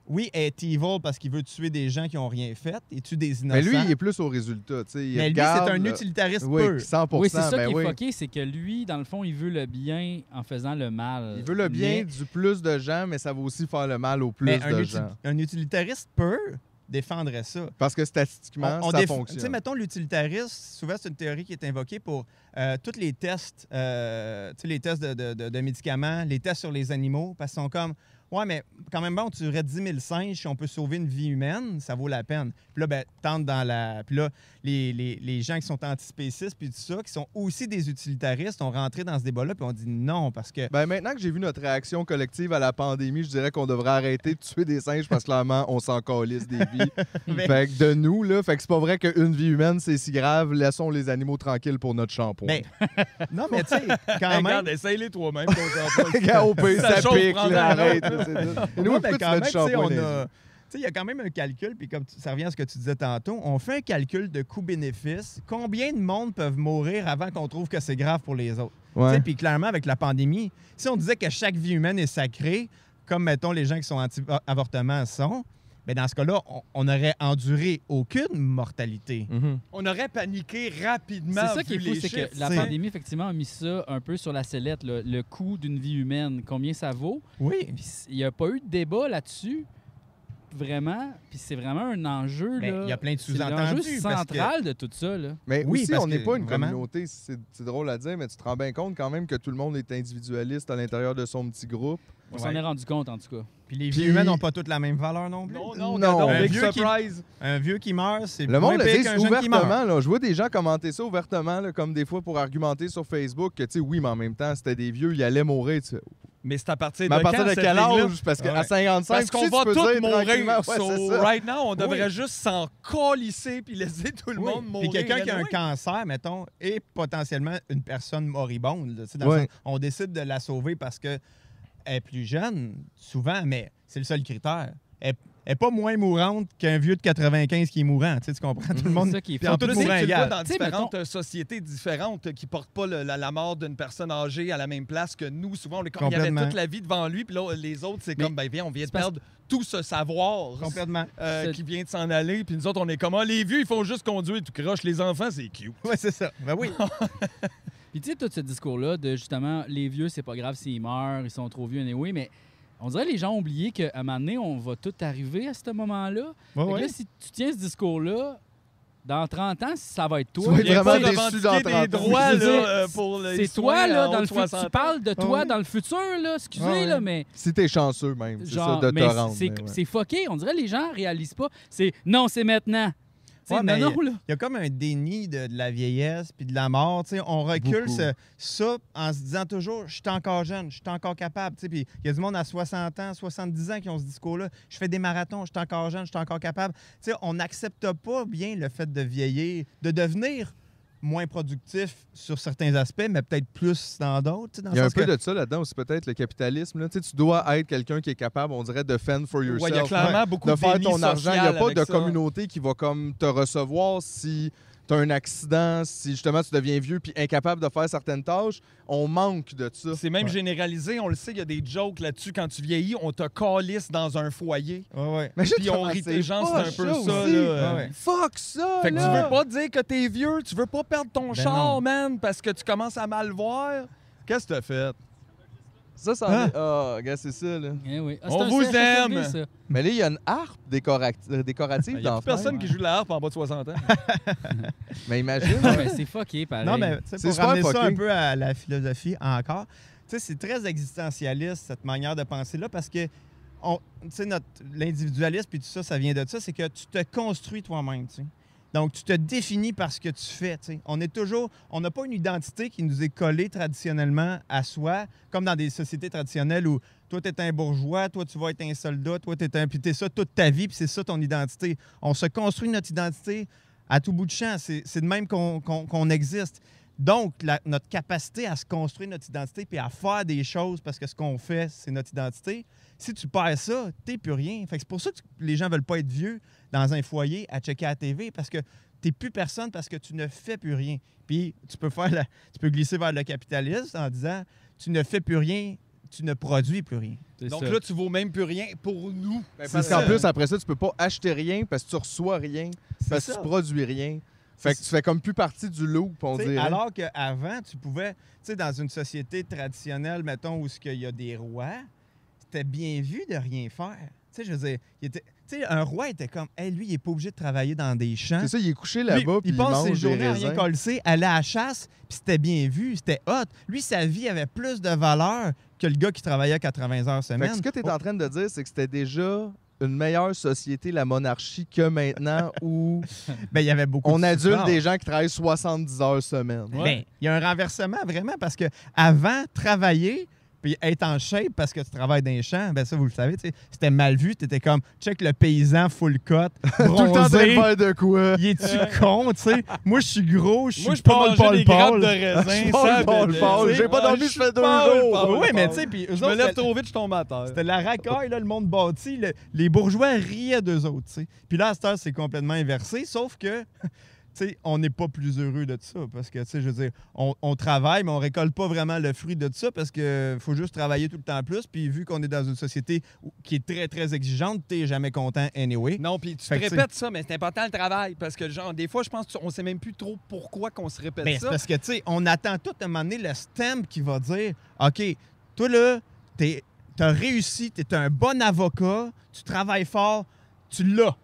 oui, est evil parce qu'il veut tuer des gens qui n'ont rien fait, il tue des innocents. Mais lui, il est plus au résultat. tu sais, il Mais lui, regarde, c'est un là. utilitariste Oui, pur. cent pour cent. Oui, c'est ça ben qui est oui. fucké, c'est que lui, dans le fond, il veut le bien en faisant le mal. Il veut le bien Mais- du plus de gens, mais ça va aussi faire le mal au plus Mais de un, uti- gens. un utilitariste pur défendrait ça. Parce que statistiquement, On- on ça déf- fonctionne. Tu sais, mettons, l'utilitariste, souvent, c'est une théorie qui est invoquée pour euh, tous les tests, euh, tu sais, les tests de, de- de- de médicaments, les tests sur les animaux, parce qu'ils sont comme, ouais, mais quand même, bon, on tuerait dix mille singes si on peut sauver une vie humaine, ça vaut la peine. Puis là, ben, tente dans la. Puis là, les, les, les gens qui sont antispécistes, puis tout ça, qui sont aussi des utilitaristes, ont rentré dans ce débat-là, puis on dit non, parce que. Ben, maintenant que j'ai vu notre réaction collective à la pandémie, je dirais qu'on devrait arrêter de tuer des singes parce que clairement, on s'en calisse des vies. Mais- Fait que de nous, là, fait que c'est pas vrai qu'une vie humaine, c'est si grave. Laissons les animaux tranquilles pour notre shampoing. Ben, non, mais tu sais, quand Hey, même. regarde, essaye-les toi-même. ton shampoing. Regarde, au pire, Ça ça, chauffe, pique, prends-en là, un arrête. autre. là, c'est tout. Et nous, Ouais, pourquoi ben, tu quand mets même, du tu sais, shampoing on dans les a- yeux? Tu sais, il y a quand même un calcul, puis comme tu- ça revient à ce que tu disais tantôt, on fait un calcul de coût-bénéfice. Combien de monde peuvent mourir avant qu'on trouve que c'est grave pour les autres? Tu sais, Ouais. Puis clairement, avec la pandémie, si on disait que chaque vie humaine est sacrée, comme, mettons, les gens qui sont anti-avortement sont, bien, dans ce cas-là, on- on n'aurait enduré aucune mortalité. Mhm. On aurait paniqué rapidement. C'est ça qui est vu fou, les c'est chiffres, que la tu sais. pandémie, effectivement, a mis ça un peu sur la sellette, là, le coût d'une vie humaine, combien ça vaut. Oui. Puis il n'y a pas eu de débat là-dessus, vraiment. Puis c'est vraiment un enjeu. Ben, là. il y a plein de C'est sous-entendus, l'enjeu parce que- central de tout ça. Là. Mais Oui, aussi, parce on n'est que pas une vraiment- communauté. C'est c'est drôle à dire, mais tu te rends bien compte quand même que tout le monde est individualiste à l'intérieur de son petit groupe. On s'en Ouais. est rendu compte, en tout cas. Puis les Puis- vies humaines n'ont pas toutes la même valeur non plus. Non, non, Non. non, Un big vieux qui- surprise. Un vieux qui meurt, c'est Le moins monde le pire dit qu'un jeune qui meurt. ouvertement. Là. Je vois des gens commenter ça ouvertement, là, comme des fois pour argumenter sur Facebook que, tu sais, oui, mais en même temps, c'était des vieux, ils allaient mourir. tu sais. Mais c'est à partir Mais de à partir quand, de cette quel ligne-là? âge? Parce qu'à Ouais. cinquante-cinq, Parce tu qu'on sais, tu va peux tous dire mourir. tranquillement, ouais, So, c'est ça. right now, on devrait Oui. juste s'en colisser puis laisser tout le Oui. monde Puis mourir. quelqu'un qui a un anyway. cancer, mettons, est potentiellement une personne moribonde. là. Tu sais, dans le Ouais. sens, on décide de la sauver parce qu'elle est plus jeune, souvent, mais c'est le seul critère. Elle n'est pas moins mourante qu'un vieux de quatre-vingt-quinze qui est mourant. Tu, sais, tu comprends? Tout le monde. C'est ça qui est Puis fou. en Puis tout tu sais, mourant tu le vois égal. dans Tu sais, différentes euh, sociétés différentes qui portent pas le- la, la mort d'une personne âgée à la même place que nous. Souvent, on est comme, il y avait Complètement. toute la vie devant lui, puis là, les autres, c'est Mais comme, ben viens, on vient de c'est parce- perdre tout ce savoir Complètement. euh, C'est- qui vient de s'en aller. Puis nous autres, on est comme, ah, les vieux, ils font juste conduire tout croche. Les enfants, c'est cute. Oui, c'est ça. Ben oui. Puis tu sais, tout ce discours-là de justement, les vieux, c'est pas grave s'ils meurent, ils sont trop vieux, anyway, mais on dirait que les gens ont oublié qu'à un moment donné, on va tout arriver à ce moment-là. Ouais, Fait que ouais. là, si tu tiens ce discours-là, dans trente ans, ça va être toi. Tu vas être Viens vraiment pas déçu revendiquer dans des trente ans. droits Je veux là, dire, euh, pour les C'est soins toi, là, en dans haut le de futur. soixante Tu ans. parles de toi Ouais, ouais. dans le futur, là. Excusez, Ouais, ouais. là, mais. Si t'es chanceux même, c'est ça, Genre, de te mais rendre. c'est mais ouais. c'est fucké. On dirait que les gens réalisent pas. C'est non, c'est maintenant. Tu sais, Ouais, mais non, non, là. Il y a comme un déni de, de la vieillesse puis de la mort. Tu sais, on recule Beaucoup. ce- ça en se disant toujours je suis encore jeune, je suis encore capable. Tu sais, puis il y a du monde à soixante ans, soixante-dix ans qui ont ce discours-là. Je fais des marathons, je suis encore jeune, je suis encore capable. Tu sais, on n'accepte pas bien le fait de vieillir, de devenir moins productif sur certains aspects, mais peut-être plus dans d'autres. tu sais, dans Il y a le un sens peu que- de ça là-dedans aussi, peut-être, le capitalisme. Là. Tu sais, tu dois être quelqu'un qui est capable, on dirait, de fend for Ouais, yourself. il y a clairement beaucoup de de faire déni ton argent. Il n'y a social pas avec de ça. communauté qui va comme te recevoir si tu as un accident, si justement tu deviens vieux puis incapable de faire certaines tâches. On manque de ça. C'est même Ouais. généralisé, on le sait, il y a des jokes là-dessus. Quand tu vieillis, on te calisse dans un foyer. Ouais, ouais. Mais Puis on rit des gens, c'est un peu ça. aussi. là. euh. Ouais, ouais. Fuck ça! Fait que tu là! veux pas dire que t'es vieux, tu veux pas perdre ton Ben char, non. man, parce que tu commences à mal voir. Qu'est-ce que t'as fait? Ça, ça en Hein? est- Ah, regarde, c'est ça, là. Eh oui. Ah, On c'est un vous C H S L V, aime. ça. Mais là, il y a une harpe décora- euh, décorative Il y a dans plus personne ouais. qui joue de la harpe en bas de soixante ans. Mais imagine. Ouais, mais c'est fucké, pareil. Non, mais tu sais, C'est pour super ramener ça fucké. un peu à la philosophie encore, tu sais, c'est très existentialiste, cette manière de penser-là, parce que on- tu sais, notre- l'individualisme puis tout ça, ça vient de ça, c'est que tu te construis toi-même, tu sais. Donc, tu te définis par ce que tu fais, tu sais. On est toujours... On n'a pas une identité qui nous est collée traditionnellement à soi, comme dans des sociétés traditionnelles où toi, tu es un bourgeois, toi, tu vas être un soldat, toi, tu es un... Puis tu es ça toute ta vie, puis c'est ça ton identité. On se construit notre identité à tout bout de champ. C'est c'est de même qu'on qu'on- qu'on existe. Donc, la- notre capacité à se construire notre identité puis à faire des choses parce que ce qu'on fait, c'est notre identité, si tu perds ça, t'es plus rien. Fait que c'est pour ça que les gens veulent pas être vieux dans un foyer à checker à la T V parce que t'es plus personne parce que tu ne fais plus rien. Puis tu peux faire la- tu peux glisser vers le capitalisme en disant tu ne fais plus rien tu ne produis plus rien. C'est Donc ça. là, tu vaux même plus rien pour nous. Parce C'est qu'en ça. plus, après ça, tu peux pas acheter rien parce que tu reçois rien, parce que ça. tu produis rien. Fait que C'est tu fais comme plus partie du loop, on T'sais, dirait. alors qu'avant, tu pouvais, tu sais, dans une société traditionnelle, mettons, où il y a des rois, c'était bien vu de rien faire. Tu sais, je veux dire, il était, tu sais, un roi était comme, hey, lui, il n'est pas obligé de travailler dans des champs. C'est ça, il est couché Lui, là-bas, puis il il passe mange ses des journées à rien raisins. coller, aller à la chasse, puis c'était bien vu, c'était hot. Lui, sa vie avait plus de valeur que le gars qui travaillait quatre-vingts heures Fait semaine. que ce que tu es en train de dire, c'est que c'était déjà une meilleure société, la monarchie, que maintenant où Ben, il y avait beaucoup on de adule souffrance. des gens qui travaillent soixante-dix heures semaine. Ouais. Ben, il y a un renversement vraiment parce que avant travailler puis être en shape parce que tu travailles dans les champs, ben ça vous le savez, tu sais, c'était mal vu, tu étais comme check le paysan full cut, Tout le temps en train de bronzé. faire de quoi? Il est-tu con, tu sais? Moi, je suis gros, je suis Moi, je peux Paul, manger Paul, des grappes Paul. de raisin. Paul, ça, Paul, bébé. Paul. J'ai pas Ah, dormi, je ça suis fait deux Paul, jours. Paul, Oui, mais Paul. tu sais, puis eux Je autres, me lève c'était- trop vite, je tombe à terre. C'était la racaille, là, le monde bâti. le- les bourgeois riaient d'eux autres, tu sais. Puis là, à cette heure, c'est complètement inversé, sauf que, tu sais, on n'est pas plus heureux de ça. Parce que, tu sais, je veux dire, on, on travaille, mais on récolte pas vraiment le fruit de ça parce que faut juste travailler tout le temps plus. Puis vu qu'on est dans une société où- qui est très, très exigeante, t'es jamais content anyway. Non, puis tu te Fait que, répètes ça, mais c'est important le travail. Parce que, genre, des fois, je pense qu'on sait même plus trop pourquoi qu'on se répète Ben, c'est ça. parce que, tu sais, on attend tout à un moment donné le stamp qui va dire OK, toi, là, t'es- t'as réussi, t'es un bon avocat, tu travailles fort, tu l'as.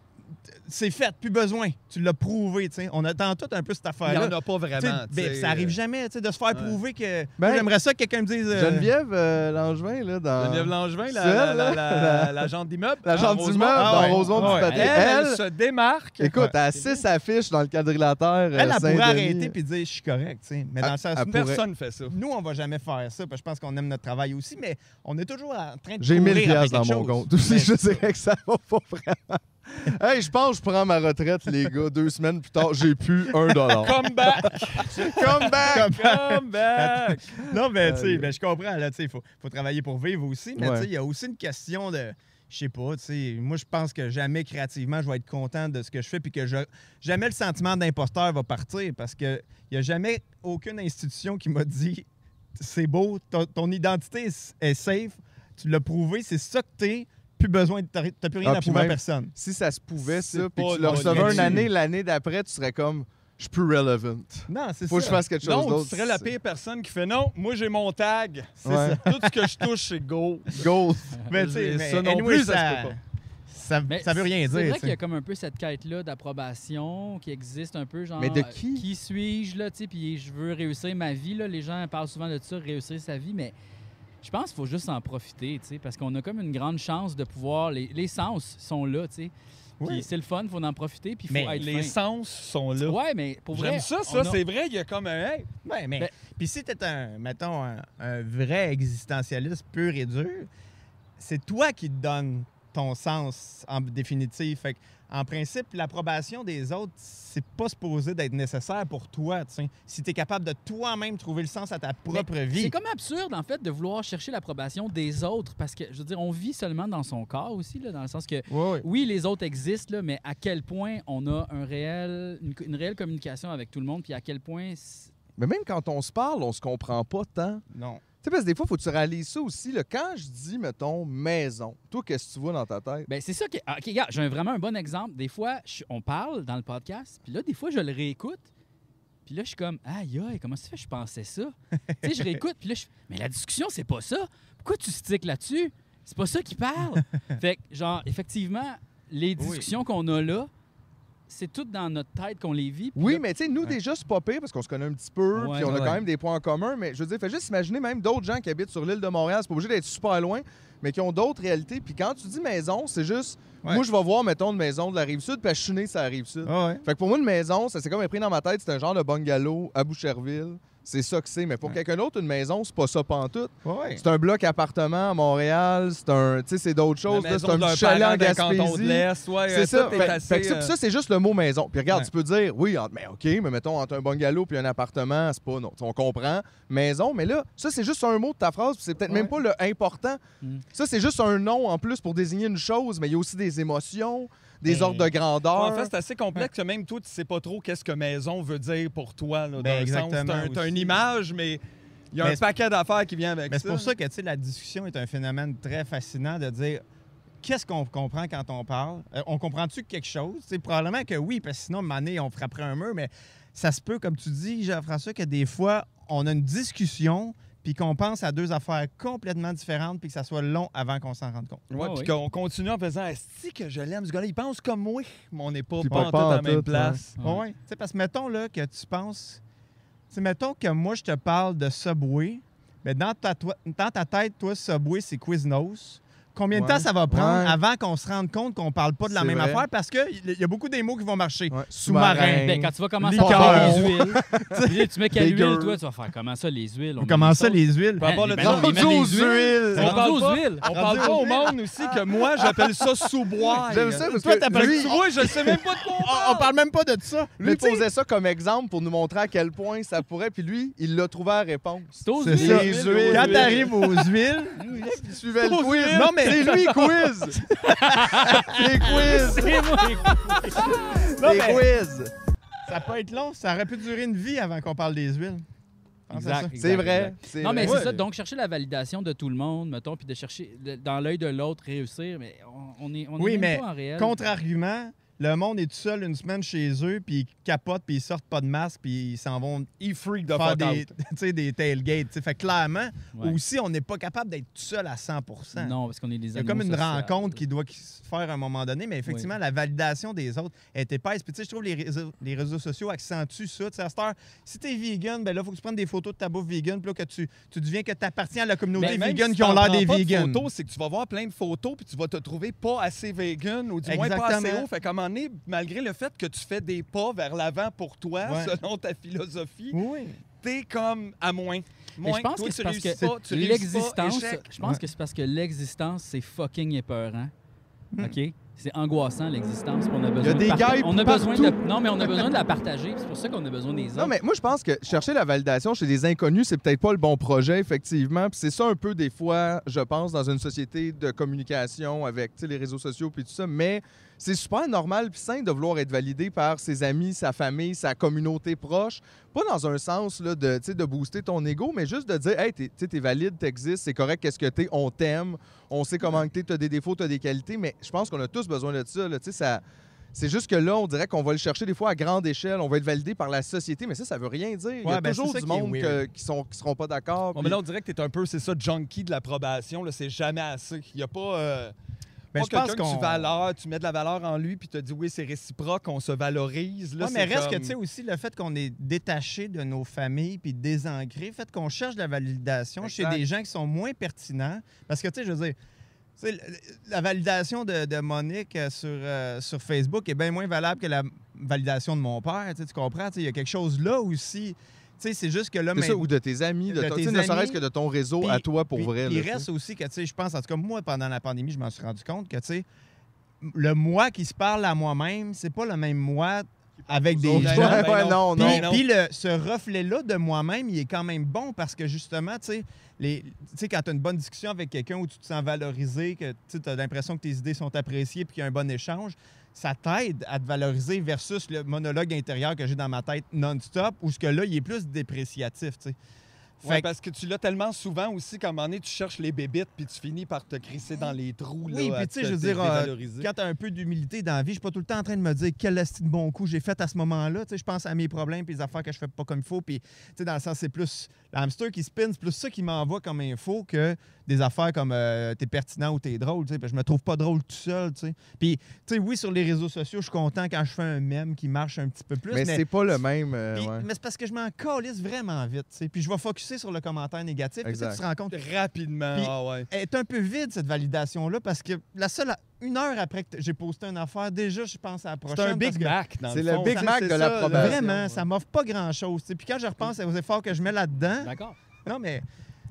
C'est fait, plus besoin. Tu l'as prouvé, tu sais. On attend tout un peu cette Il n'y affaire-là. en a pas Tu sais, vraiment. ben, tu sais. ça arrive jamais, tu sais, de se faire ouais. prouver que. Ben, Moi, j'aimerais ça que quelqu'un me dise. euh, Geneviève euh, Langevin, là, dans... Geneviève Langevin, la, Celle, la, la, là, la, la- la jante d'immeuble. La Ah, jante Rosemont. d'immeuble Ah dans ouais. Rosemont Ouais. du Papier. Elle, elle, Elle, se démarque. écoute, elle a C'est six affiches dans le quadrilatère. euh, Elle, elle pourrait Saint-Denis. arrêter puis dire je suis correct, tu sais. Mais dans Elle- le sens elle où pourrait. Personne ne fait ça. nous, on va jamais faire ça, parce que je pense qu'on aime notre travail aussi, mais on est toujours en train de J'ai courir mille après piastres dans quelque mon chose. compte. Aussi, Ben, je c'est ça. dirais que ça va pas vraiment. Hey, je pense que je prends ma retraite, les gars. Deux semaines plus tard, j'ai plus un dollar. Come back! Come back! Come back! Non, mais tu sais, Aïe. ben, je comprends, là, tu sais, il faut, faut travailler pour vivre aussi, mais Ouais. tu sais, il y a aussi une question de, je sais pas, tu sais, moi, je pense que jamais créativement, je vais être content de ce que je fais, puis que je, jamais le sentiment d'imposteur va partir, parce que il y a jamais aucune institution qui m'a dit, c'est beau, ton, ton identité est, est safe, tu l'as prouvé, c'est ça que t'es, plus besoin de, t'as t'as plus rien Ah, à puis prouver à même- personne. Si ça se pouvait, C'est ça, puis pas que tu le notre recevais une métier. année, l'année d'après, tu serais comme, je suis plus relevant. Non, c'est Faut que ça. je fasse quelque chose Non, d'autre. tu serais la pire personne qui fait non, moi j'ai mon tag. C'est Ouais. ça. Tout ce que je touche, c'est go. Goal. Mais tu sais, mais ça non anyway, plus, ça se peut pas. Ça, Mais ça veut rien c'est dire. vrai tu qu'il y a sais. comme un peu cette quête-là d'approbation qui existe un peu, genre... Mais de euh, qui? Qui suis-je, là, tu sais, puis je veux réussir ma vie, là. Les gens parlent souvent de ça, réussir sa vie, mais je pense qu'il faut juste en profiter, tu sais, parce qu'on a comme une grande chance de pouvoir... Les, les sens sont là, tu sais. Puis Oui. c'est le fun, il faut en profiter, puis il Mais faut être Les fin. sens sont là. Ouais, mais pour vrai... J'aime ça, on ça, a- c'est vrai, il y a comme un hey, Ouais, mais Ben- puis si t'es un, mettons, un, un vrai existentialiste pur et dur, c'est toi qui te donnes ton sens en définitive. Fait que, en principe, l'approbation des autres, c'est pas supposé d'être nécessaire pour toi. tu sais. Si tu es capable de toi-même trouver le sens à ta propre Mais vie. C'est comme absurde, en fait, de vouloir chercher l'approbation des autres, parce que, je veux dire, on vit seulement dans son corps aussi, là, dans le sens que, Ouais, ouais. oui, les autres existent, là, mais à quel point on a un réel, une, une réelle communication avec tout le monde, puis à quel point... c'est- Mais même quand on se parle, on se comprend pas tant. Non. Tu sais, parce que des fois, faut que tu réalises ça aussi. Là. Quand je dis, mettons, maison, toi, qu'est-ce que tu vois dans ta tête? Ben, c'est ça que... ah, OK, regarde, j'ai un- vraiment un bon exemple. Des fois, je- on parle dans le podcast, puis là, des fois, je le réécoute, puis là, je suis comme, aïe, aïe, comment ça fait que je pensais ça? Tu sais, je réécoute, puis là, je mais la discussion, c'est pas ça. Pourquoi tu sticks là-dessus? C'est pas ça qui parle. Fait que, genre, effectivement, les discussions qu'on a là, c'est tout dans notre tête qu'on les vit. puis Oui, là- mais tu sais, nous, déjà, c'est pas pire parce qu'on se connaît un petit peu, Ouais, puis on a ouais. quand même des points en commun. Mais je veux dire, fais juste imaginer même d'autres gens qui habitent sur l'île de Montréal. C'est pas obligé d'être super loin, mais qui ont d'autres réalités. Puis quand tu dis maison, c'est juste. Ouais. Moi, je vais voir, mettons, une maison de la rive sud, puis je suis né sur la rive sud. Ah ouais. Fait que pour moi, une maison, ça s'est comme pris dans ma tête, c'est un genre de bungalow à Boucherville. C'est ça que c'est. Mais pour Ouais. quelqu'un d'autre, une maison, c'est pas ça pantoute. Ouais. C'est un bloc appartement à Montréal, c'est un. Tu sais, c'est d'autres choses. la là. maison C'est un d'un petit chalet parent en d'un canton de Gaspésie. l'Est. Ouais, C'est ça. tout est Fait, assez, fait que ça, euh, ça, c'est juste le mot maison. Puis regarde, Ouais. tu peux dire, oui, entre- mais OK, mais mettons, entre un bungalow puis un appartement, c'est pas. Non, on comprend. Maison, mais là, ça, c'est juste un mot de ta phrase, puis c'est peut-être même pas le important. Mm. Ça, c'est juste un nom en plus pour désigner une chose, mais il y a aussi des émotions, des Ben, ordres de grandeur. En fait, c'est assez complexe que même toi, tu sais pas trop qu'est-ce que maison veut dire pour toi. Là, Ben, dans le sens, exactement t'as un- t'as une aussi. image, mais Il y a Mais un c'est- paquet d'affaires qui vient avec Mais ça. c'est pour ça que tu sais, la discussion est un phénomène très fascinant de dire qu'est-ce qu'on comprend quand on parle. Euh, on comprend-tu quelque chose? C'est probablement que oui, parce que sinon, à un moment donné, on frapperait un mur, mais ça se peut, comme tu dis, Jean-François, que des fois, on a une discussion puis qu'on pense à deux affaires complètement différentes puis que ça soit long avant qu'on s'en rende compte. Ouais, Ah puis oui. qu'on continue en faisant Est-ce que je l'aime, ce gars-là? Il pense comme moi, mais on n'est pas, Puis pas, pas en pas tout en à la même tout, place. Ouais. Ouais. Tu sais, parce que mettons là, que tu penses. Tu sais, mettons que moi, je te parle de Subway, mais dans ta, toi- dans ta tête, toi, Subway, c'est Quiznos. Combien de Ouais. temps ça va prendre Ouais. avant qu'on se rende compte qu'on parle pas de la C'est même vrai. affaire? Parce qu'il y a beaucoup des mots qui vont marcher. Ouais. Sous-marin. Ben, quand tu vas commencer Liqueur. à faire les huiles, tu sais, tu mets quelle Bigger. huile, toi, tu vas faire comment ça, les huiles? On met Comment des ça, sauces. les huiles? Par rapport Ben, le ben temps, non, ils mettent Rendu aux les huiles. huiles. C'est On rendu parle aux pas- huiles. On parle pas au monde aussi que moi, j'appelle ça sous-boire. J'aime ça parce Toi, que t'appelles- lui, Tu vois, je sais même pas de quoi on On, parle. on parle même pas de ça. lui Mais tu sais, posait ça comme exemple pour nous montrer à quel point ça pourrait, puis lui, il l'a trouvé à réponse. C'est aux c'est huiles. ça. Les huiles. Quand t'arrives aux huiles, Il suivait le Aux quiz. huiles. Non, mais- C'est lui, quiz! Les quiz! C'est moi. Non, Les mais- quiz! ça peut être long. Ça aurait pu durer une vie avant qu'on parle des huiles. Pense à ça. Exact. C'est vrai. c'est Non, mais vrai. c'est ça. Donc, chercher la validation de tout le monde, mettons, puis de chercher de- dans l'œil de l'autre, réussir, mais on, on est, on Oui, est même mais pas en réel. Contre-argument, le monde est tout seul une semaine chez eux, puis ils capotent, puis ils sortent pas de masque, puis ils s'en vont Il freak de faire fuck des, out. tu sais, des tailgates. tu sais. Fait que clairement, Ouais. aussi, on n'est pas capable d'être tout seul à cent pour cent. Non, parce qu'on est des Il y a animaux comme une sociaux. rencontre qui doit se faire à un moment donné, mais effectivement, la validation des autres est épaisse. Puis tu sais, je trouve que les réseaux, les réseaux sociaux accentuent ça. Tu sais, à cette heure, si t'es vegan, ben là, il faut que tu prennes des photos de ta bouffe vegan, puis là, que tu, tu deviens que tu appartiens à la communauté Mais même vegan si qui ont t'en l'air prends des pas de vegans. photos, c'est que tu vas voir plein de photos puis tu vas te trouver pas assez vegan ou du moins pas assez Exactement. haut. Fait qu'à un moment donné, malgré le fait que tu fais des pas vers l'avant pour toi, Ouais. selon ta philosophie, Oui. t'es comme à moins. Mais Moins. je pense Toi, que tu c'est parce réussis que pas, tu réussis pas, l'existence, échec. je pense Ouais. que c'est parce que l'existence, c'est fucking épeurant. Hmm. OK? C'est angoissant, l'existence. puis On a besoin Il y a de des parta- gars on a besoin de... partout. Non, mais on a besoin de la partager. C'est pour ça qu'on a besoin des autres. Non, mais moi, je pense que chercher la validation chez des inconnus, c'est peut-être pas le bon projet, effectivement. Puis c'est ça un peu, des fois, je pense, dans une société de communication avec tu sais, les réseaux sociaux puis tout ça. Mais c'est super normal puis sain de vouloir être validé par ses amis, sa famille, sa communauté proche. Pas dans un sens là, de, tu sais, de booster ton ego, mais juste de dire, hey, t'es, tu sais, t'es valide, t'existes, c'est correct, qu'est-ce que t'es, on t'aime, on sait comment que t'es, t'as des défauts, t'as des qualités. Mais je pense qu'on a tous besoin de ça. Là, tu sais, ça. C'est juste que là, on dirait qu'on va le chercher des fois à grande échelle, on va être validé par la société, mais ça, ça veut rien dire. Il y a Ouais, ben, toujours c'est ça du qui est monde weird. que- qui sont qui seront pas d'accord. Bon, puis- mais là, on dirait que t'es un peu, c'est ça, junkie de l'approbation. là, C'est jamais assez. Il y a pas. euh, Ben, pas je pense quelqu'un que qu'on- tu valeurs, tu mets de la valeur en lui, puis tu te dis oui, c'est réciproque, on se valorise. Là, Ouais, mais c'est reste que, comme- tu sais, aussi, le fait qu'on est détaché de nos familles puis désancré, le fait qu'on cherche la validation Exact. chez des gens qui sont moins pertinents. Parce que, tu sais, je veux dire, tu sais, la validation de, de Monique euh, sur, euh, sur Facebook est bien moins valable que la validation de mon père. Tu sais, tu comprends? Tu sais, il y a quelque chose là aussi. Tu sais, c'est juste que là, C'est ça, mais- ou de tes amis, de, de ton- tes tu sais, ne amis, serait-ce que de ton réseau puis- à toi pour Puis, vrai. il là, tu sais. reste aussi que, tu sais, je pense, en tout cas, moi, pendant la pandémie, je m'en suis rendu compte que, tu sais, le moi qui se parle à moi-même, c'est pas le même moi avec des autres. gens. Ben Ouais, ouais, non. non, Puis, non. Ben non. puis le, ce reflet-là de moi-même, il est quand même bon parce que justement, tu sais, les- tu sais, quand tu as une bonne discussion avec quelqu'un où tu te sens valorisé, que tu as l'impression que tes idées sont appréciées puis qu'il y a un bon échange, ça t'aide à te valoriser versus le monologue intérieur que j'ai dans ma tête non-stop où ce que là, il est plus dépréciatif, tu sais. Ouais, Fait que- parce que tu l'as tellement souvent aussi qu'à un moment donné, tu cherches les bébites puis tu finis par te crisser dans les trous. Oui, là, puis à tu sais, te je veux dire, euh, dévaloriser. quand tu as un peu d'humilité dans la vie, je suis pas tout le temps en train de me dire quel esti de bon coup j'ai fait à ce moment-là. Tu sais, je pense à mes problèmes puis les affaires que je fais pas comme il faut. Puis, tu sais, dans le sens, c'est plus le hamster qui spin, c'est plus ça qui m'envoie comme info que des affaires comme euh, t'es pertinent ou t'es drôle. Tu sais, parce que je me trouve pas drôle tout seul. Tu sais. Puis, tu sais, oui, sur les réseaux sociaux, je suis content quand je fais un mème qui marche un petit peu plus. Mais c'est pas le même. euh, puis- ouais. mais c'est parce que je m'en calisse vraiment vite. Tu sais. Puis, je vais focusser sur le commentaire négatif. Puis, tu sais, Exact. tu te rends compte Rapidement, Puis- ah ouais. elle est un peu vide, cette validation-là, parce que la seule, une heure après que j'ai posté une affaire, déjà, je pense à la prochaine. C'est un parce Big que Mac, dans C'est le le fond. Big Ça, Mac c'est de ça, l'approbation. là. Vraiment, ouais. ça m'offre pas grand-chose. tu sais. Puis quand je repense aux efforts que je mets là-dedans, D'accord. non, mais...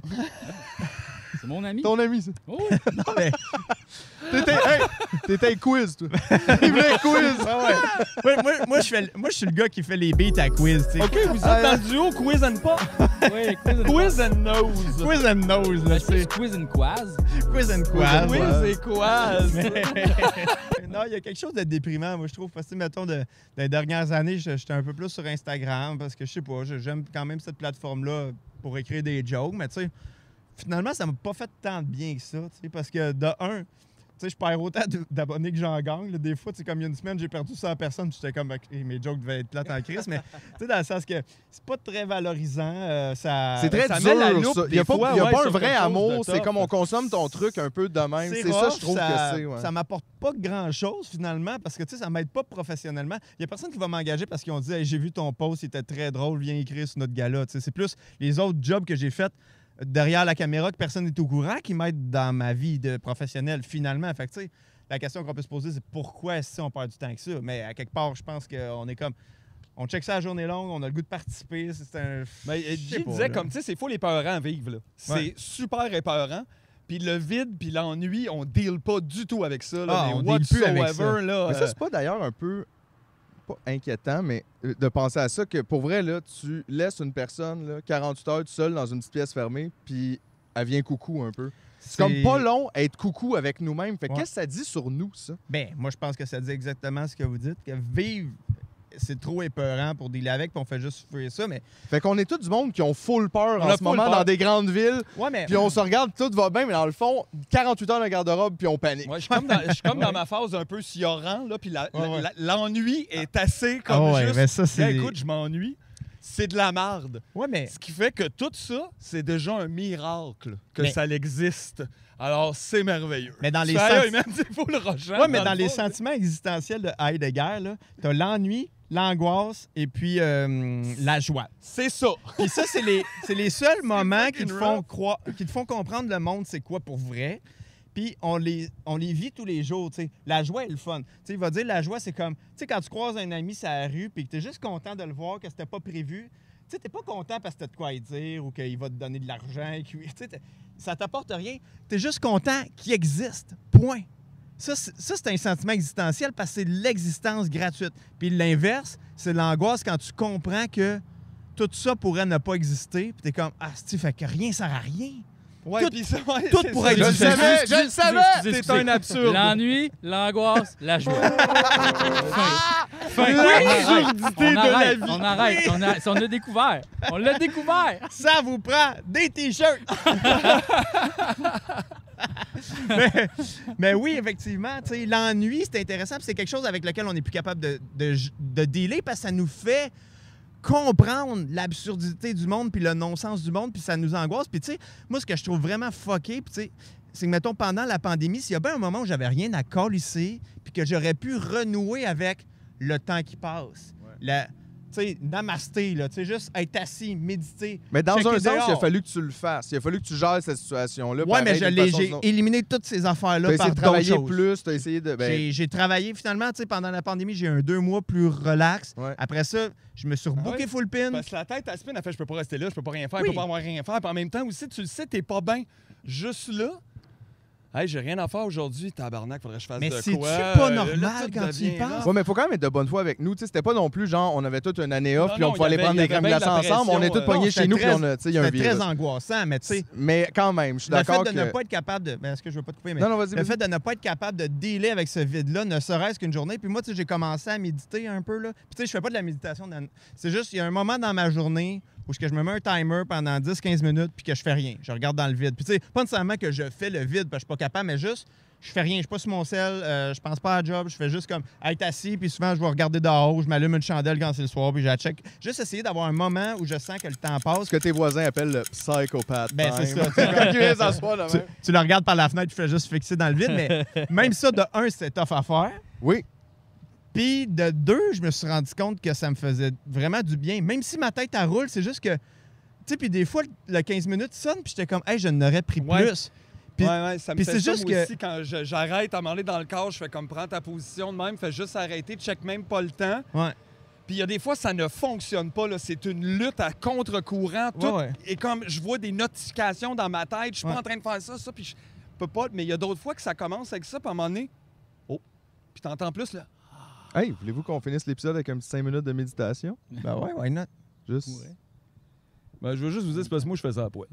C'est mon ami. Ton ami, ça. Oh, Non, mais... T'étais hey, t'étais un quiz, toi. Il voulait un quiz. Ah ouais. moi, moi, moi, je fais, moi, je suis le gars qui fait les beats à quiz, tu sais. OK, vous êtes dans le duo Quiz and Pop. oui, quiz and Quiz and Nose. Quiz and nose, là, Ben, tu sais. c'est quiz and quaz. Quiz and quiz. Quiz et Quaz. Non, il y a quelque chose de déprimant, moi, je trouve. Parce que, mettons, de, des dernières années, je- j'étais un peu plus sur Instagram parce que, je sais pas, je- j'aime quand même cette plateforme-là pour écrire des jokes, mais tu sais, finalement, ça m'a pas fait tant de bien que ça, tu sais, parce que de un, tu sais, je perds autant d'abonnés que j'en gagne. Là. Des fois, tu sais, comme il y a une semaine, j'ai perdu cent personnes, puis j'étais comme, OK, mes jokes devaient être plates en crise, mais tu sais, dans le sens que c'est pas très valorisant. Euh, ça, c'est très ça dur, met la loupe ça. Il n'y a des pas, fois, il y a ouais, pas un sur vrai quelque chose amour. de C'est tough. comme on consomme ton truc un peu de même. C'est ça, rough, je trouve ça, que c'est. Ouais. Ça m'apporte pas grand-chose, finalement, parce que, tu sais, ça m'aide pas professionnellement. Il y a personne qui va m'engager parce qu'ils ont dit, hey, j'ai vu ton post, il était très drôle, viens écrire sur notre gala. Tu sais, c'est plus les autres jobs que j'ai faits derrière la caméra que personne n'est au courant qui m'aident dans ma vie de professionnelle, finalement. Fait que, tu sais, la question qu'on peut se poser, c'est pourquoi est-ce qu'on perd du temps que ça? Mais à quelque part, je pense qu'on est comme... On check ça à la journée longue, on a le goût de participer. C'est un... Mais Je sais Jay pas, disait là. comme, tu sais, c'est faux les peurants vivre, là. C'est Ouais. super épeurant. Puis le vide, puis l'ennui, on deal pas du tout avec ça, là. Ah, mais on deal plus avec whatsoever, là. Mais ça, euh, c'est pas d'ailleurs un peu pas inquiétant, mais euh, de penser à ça que pour vrai, là, tu laisses une personne là, quarante-huit heures toute seule dans une petite pièce fermée, puis elle vient coucou un peu. C'est comme pas long à être coucou avec nous-mêmes. Fait que Ouais. qu'est-ce que ça dit sur nous, ça? Ben, moi, je pense que ça dit exactement ce que vous dites, que vivre, c'est trop épeurant pour dealer avec, puis on fait juste souffrir ça, mais... Fait qu'on est tout du monde qui ont full peur On en a ce full moment peur. dans des grandes villes, Ouais, mais... puis on se regarde, tout va bien, mais dans le fond, quarante-huit heures de garde-robe, puis on panique. Ouais, je suis comme, dans, je suis comme dans ma phase un peu siorant, là, puis la- Ouais, la- ouais. la- l'ennui est assez comme Ah ouais, juste... mais ça, c'est Hey, des- écoute, je m'ennuie. C'est de la marde. Ouais, mais... Ce qui fait que tout ça, c'est déjà un miracle que Mais- ça existe. Alors, c'est merveilleux. Mais dans les Tu fais, hey, sens- man, c'est fou le rochant. Ouais, mais dans le les fond, sentiments existentiels de Heidegger, là, t'as l'ennui, l'angoisse et puis euh, la joie. c'est ça. Puis ça, c'est les, c'est les seuls moments qui te, fucking font rough. croire, qui te font comprendre le monde, c'est quoi pour vrai. Puis on les, on les vit tous les jours, tu sais. La joie est le fun. Tu sais, il va dire, la joie, c'est comme, tu sais, quand tu croises un ami sur la rue puis que t'es juste content de le voir, que c'était pas prévu, tu sais, t'es pas content parce que t'as de quoi y dire ou qu'il va te donner de l'argent, et que- tu sais, t'es- ça t'apporte rien. T'es juste content qu'il existe. Point. Ça, c'est ça, c'est un sentiment existentiel parce que c'est l'existence gratuite. Puis l'inverse, c'est l'angoisse quand tu comprends que tout ça pourrait ne pas exister. Puis t'es comme, ah, c'est fait que rien sert à rien. Ouais, Tout- puis ça, ouais, tout c'est pourrait ça. être Je le différent. savais, je le savais! C'est un absurde. L'ennui, l'angoisse, la joie. Fin. L'absurdité de la vie. On arrête. On a, on a découvert. On l'a découvert. Ça vous prend des T-shirts! mais, mais oui, effectivement, tu sais, l'ennui, c'est intéressant, puis c'est quelque chose avec lequel on n'est plus capable de, de, de dealer parce que ça nous fait comprendre l'absurdité du monde puis le non-sens du monde, puis ça nous angoisse. Puis tu sais, moi, ce que je trouve vraiment fucké, puis tu sais, c'est que, mettons, pendant la pandémie, s'il y a bien un moment où j'avais rien à calisser puis que j'aurais pu renouer avec le temps qui passe, la, tu sais, namasté, là, tu sais, juste être assis, méditer. Mais dans checker un sens, il a dehors. fallu que tu le fasses. Il a fallu que tu gères cette situation-là. Ouais, mais pareil, je d'une l'ai- façon ou j'ai d'une autre. éliminé toutes ces affaires-là T'as par essayé de d'autres travailler choses. plus, t'as essayé de... ben, J'ai- J'ai travaillé finalement, tu sais, pendant la pandémie, j'ai eu un deux mois plus relax. Ouais. Après ça, je me suis rebooké Ah ouais? full pin. Parce que la tête, elle spin, elle fait, je peux pas rester là, je peux pas rien faire, Oui. je peux pas avoir rien faire. Puis en même temps aussi, tu le sais, t'es pas bien. Juste là, hey, j'ai rien à faire aujourd'hui, tabarnak, faudrait que je fasse Mais de c'est-tu quoi. pas Euh, là, normal tout quand tu y devient penses? rough. Ouais, mais faut quand même être de bonne foi avec nous. Tu sais, c'était pas non plus genre, on avait toute une année off, Non, puis on non, pouvait aller il y avait- prendre il y des crèmes avait glacées la ensemble. On est pression, tous euh, pognés non, chez c'était nous, puis très- on a, tu sais, il y a un C'était virus. très angoissant, mais tu sais, Mais quand même, je suis le fait d'accord de que... ne pas être capable de... Ben, est-ce que je veux pas te couper, mais Non, non, vas-y, le vas-y. fait de ne pas être capable de dealer avec ce vide-là, ne serait-ce qu'une journée. Puis moi, tu sais, j'ai commencé à méditer un peu, là. Puis tu sais, je fais pas de la méditation. dans- C'est juste, il y a un moment dans ma journée où je me mets un timer pendant dix quinze minutes puis que je fais rien. Je regarde dans le vide. Puis tu sais, pas nécessairement que je fais le vide parce que je suis pas capable, mais juste, je fais rien. Je suis pas sur mon sel, euh, je pense pas à la job. Je fais juste comme être assis, puis souvent, je vais regarder dehors, je m'allume une chandelle quand c'est le soir, puis je la check. Juste essayer d'avoir un moment où je sens que le temps passe. Ce que tes voisins appellent le psychopathe. Ben, c'est time. ça. Quand tu viens s'asseoir là Tu, même. tu le regardes par la fenêtre, tu fais juste fixer dans le vide, mais même ça, de un, c'était tough à faire. Oui. Puis de deux, je me suis rendu compte que ça me faisait vraiment du bien. Même si ma tête, elle roule, c'est juste que... Tu sais, puis des fois, le quinze minutes sonne, puis j'étais comme, hey, je n'aurais pris Ouais. plus. Puis- ouais, ouais, ça me puis fait c'est ça, juste moi que- aussi, quand je- j'arrête à m'enlever dans le corps, je fais comme, prends ta position de même, fais juste arrêter, check même pas le temps. Ouais. Puis il y a des fois, ça ne fonctionne pas, là. C'est une lutte à contre-courant. Tout. Ouais, ouais. Et comme je vois des notifications dans ma tête, je suis Ouais. pas en train de faire ça, ça, puis je peux pas. Mais il y a d'autres fois que ça commence avec ça, puis à un moment donné, oh, puis t'entends plus, là. Hey, voulez-vous qu'on finisse l'épisode avec un petit cinq minutes de méditation? Ben ouais, why not? Juste... Ouais. Ben, je veux juste vous dire, c'est parce que moi, je fais ça à poil.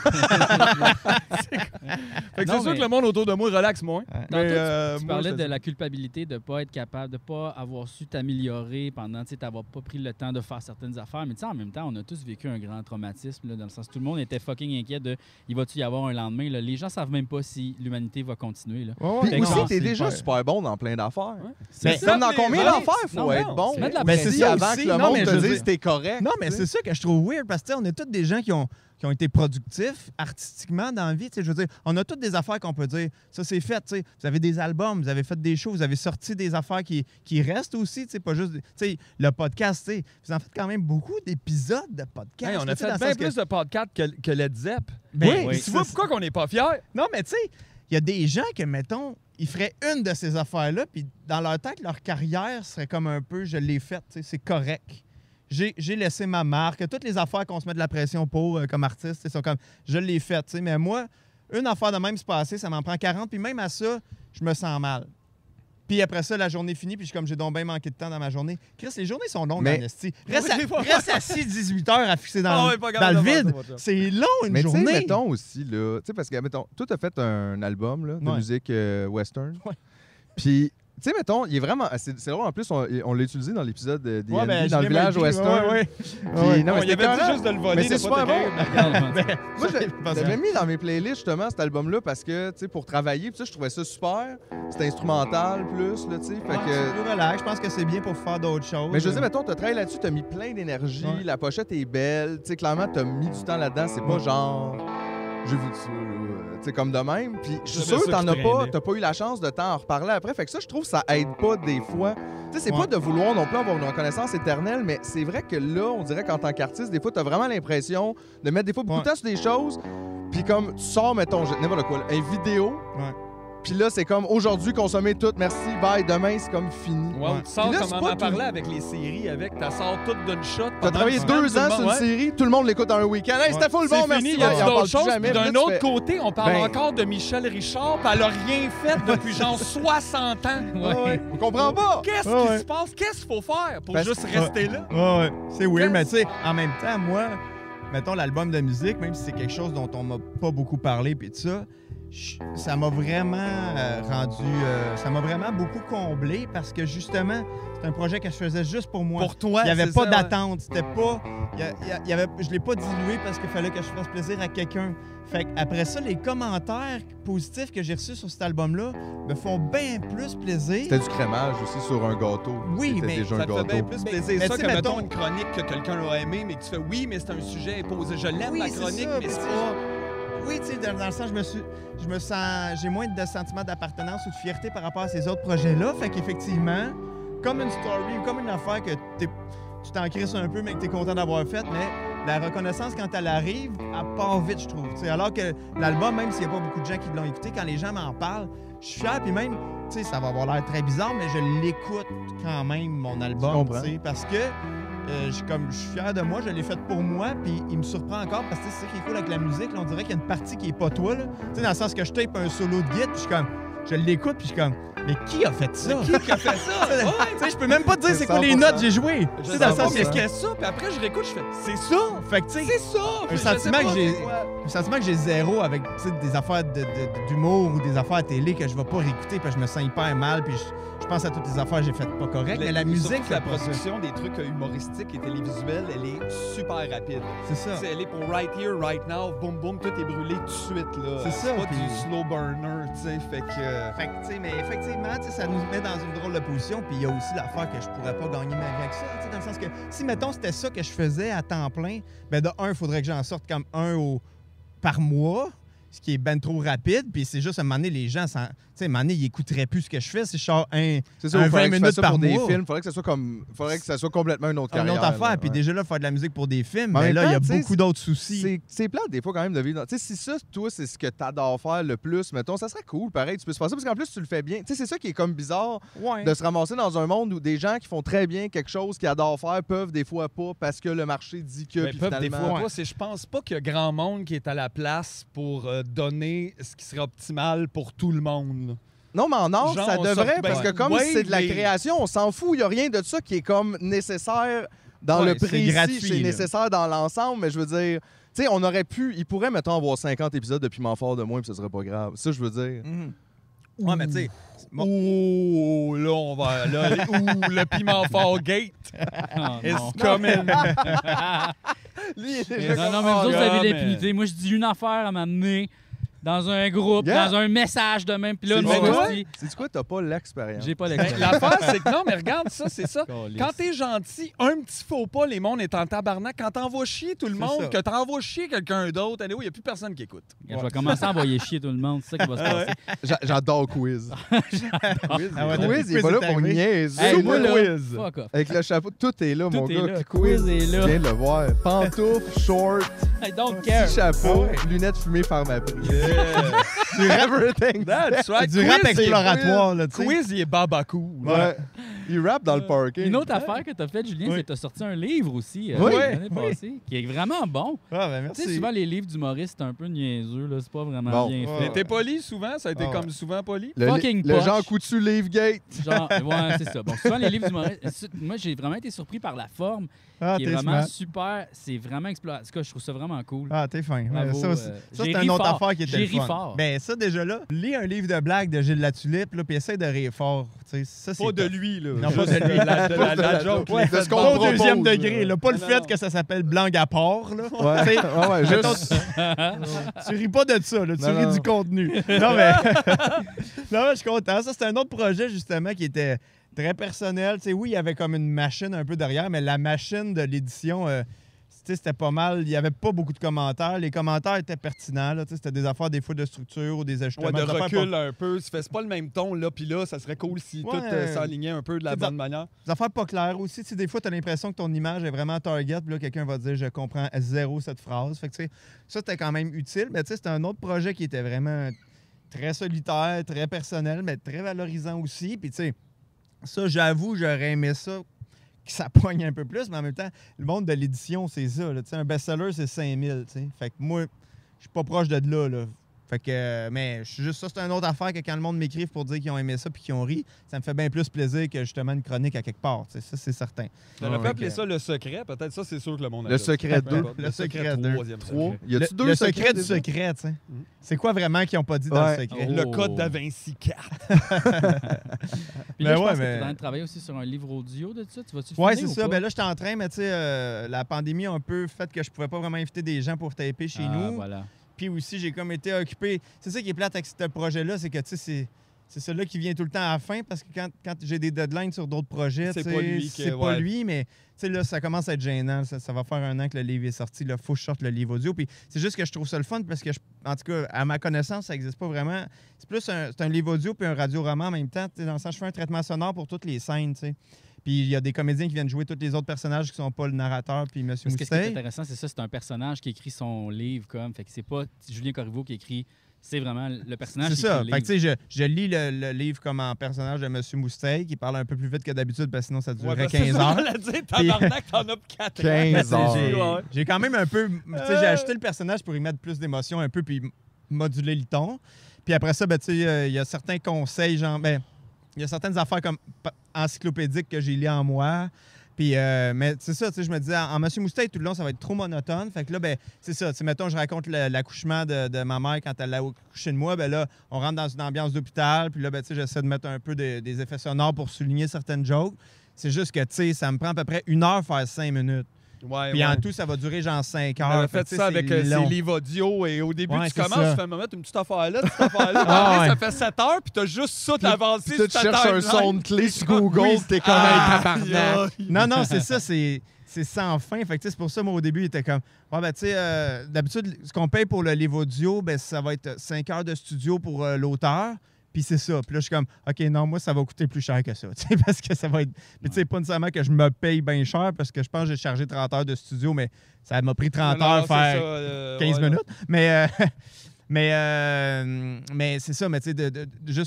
Fait que Non, c'est sûr mais- que le monde autour de moi relaxe moins. Ouais. Mais, Tantôt, tu- euh, tu moi, parlais je de fais la culpabilité de ne pas être capable, de ne pas avoir su t'améliorer pendant, tu sais, d'avoir pas pris le temps de faire certaines affaires. Mais tu sais, en même temps, on a tous vécu un grand traumatisme, là, dans le sens que tout le monde était fucking inquiet de il va-tu y avoir un lendemain. Là. Les gens savent même pas si l'humanité va continuer. Là. Ouais, ouais, Puis Fait que aussi, non, t'es c'est déjà pas- super bon dans plein d'affaires. C'est Mais- ça. Comme dans mais- combien ouais, d'affaires, non, faut non, être bon. c'est mettre de la Ben, pression. c'est ça avant aussi. que le Non, monde mais te je veux dise dire- t'es correct. Non, mais c'est ça que je trouve weird parce que tu sais, on est tous des gens qui ont, qui ont été productifs artistiquement dans la vie. Tu sais, je veux dire, on a toutes des affaires qu'on peut dire. Ça, c'est fait. Tu sais. Vous avez des albums, vous avez fait des shows, vous avez sorti des affaires qui, qui restent aussi. Tu sais, pas juste. Tu sais, le podcast, tu sais, vous en faites quand même beaucoup d'épisodes de podcast. Hey, on là, a tu sais, fait dans le bien sens que- plus de podcasts que, que Led Zepp. Ben, Oui, Tu vois c'est- pourquoi qu'on n'est pas fiers? Non, mais tu sais, il y a des gens que, mettons, ils feraient une de ces affaires-là, puis dans leur tête, leur carrière serait comme un peu, je l'ai faite, tu sais, c'est correct. J'ai j'ai laissé ma marque. Toutes les affaires qu'on se met de la pression pour euh, comme artiste, c'est sont comme, je l'ai faite, tu sais. Mais moi, une affaire de même se passer, ça m'en prend quarante, puis même à ça, je me sens mal. Puis après ça, la journée finie, puis je suis comme j'ai donc bien manqué de temps dans ma journée. Chris, les journées sont longues, Mais- dans esti. Reste, à- Oui, pas- reste assis dix-huit heures à fixer dans, Ah le- ouais, pas dans capable le de faire vide. ça, mon chum. C'est long, une Mais tu sais, journée. mettons aussi, là, tu sais, parce que, mettons, toi, t'as fait un album là, de Ouais. musique euh, western. Ouais. Puis, tu sais, mettons, il est vraiment. C'est c'est drôle, en plus, on, on l'a utilisé dans l'épisode de D and D, Ouais, ben, dans je le l'ai village mal dit, western. ouais, ouais. Puis, Ouais. non, On mais y c'était avait dit écœurant. juste de le voler. Mais de c'est pas super t'écrire. bon. Ben, Moi, je pas l'avais ça. mis dans mes playlists, justement, cet album-là, parce que, tu sais, pour travailler, puis ça, je trouvais ça super. C'était instrumental, plus, là, tu sais. Fait Ouais, que. c'est plus relax. Je pense que c'est bien pour faire d'autres choses. Mais je veux dire, mettons, t'as travaillé là-dessus, t'as mis plein d'énergie, Ouais. la pochette est belle, tu sais, clairement, t'as mis du temps là-dedans, c'est pas Ouais. genre, j'ai vu ça, là, euh, tu sais, comme de même. Puis je suis J'aimais sûr que ça t'en qui as pas, traînait. t'as pas eu la chance de t'en reparler après. Fait que ça, je trouve, ça aide pas des fois. Tu sais, c'est Ouais. pas de vouloir non plus avoir une reconnaissance éternelle, mais c'est vrai que là, on dirait qu'en tant qu'artiste, des fois, t'as vraiment l'impression de mettre des fois beaucoup Ouais. de temps sur des choses, puis comme tu sors, mettons, je- n'importe quoi, là, une vidéo. Ouais. Puis là, c'est comme aujourd'hui, consommer tout, merci, bye, demain, c'est comme fini. Ouais, Ouais. tu sors Puis là, comme c'est on pas en tout- parlait avec les séries, avec ta sort toute d'une shot. T'as pendant travaillé une deux semaine, ans tout sur le une monde- ouais. série, tout le monde l'écoute dans un week-end. Hey, c'était full bon, C'est merci. fini, il y bye, a on d'autres parle plus choses. jamais. Puis Puis d'un là, tu autre fais- côté, on parle Ben- encore de Michel Richard, puis elle a rien fait depuis genre soixante ans. Ouais. On comprend pas. Qu'est-ce Ouais, qui ouais. se passe? Qu'est-ce qu'il faut faire pour Parce- juste rester là? Ouais, ouais. C'est weird, mais tu sais, en même temps, moi, mettons l'album de musique, même si c'est quelque chose dont on m'a pas beaucoup parlé, puis tout ça, je- ça m'a vraiment euh, rendu. euh, ça m'a vraiment beaucoup comblé parce que justement, c'est un projet que je faisais juste pour moi. Pour toi, Il n'y avait c'est pas ça, d'attente. C'était pas. il y a- il y a- il y avait, je l'ai pas dilué parce qu'il fallait que je fasse plaisir à quelqu'un. Fait après ça, les commentaires positifs que j'ai reçus sur cet album-là me font bien plus plaisir. C'était du crémage aussi sur un gâteau. Oui, C'était mais déjà un Ça te fait bien gâteau. plus Mais- plaisir mais ça tu que, sais, mettons, mettons- une chronique que quelqu'un a aimé, mais que tu fais « Oui, mais c'est un sujet imposé. Je l'aime, Oui, ma c'est chronique, ça, mais puis c'est tu sais, pas... Oui, tu sais, dans, dans le sens, je me suis, je me sens, j'ai moins de sentiment d'appartenance ou de fierté par rapport à ces autres projets-là. Fait qu'effectivement, comme une story ou comme une affaire que t'es- tu t'en crisses un peu, mais que tu es content d'avoir faite, mais la reconnaissance, quand elle arrive, elle part vite, je trouve. Tu sais, alors que l'album, même s'il n'y a pas beaucoup de gens qui l'ont écouté, quand les gens m'en parlent, je suis fier, puis même, tu sais, ça va avoir l'air très bizarre, mais je l'écoute quand même, mon album, comprends. tu sais, parce que euh, je, comme, je suis fier de moi, je l'ai fait pour moi, puis il me surprend encore parce que tu sais, c'est ça qui est cool avec la musique. Là, on dirait qu'il y a une partie qui est pas toi. Là. Tu sais, dans le sens que je tape un solo de guitare, puis je suis comme, je l'écoute, puis je suis comme, mais qui a fait ça? Qui qui a fait ça? Ouais, Tu sais, je peux même pas te dire C'est c'est quoi les cent pour cent. notes que j'ai jouées. Tu je sais, dans le sais pas sens qu'est-ce que qu'il y a ça, puis après, je réécoute, je fais « C'est ça! Fait que, tu sais, C'est ça! » un Puis je sais sentiment pas que j'ai- c'est quoi. le sentiment que j'ai zéro avec tu sais, des affaires de- de- d'humour ou des affaires à télé que je vais pas réécouter, parce que je me sens hyper mal, puis je, je pense à toutes les affaires que j'ai faites pas correctes. Mais la musique, surtout, la fait pas ça. production des trucs humoristiques et télévisuels, elle est super rapide. C'est ça. C'est- Elle est pour right here, right now, boum boum, tout est brûlé tout de suite. là. C'est ça, pas puis- du slow burner, tu sais. Fait que. euh, Fait que, tu sais, mais effectivement, tu sais, ça nous met dans une drôle de position. Puis il y a aussi l'affaire que je pourrais pas gagner ma vie avec ça. Tu sais, dans le sens que si, mettons, c'était ça que je faisais à temps plein, ben de un, il faudrait que j'en sorte comme un au... par mois, ce qui est ben trop rapide. Puis c'est juste à un moment donné, les gens, sans... tu sais, à un moment donné, ils écouteraient plus ce que je fais si je sors un, C'est ça, un il faudrait vingt que tu minutes fasses ça par pour des mois. films. Faudrait que ça soit comme, faudrait que ça soit complètement une autre Une carrière. autre affaire. là, Puis ouais. déjà là, faire de la musique pour des films, Mais en mais même là, il y a temps, tu sais, beaucoup d'autres soucis. C'est, c'est plate des fois quand même de vivre dans... Tu sais, si ça, toi, c'est ce que t'adores faire le plus, mettons, ça serait cool, pareil, tu peux se passer, parce qu'en plus, tu le fais bien. Tu sais, c'est ça qui est comme bizarre, Ouais. de se ramasser dans un monde où des gens qui font très bien quelque chose qu'ils adorent faire peuvent des fois pas parce que le marché dit que, ben, puis peuvent des finalement... fois pas. C'est- Je pense pas qu'il y a grand monde qui est à la place pour euh, donner ce qui serait optimal pour tout le monde. là. Non, mais en art, Genre, ça on devrait, sort- parce ben, que comme ouais, c'est de la mais- création, on s'en fout, il n'y a rien de ça qui est comme nécessaire dans Ouais, le c'est précis, gratuit, c'est là. nécessaire dans l'ensemble, mais je veux dire, tu sais, on aurait pu, il pourrait, mettons, avoir cinquante épisodes de Piment Fort de moins, puis ce serait pas grave. Ça, je veux dire. Mhm. Ouais, mais tu sais, bon. Ouh, là, on va. Là, ouh, le piment fort gate Oh, is non. coming. Lui, il est déjà non, comme, non, mais vous Oh, autres, vous avez gars, mais- l'impunité. Moi, je dis une affaire à m'amener dans un groupe, Yeah. dans un message de même. Puis là, C'est le bon, monde ouais. dit, C'est quoi, t'as pas l'expérience. j'ai pas Ben, l'expérience. L'affaire, c'est que non, mais regarde ça, c'est ça. Calisse. Quand t'es gentil, un petit faux pas, les mondes est en tabarnak. Quand t'envoies chier tout le C'est monde, ça. que t'envoies chier quelqu'un d'autre, il n'y a plus personne qui écoute. Je vais commencer à envoyer chier tout le monde. C'est ça qui va se passer. J'a- J'adore Quiz. Quiz, Ah ouais, Quiz, depuis il est pas Quiz là est pour arrivé. niaiser. Hey, Super moi, là, quiz. fuck off. Avec le chapeau, tout est là, mon Tout est gars. là. Quiz est là. Je viens de le voir. Pantoufles, short, I don't care. petit chapeau, Ah ouais. lunettes fumées Pharmaprix. Du rap, Everything. That's c'est right. du rap Quiz, il est- exploratoire, là, tu sais. Quiz, il est babacou. Ouais. Il rappe dans le parking. Une autre affaire que tu as faite, Julien, Oui. c'est que tu as sorti un livre aussi euh, Oui. l'année Oui. passée, qui est vraiment bon. Ah, ben Tu sais, merci. souvent, les livres d'humoristes, c'est un peu niaiseux. Là. C'est pas vraiment Bon. bien Ouais. fait. Mais t'es poli souvent? Ça a été Ah ouais. comme souvent poli? Le, Fucking le poche. Jean Coutu Livegate. Genre, ouais, c'est ça. Bon, souvent, les livres d'humoristes, moi, j'ai vraiment été surpris par la forme, Ah, qui est t'es vraiment smart. super. C'est vraiment exploratif. En tout cas, je trouve ça vraiment cool. Ah, t'es fin. Ouais, Bravo, ça, euh, c'est- ça, j'ai c'est ri une autre fort. affaire qui était J'ai le ri fun. fort. Ben, ça, déjà là, lis un livre de blagues de Gilles Latulippe, là, puis essaie de rire fort. Tu sais, ça, c'est Pas de top. lui, là. Non, pas Juste de lui. La, de la- la joke. Ouais, les de ce fait qu'on pas bon. au propose, deuxième là. degré, là, pas le Non, fait non. que ça s'appelle blanc à part, là. Ouais, Tu sais, ouais, ouais, mettons, juste. tu ris pas de ça, là, tu Non, ris non. du contenu. Non, mais. non, mais je suis content. Ça, c'était un autre projet, justement, qui était très personnel. Tu sais, oui, il y avait comme une machine un peu derrière, mais la machine de l'édition, euh, tu sais, c'était pas mal. Il y avait pas beaucoup de commentaires. Les commentaires étaient pertinents. Là, tu sais, c'était des affaires, des fois, de structure ou des ajustements. Ouais, de des affaires recul pas- un peu. Ça fait pas le même ton, là, puis là, ça serait cool si Ouais. tout euh, s'alignait un peu de la C'est ça. bonne manière. Des affaires pas claires aussi. Tu sais, des fois, tu as l'impression que ton image est vraiment target, puis là, quelqu'un va dire je comprends zéro cette phrase. Fait que, tu sais, ça, c'était quand même utile. Mais tu sais, c'était un autre projet qui était vraiment très solitaire, très personnel, mais très valorisant aussi. Puis, tu sais, ça, j'avoue, j'aurais aimé ça, que ça poigne un peu plus, mais en même temps, le monde de l'édition, c'est ça. Là. Tu sais, un best-seller, c'est cinq mille. Tu sais. Fait que moi, je suis pas proche de là. là. Fait que, euh, mais je suis juste ça, c'est une autre affaire que quand le monde m'écrive pour dire qu'ils ont aimé ça puis qu'ils ont ri, ça me fait bien plus plaisir que justement une chronique à quelque part. Tu sais, ça, c'est certain. On aurait Ouais, pu ok. appeler ça le secret. Peut-être ça, c'est sûr que le monde a Le secret deux. Le secret deux. troisième Trois. secret. Y a-tu le deux le secrets secret du déjà? secret, tu sais. Mhm. C'est quoi vraiment qu'ils n'ont pas dit dans Ouais. le secret? Oh. Le code Da Vinci quatre. Puis Ben là, je ouais, pense que tu mais- es en train de travailler aussi sur un livre audio de ça. Tu vas-tu le Oui, finir c'est ou ça. pas? Ben là, j'étais en train, mais tu sais, euh, la pandémie a un peu fait que je pouvais pas vraiment inviter des gens pour taper chez Ah, nous. Voilà. Puis aussi, j'ai comme été occupé. C'est ça qui est plate avec ce projet-là, c'est que, tu sais, c'est. C'est celui-là qui vient tout le temps à la fin parce que quand, quand j'ai des deadlines sur d'autres projets, C'est tu sais, pas lui qui- c'est pas ouais. lui, mais tu sais, là, ça commence à être gênant. Ça, ça va faire un an que le livre est sorti. Il faut que je sorte le livre audio. Puis c'est juste que je trouve ça le fun parce que, je- en tout cas, à ma connaissance, ça n'existe pas vraiment. C'est plus un, c'est un livre audio puis un radio-roman en même temps. Tu sais, dans le sens, je fais un traitement sonore pour toutes les scènes, tu sais. Puis il y a des comédiens qui viennent jouer tous les autres personnages qui sont pas le narrateur puis Monsieur Parce que ce qui est Moustet. intéressant, c'est ça, c'est un personnage qui écrit son livre comme. Fait que c'est pas Julien Corriveau qui écrit, c'est vraiment le personnage C'est qui ça. écrit le Fait que, livre. tu sais, je, je lis le, le livre comme en personnage de Monsieur Moustet, qui parle un peu plus vite que d'habitude, parce que sinon ça durerait Ouais, parce que quinze ça, heures. on l'a dit, tabarnak, t'en as quatre. quinze Ben, heures. J'ai Ouais. j'ai quand même un peu. Tu sais, j'ai ajouté le personnage pour y mettre plus d'émotion un peu, puis m- moduler le ton. Puis après ça, ben, tu sais, euh, il y a certains conseils, genre, ben, il y a certaines affaires comme pa- encyclopédiques que j'ai lues en moi. Puis, euh, mais c'est ça, tu sais, je me disais, en, en Monsieur Moustet, tout le long, ça va être trop monotone. Fait que là, ben, c'est ça, tu sais, mettons, je raconte le- l'accouchement de, de ma mère quand elle a accouché de moi. Ben là, on rentre dans une ambiance d'hôpital. Puis là, ben, tu sais, j'essaie de mettre un peu de- des effets sonores pour souligner certaines jokes. C'est juste que, tu sais, ça me prend à peu près une heure faire cinq minutes. Ouais, Puis ouais. en tout, ça va durer genre cinq On heures. avait Fait fait que, tu sais, ça avec c'est euh, ses long. livres audio et au début, Ouais, tu c'est commences, ça. tu fais me mettre une petite affaire là, une petite affaire là. Ah, Après, ouais. ça fait sept heures, puis t'as juste ça, t'as avancé Puis sur tu ta cherches un timeline. son de clé sur Google, Oui. t'es comme Ah, un tabarnak. Non, non, c'est ça, c'est c'est sans fin. Fait que, tu sais, c'est pour ça, moi, au début, il était comme, ouais, ben, tu sais, euh, d'habitude, ce qu'on paye pour le livre audio, ben, ça va être cinq heures de studio pour euh, l'auteur. Puis c'est ça. Puis là, je suis comme, OK, non, moi, ça va coûter plus cher que ça. Tu sais, parce que ça va être. Puis, tu sais, pas nécessairement que je me paye bien cher, parce que je pense que j'ai chargé trente heures de studio, mais ça m'a pris trente Non, heures non, faire c'est ça, euh, quinze ouais, minutes. Mais, euh, mais, euh, mais c'est ça, mais tu sais, de, de- de juste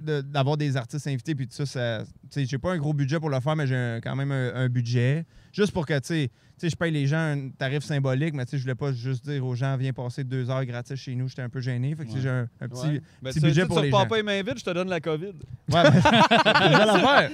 de- d'avoir des artistes invités, puis tout ça, ça tu sais, j'ai pas un gros budget pour le faire, mais j'ai un- quand même un, un budget. Juste pour que, tu sais, tu sais, je paye les gens un tarif symbolique, mais tu sais, je voulais pas juste dire aux gens, viens passer deux heures gratis chez nous. J'étais un peu gêné. Fait que tu sais, j'ai un, un petit, Ouais. Ben, petit tu- budget tu- pour tu les repars gens. pas les mains vides, je te donne la COVID. Ouais, ben, c'est déjà l'affaire.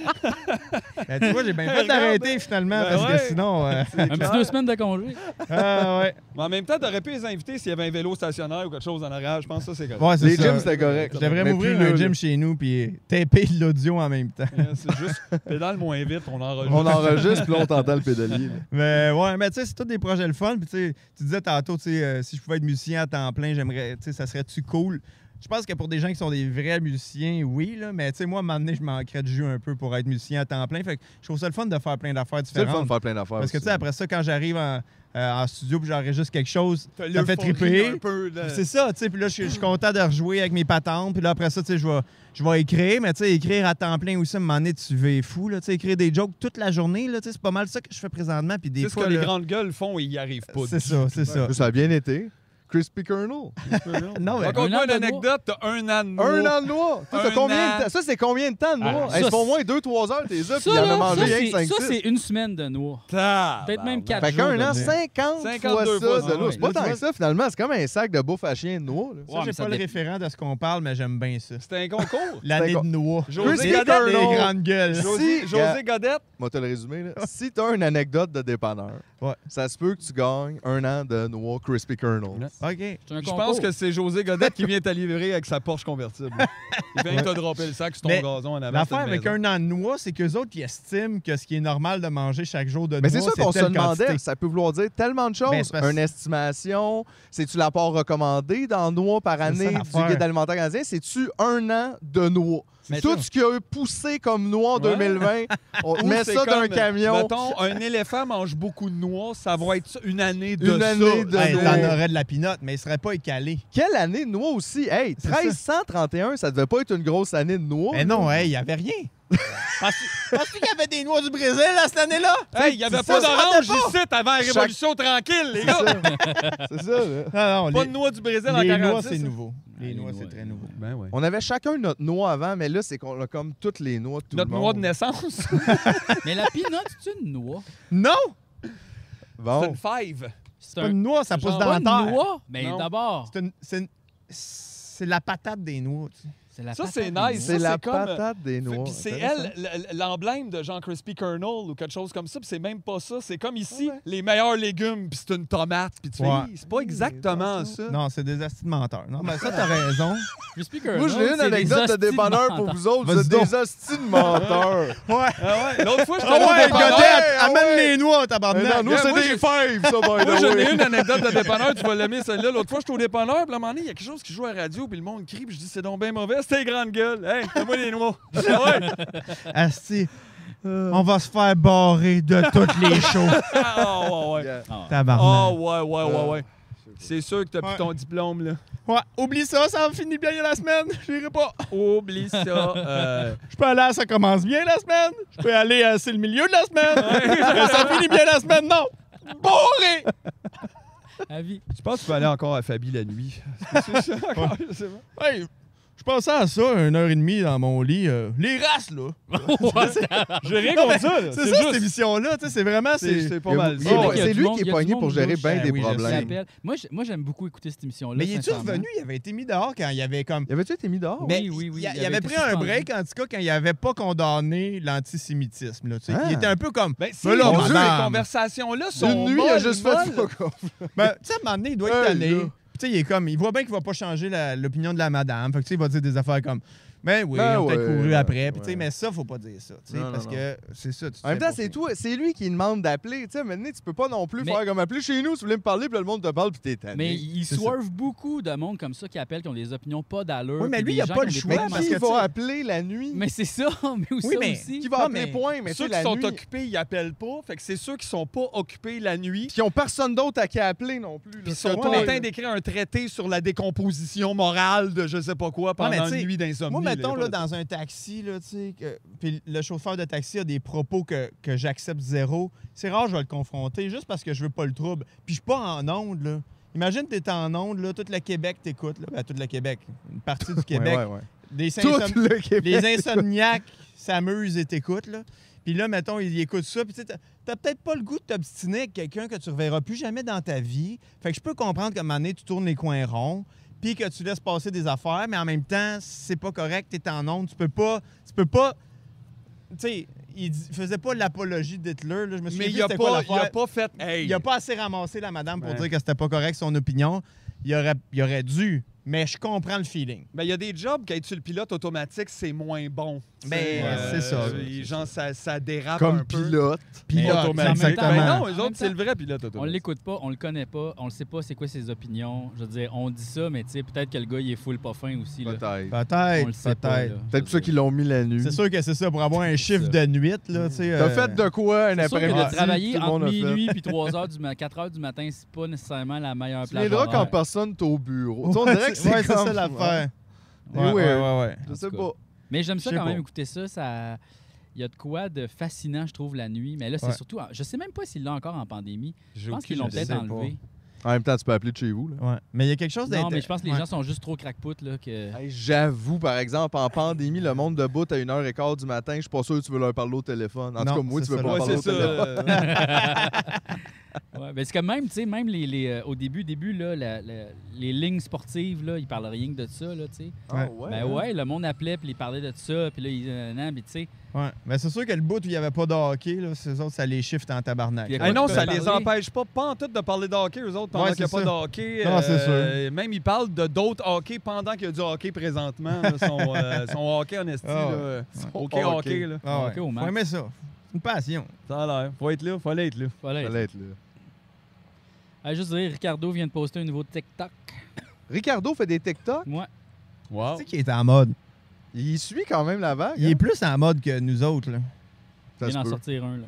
Ben, tu vois, j'ai bien fait Regarde. d'arrêter finalement, Ben parce ouais. que sinon. euh, Un petit deux semaines de congé. ah, ouais. Mais en même temps, t'aurais pu les inviter s'il y avait un vélo stationnaire ou quelque chose en arrière. Je pense que ça, c'est correct. Ouais, c'est Les ça. gyms, c'était correct. Je devrais Mais m'ouvrir plus un là, gym là. chez nous puis taper de l'audio en même temps. Ouais, C'est juste pédale moins vite, on enregistre. On enregistre, puis là, on t'entend le pédalier. là. Mais ouais, mais tu sais, c'est tous des projets le fun. Puis tu sais, tu disais tantôt, tu sais, euh, si je pouvais être musicien à temps plein, j'aimerais, tu sais, ça serait-tu cool? Je pense que pour des gens qui sont des vrais musiciens, oui, là, mais tu sais, moi, à un moment donné, je manquerais de jus un peu pour être musicien à temps plein. Fait que je trouve ça le fun de faire plein d'affaires C'est le fun différentes. de faire plein d'affaires. Parce que tu sais, aussi. après ça, quand j'arrive en, euh, en studio puis j'enregistre quelque chose, T'as ça me fait l'euphorie triper. un peu, là. C'est ça, tu sais. Puis là, je suis- je suis content de rejouer avec mes patentes. Puis là, après ça, tu sais, je vais, je vais écrire. Mais tu sais, écrire à temps plein aussi, à un moment donné, tu vas fou, là. Tu sais, écrire des jokes toute la journée, là. Tu sais, c'est pas mal ça que je fais présentement. Puis des C'est ce fois, que les là, grandes gueules font et ils n'y arrivent pas. c'est ça, c'est ça. Ça a bien été. Crispy Kernel. Non, mais- Raconte-moi Un an une de anecdote, t'as un an de noix. Un an de noix. Toi, t'as Un combien an. de temps? Ça, c'est combien de temps de noix? Ah, Hey, ça, c'est au c'est- moins deux trois heures, t'es là, puis Ça, il en a là, mangé ça, rien c'est- que cinq ça, six. c'est une semaine de noix. Tabarnak. Peut-être même quatre Fait jours. qu'un an, de noix. cinquante fois cinquante-deux ça fois, de ah noix. ouais. C'est pas Là, tant tu que ça, finalement. C'est comme un sac de bouffe à chien de noix. là. Ça, Ouais, j'ai mais ça pas le dé- référent de ce qu'on parle, mais j'aime bien ça. C'était un concours. L'année con- de noix. José Crispy Godette. Kernel. Les grandes gueules. José, Si, José gars. Godette. Moi, te le résumé. Là. Si t'as une anecdote de dépanneur, Ouais. ça se peut que tu gagnes un an de noix Crispy Kernel. OK. C'est un Je concours. pense que c'est José Godette qui vient te livrer avec sa Porsche convertible. Il vient te dropper le sac sur ton Mais gazon en avant. L'affaire de avec maison. un an de noix, c'est qu'eux autres, ils estiment que ce qui est normal de manger chaque jour de Mais noix, c'est ça qu'on se telle demandait. quantité. Ça peut vouloir dire tellement de choses. Ben, c'est parce- Une estimation, c'est-tu l'apport recommandé dans noix par C'est année ça, du l'affaire. guide alimentaire canadien? C'est-tu un an de noix? Mais Tout ça- ce qui a eu poussé comme noix en Ouais. deux mille vingt, on Ou met c'est ça dans un comme, camion. Mettons, un éléphant mange beaucoup de noix, ça va être ça, une année de Une ça. année de Hey, noix. t'en aurais de la pinotte, mais il serait pas écalé. Quelle année de noix aussi? Hey, C'est treize cent trente et un, ça devait pas être une grosse année de noix. Mais non, hey, il y avait rien. Penses-tu qu'il y avait des noix du Brésil à cette année-là? Hey, il n'y avait c'est pas ça, d'orange ça ici avant la Chaque- Révolution tranquille, les C'est gars. ça. C'est ça, là. Non, non, Pas les, de noix du Brésil en les quarante-six. noix, c'est nouveau. Les Ah, les noix, noix, c'est très les nouveau. Ben ouais. On avait chacun notre noix avant, mais là, c'est qu'on a comme toutes les noix de tout Notre le noix de monde. naissance, Mais la peanut, c'est une noix. Non! c'est Bon. une five. C'est C'est pas une noix, ça c'est pousse genre dans pas la une terre. noix. Mais Non. d'abord, C'est une- c'est une- c'est la patate des noix. tu sais. c'est la Ça, patate c'est des nice. noix. C'est ça, la c'est comme- patate des noix. Puis c'est Intéressant. elle, l- l'emblème de Jean Crispy Kernel ou quelque chose comme ça, puis c'est même pas ça. C'est comme ici, Ah ouais. les meilleurs légumes, puis c'est une tomate, puis tu fais, Ouais. Hi, c'est pas exactement ça. Non, c'est des astis de menteurs. Non, mais ça, t'as raison. Crispy Moi, Kernel, j'ai une c'est des anecdote de hosties dépanneur pour menteurs. vous autres. Vous Vas-y êtes donc. des hosties de menteurs. Ouais. Ah ouais, l'autre fois, je Ah allé au ouais, dépanneur. Godette, ah amène ouais. les noix, Mais tabarnak. non, nous, Regarde, c'est moi, des j'ai- fives, ça, by Moi, the j'en way. ai une anecdote de dépanneur, tu vas l'aimer celle-là. L'autre fois, j'étais au dépanneur, puis à un moment donné, il y a quelque chose qui joue à la radio, puis le monde crie, puis je dis, c'est donc bien mauvais, c'était grande gueule. Hey, fais-moi des noix. Ah ouais. Asti, on va se faire barrer de toutes les shows. Ah ouais, ouais. Yeah. Ah. Tabarnak. Ah ouais, ouais, ouais, ouais. C'est sûr que t'as plus Ouais. ton diplôme, là. Ouais, oublie ça, ça va finir bien la semaine. J'irai pas. Oublie ça. Euh... Je peux aller à ça commence bien la semaine. Je peux aller à c'est le milieu de la semaine. Mais ça finit bien la semaine, non. Bourré! Avis. Je pense que tu peux aller encore à Fabi la nuit. C'est ça encore, je sais pas. Hey, je pensais à ça, une heure et demie dans mon lit. euh, les races, là. J'ai rien Non, mais contre ça. là. C'est C'est ça, cette juste. émission-là. Tu sais, c'est vraiment... C'est C'est... c'est pas Il y a- mal il y ça. a- Oh, ouais. il y a C'est du lui monde- qui est il y a pogné du pour monde gérer louche. bien Ben des oui, je Qui problèmes. appelle. Moi, j'- moi, j'aime beaucoup écouter cette émission-là. Mais il est-tu sincèrement. revenu? Il avait été mis dehors quand il avait comme... Y avait-tu été mis dehors? Mais Oui, oui, oui, Il, il il avait avait été pris un suspendu. break, en tout cas, quand il n'avait pas condamné l'antisémitisme. Là, tu sais. Ah. Il était un peu comme... Ben, si Mais là, mon madame. Dieu, les conversations-là sont Une nuit, il a molles, juste molles. fait fuck off. Ben, tu sais, à un moment donné, il doit être Hey, tanné. là. Puis, tu sais, il est comme... Il voit bien qu'il va pas changer la- l'opinion de la madame. Fait que, tu sais, il va dire des affaires comme... Ben oui, Ben on t'a ouais, couru ouais, après. Puis, tu sais, ouais. mais ça, faut pas dire ça. tu sais, Non, non, parce non. que c'est ça. tu En même sais temps, pas c'est faut- tout. C'est lui qui demande d'appeler. Tu sais, maintenant, tu peux pas non plus Mais- faire comme appeler chez nous si vous voulez me parler, puis là, le monde te parle, puis t'es tanné. Mais il C'est ça. swerve beaucoup de monde comme ça qui appellent, qui ont des opinions pas d'allure. Oui, mais puis lui, des il a gens pas qui le ont des choix, Mais problèmes parce qui que, en- tu sais- va appeler la nuit? Mais c'est ça, mais aussi Oui, mais aussi. Qui va Non, appeler mais point? Mais tu Ceux sais, qui la sont nuit... occupés, ils appellent pas. Fait que c'est ceux qui sont pas occupés la nuit. Qui ont personne d'autre à qui appeler non plus. là. Puis ils sont C'est en toi, train là. d'écrire un traité sur la décomposition morale de je sais pas quoi pendant mais tu sais, une nuit d'insomnie. Moi, là, mettons, y a là, pas de- dans un taxi, là, tu sais, que- puis le chauffeur de taxi a des propos que, que j'accepte zéro. C'est rare, je vais le confronter, juste parce que je veux pas le trouble. Puis je suis pas en onde, là. Imagine, t'es en onde, là, tout le Québec t'écoute, là. Ben, tout le Québec, une partie du Québec. Ouais, ouais, ouais. des, Tout insom- le Québec. les insomniaques s'amusent et t'écoutent, là. Puis là, mettons, ils écoutent ça. Puis tu sais, t'as, t'as peut-être pas le goût de t'obstiner avec quelqu'un que tu reverras plus jamais dans ta vie. Fait que je peux comprendre qu'à un moment donné, tu tournes les coins ronds, puis que tu laisses passer des affaires, mais en même temps, c'est pas correct, t'es en onde. Tu peux pas... Tu peux pas... Tu sais, il dis- faisait pas l'apologie d'Hitler, là. Je me souviens Mais plus il a, c'était quoi pas, il a l'affaire. pas fait. Hey. Il a pas assez ramassé la madame pour Ouais. dire que c'était pas correct son opinion. Il aurait, il aurait dû, mais je comprends le feeling. Ben, il y a des jobs qui être le pilote automatique, c'est moins bon. Ben, Euh, c'est ça. Les gens, ça, ça dérape Comme un peu. pilote. Pilote, automatique. exactement. Ben non, En eux même autres, c'est temps, le vrai pilote On automatique. l'écoute pas, on le connaît pas, on le sait pas c'est quoi ses opinions. Je veux dire, on dit ça, mais tu sais, peut-être que le gars, il est full pas fin aussi. Là. Peut-être. On Peut-être, le sait pas. peut-être. là. Peut-être pour ça qu'ils l'ont mis la nuit. C'est sûr que c'est ça, pour avoir un chiffre ça. de nuit, là, tu sais. T'as euh, fait de quoi un C'est sûr que après-midi? de travailler tout le monde entre a fait. minuit puis trois heures du ma- quatre heures du matin, c'est pas nécessairement la meilleure Tu plage viendras quand horaire. personne t'es au bureau. Tu sais, on Ouais, dirait que c'est c'est ouais, c'est comme... ça l'affaire. C'est Ouais, ouais, weird. ouais, ouais. Je En sais tout pas. Mais j'aime ça Je sais quand même pas. écouter ça. ça... Il y a de quoi de fascinant, je trouve, la nuit. Mais là, c'est Ouais. surtout... Je sais même pas s'il l'a encore en pandémie. J'ai Je pense aucune qu'ils l'ont idée. peut-être sais pas. enlevé. En même temps, tu peux appeler de chez vous. Là. Ouais. Mais il y a quelque chose Non, d'intéressant. mais je pense que les Ouais. gens sont juste trop crackpouts, là, que... Hey, J'avoue, par exemple, en pandémie, le monde debout à une heure quinze du matin, je suis pas sûr que tu veux leur parler au téléphone. En Non, tout cas, moi, c'est tu veux ça, pas là. Ouais, parler au c'est ça. téléphone. Ouais, ben c'est comme même, tu sais, même les, les, euh, au début, début là, la- la- les lignes sportives, là, ils parlent rien que de ça, là, tu sais. Ah ouais, Ben hein? ouais, le monde appelait, puis ils parlaient de ça, puis là, ils... euh, non, mais tu sais... Ouais. Mais c'est sûr que le bout où il n'y avait pas de hockey, là, ces autres, ça les shift en tabarnak. Puis il y a Hey, quoi non, tu ça peux les parler? empêche pas, pas en tout de parler de hockey, eux autres, pendant Ouais, qu'il n'y a c'est pas de ça. hockey. Non, c'est euh, Même, ils parlent de d'autres hockey pendant qu'il y a du hockey présentement. Là, son, euh, son hockey en esti, Ah ouais. là. Son OK, hockey. hockey, là. Ah ouais. Hockey au max. Faut aimer ça. C'est une passion. Ça a l'air. Faut être là, faut aller être là. Voilà. Fallait être là. Ah, juste dire, Ricardo vient de poster un nouveau TikTok. Ricardo fait des TikTok. Moi, Wow. Tu sais qu'il est en mode. Il suit quand même la vague. Il hein? est plus en mode que nous autres, là. Ça il se vient d'en peut. sortir un, là.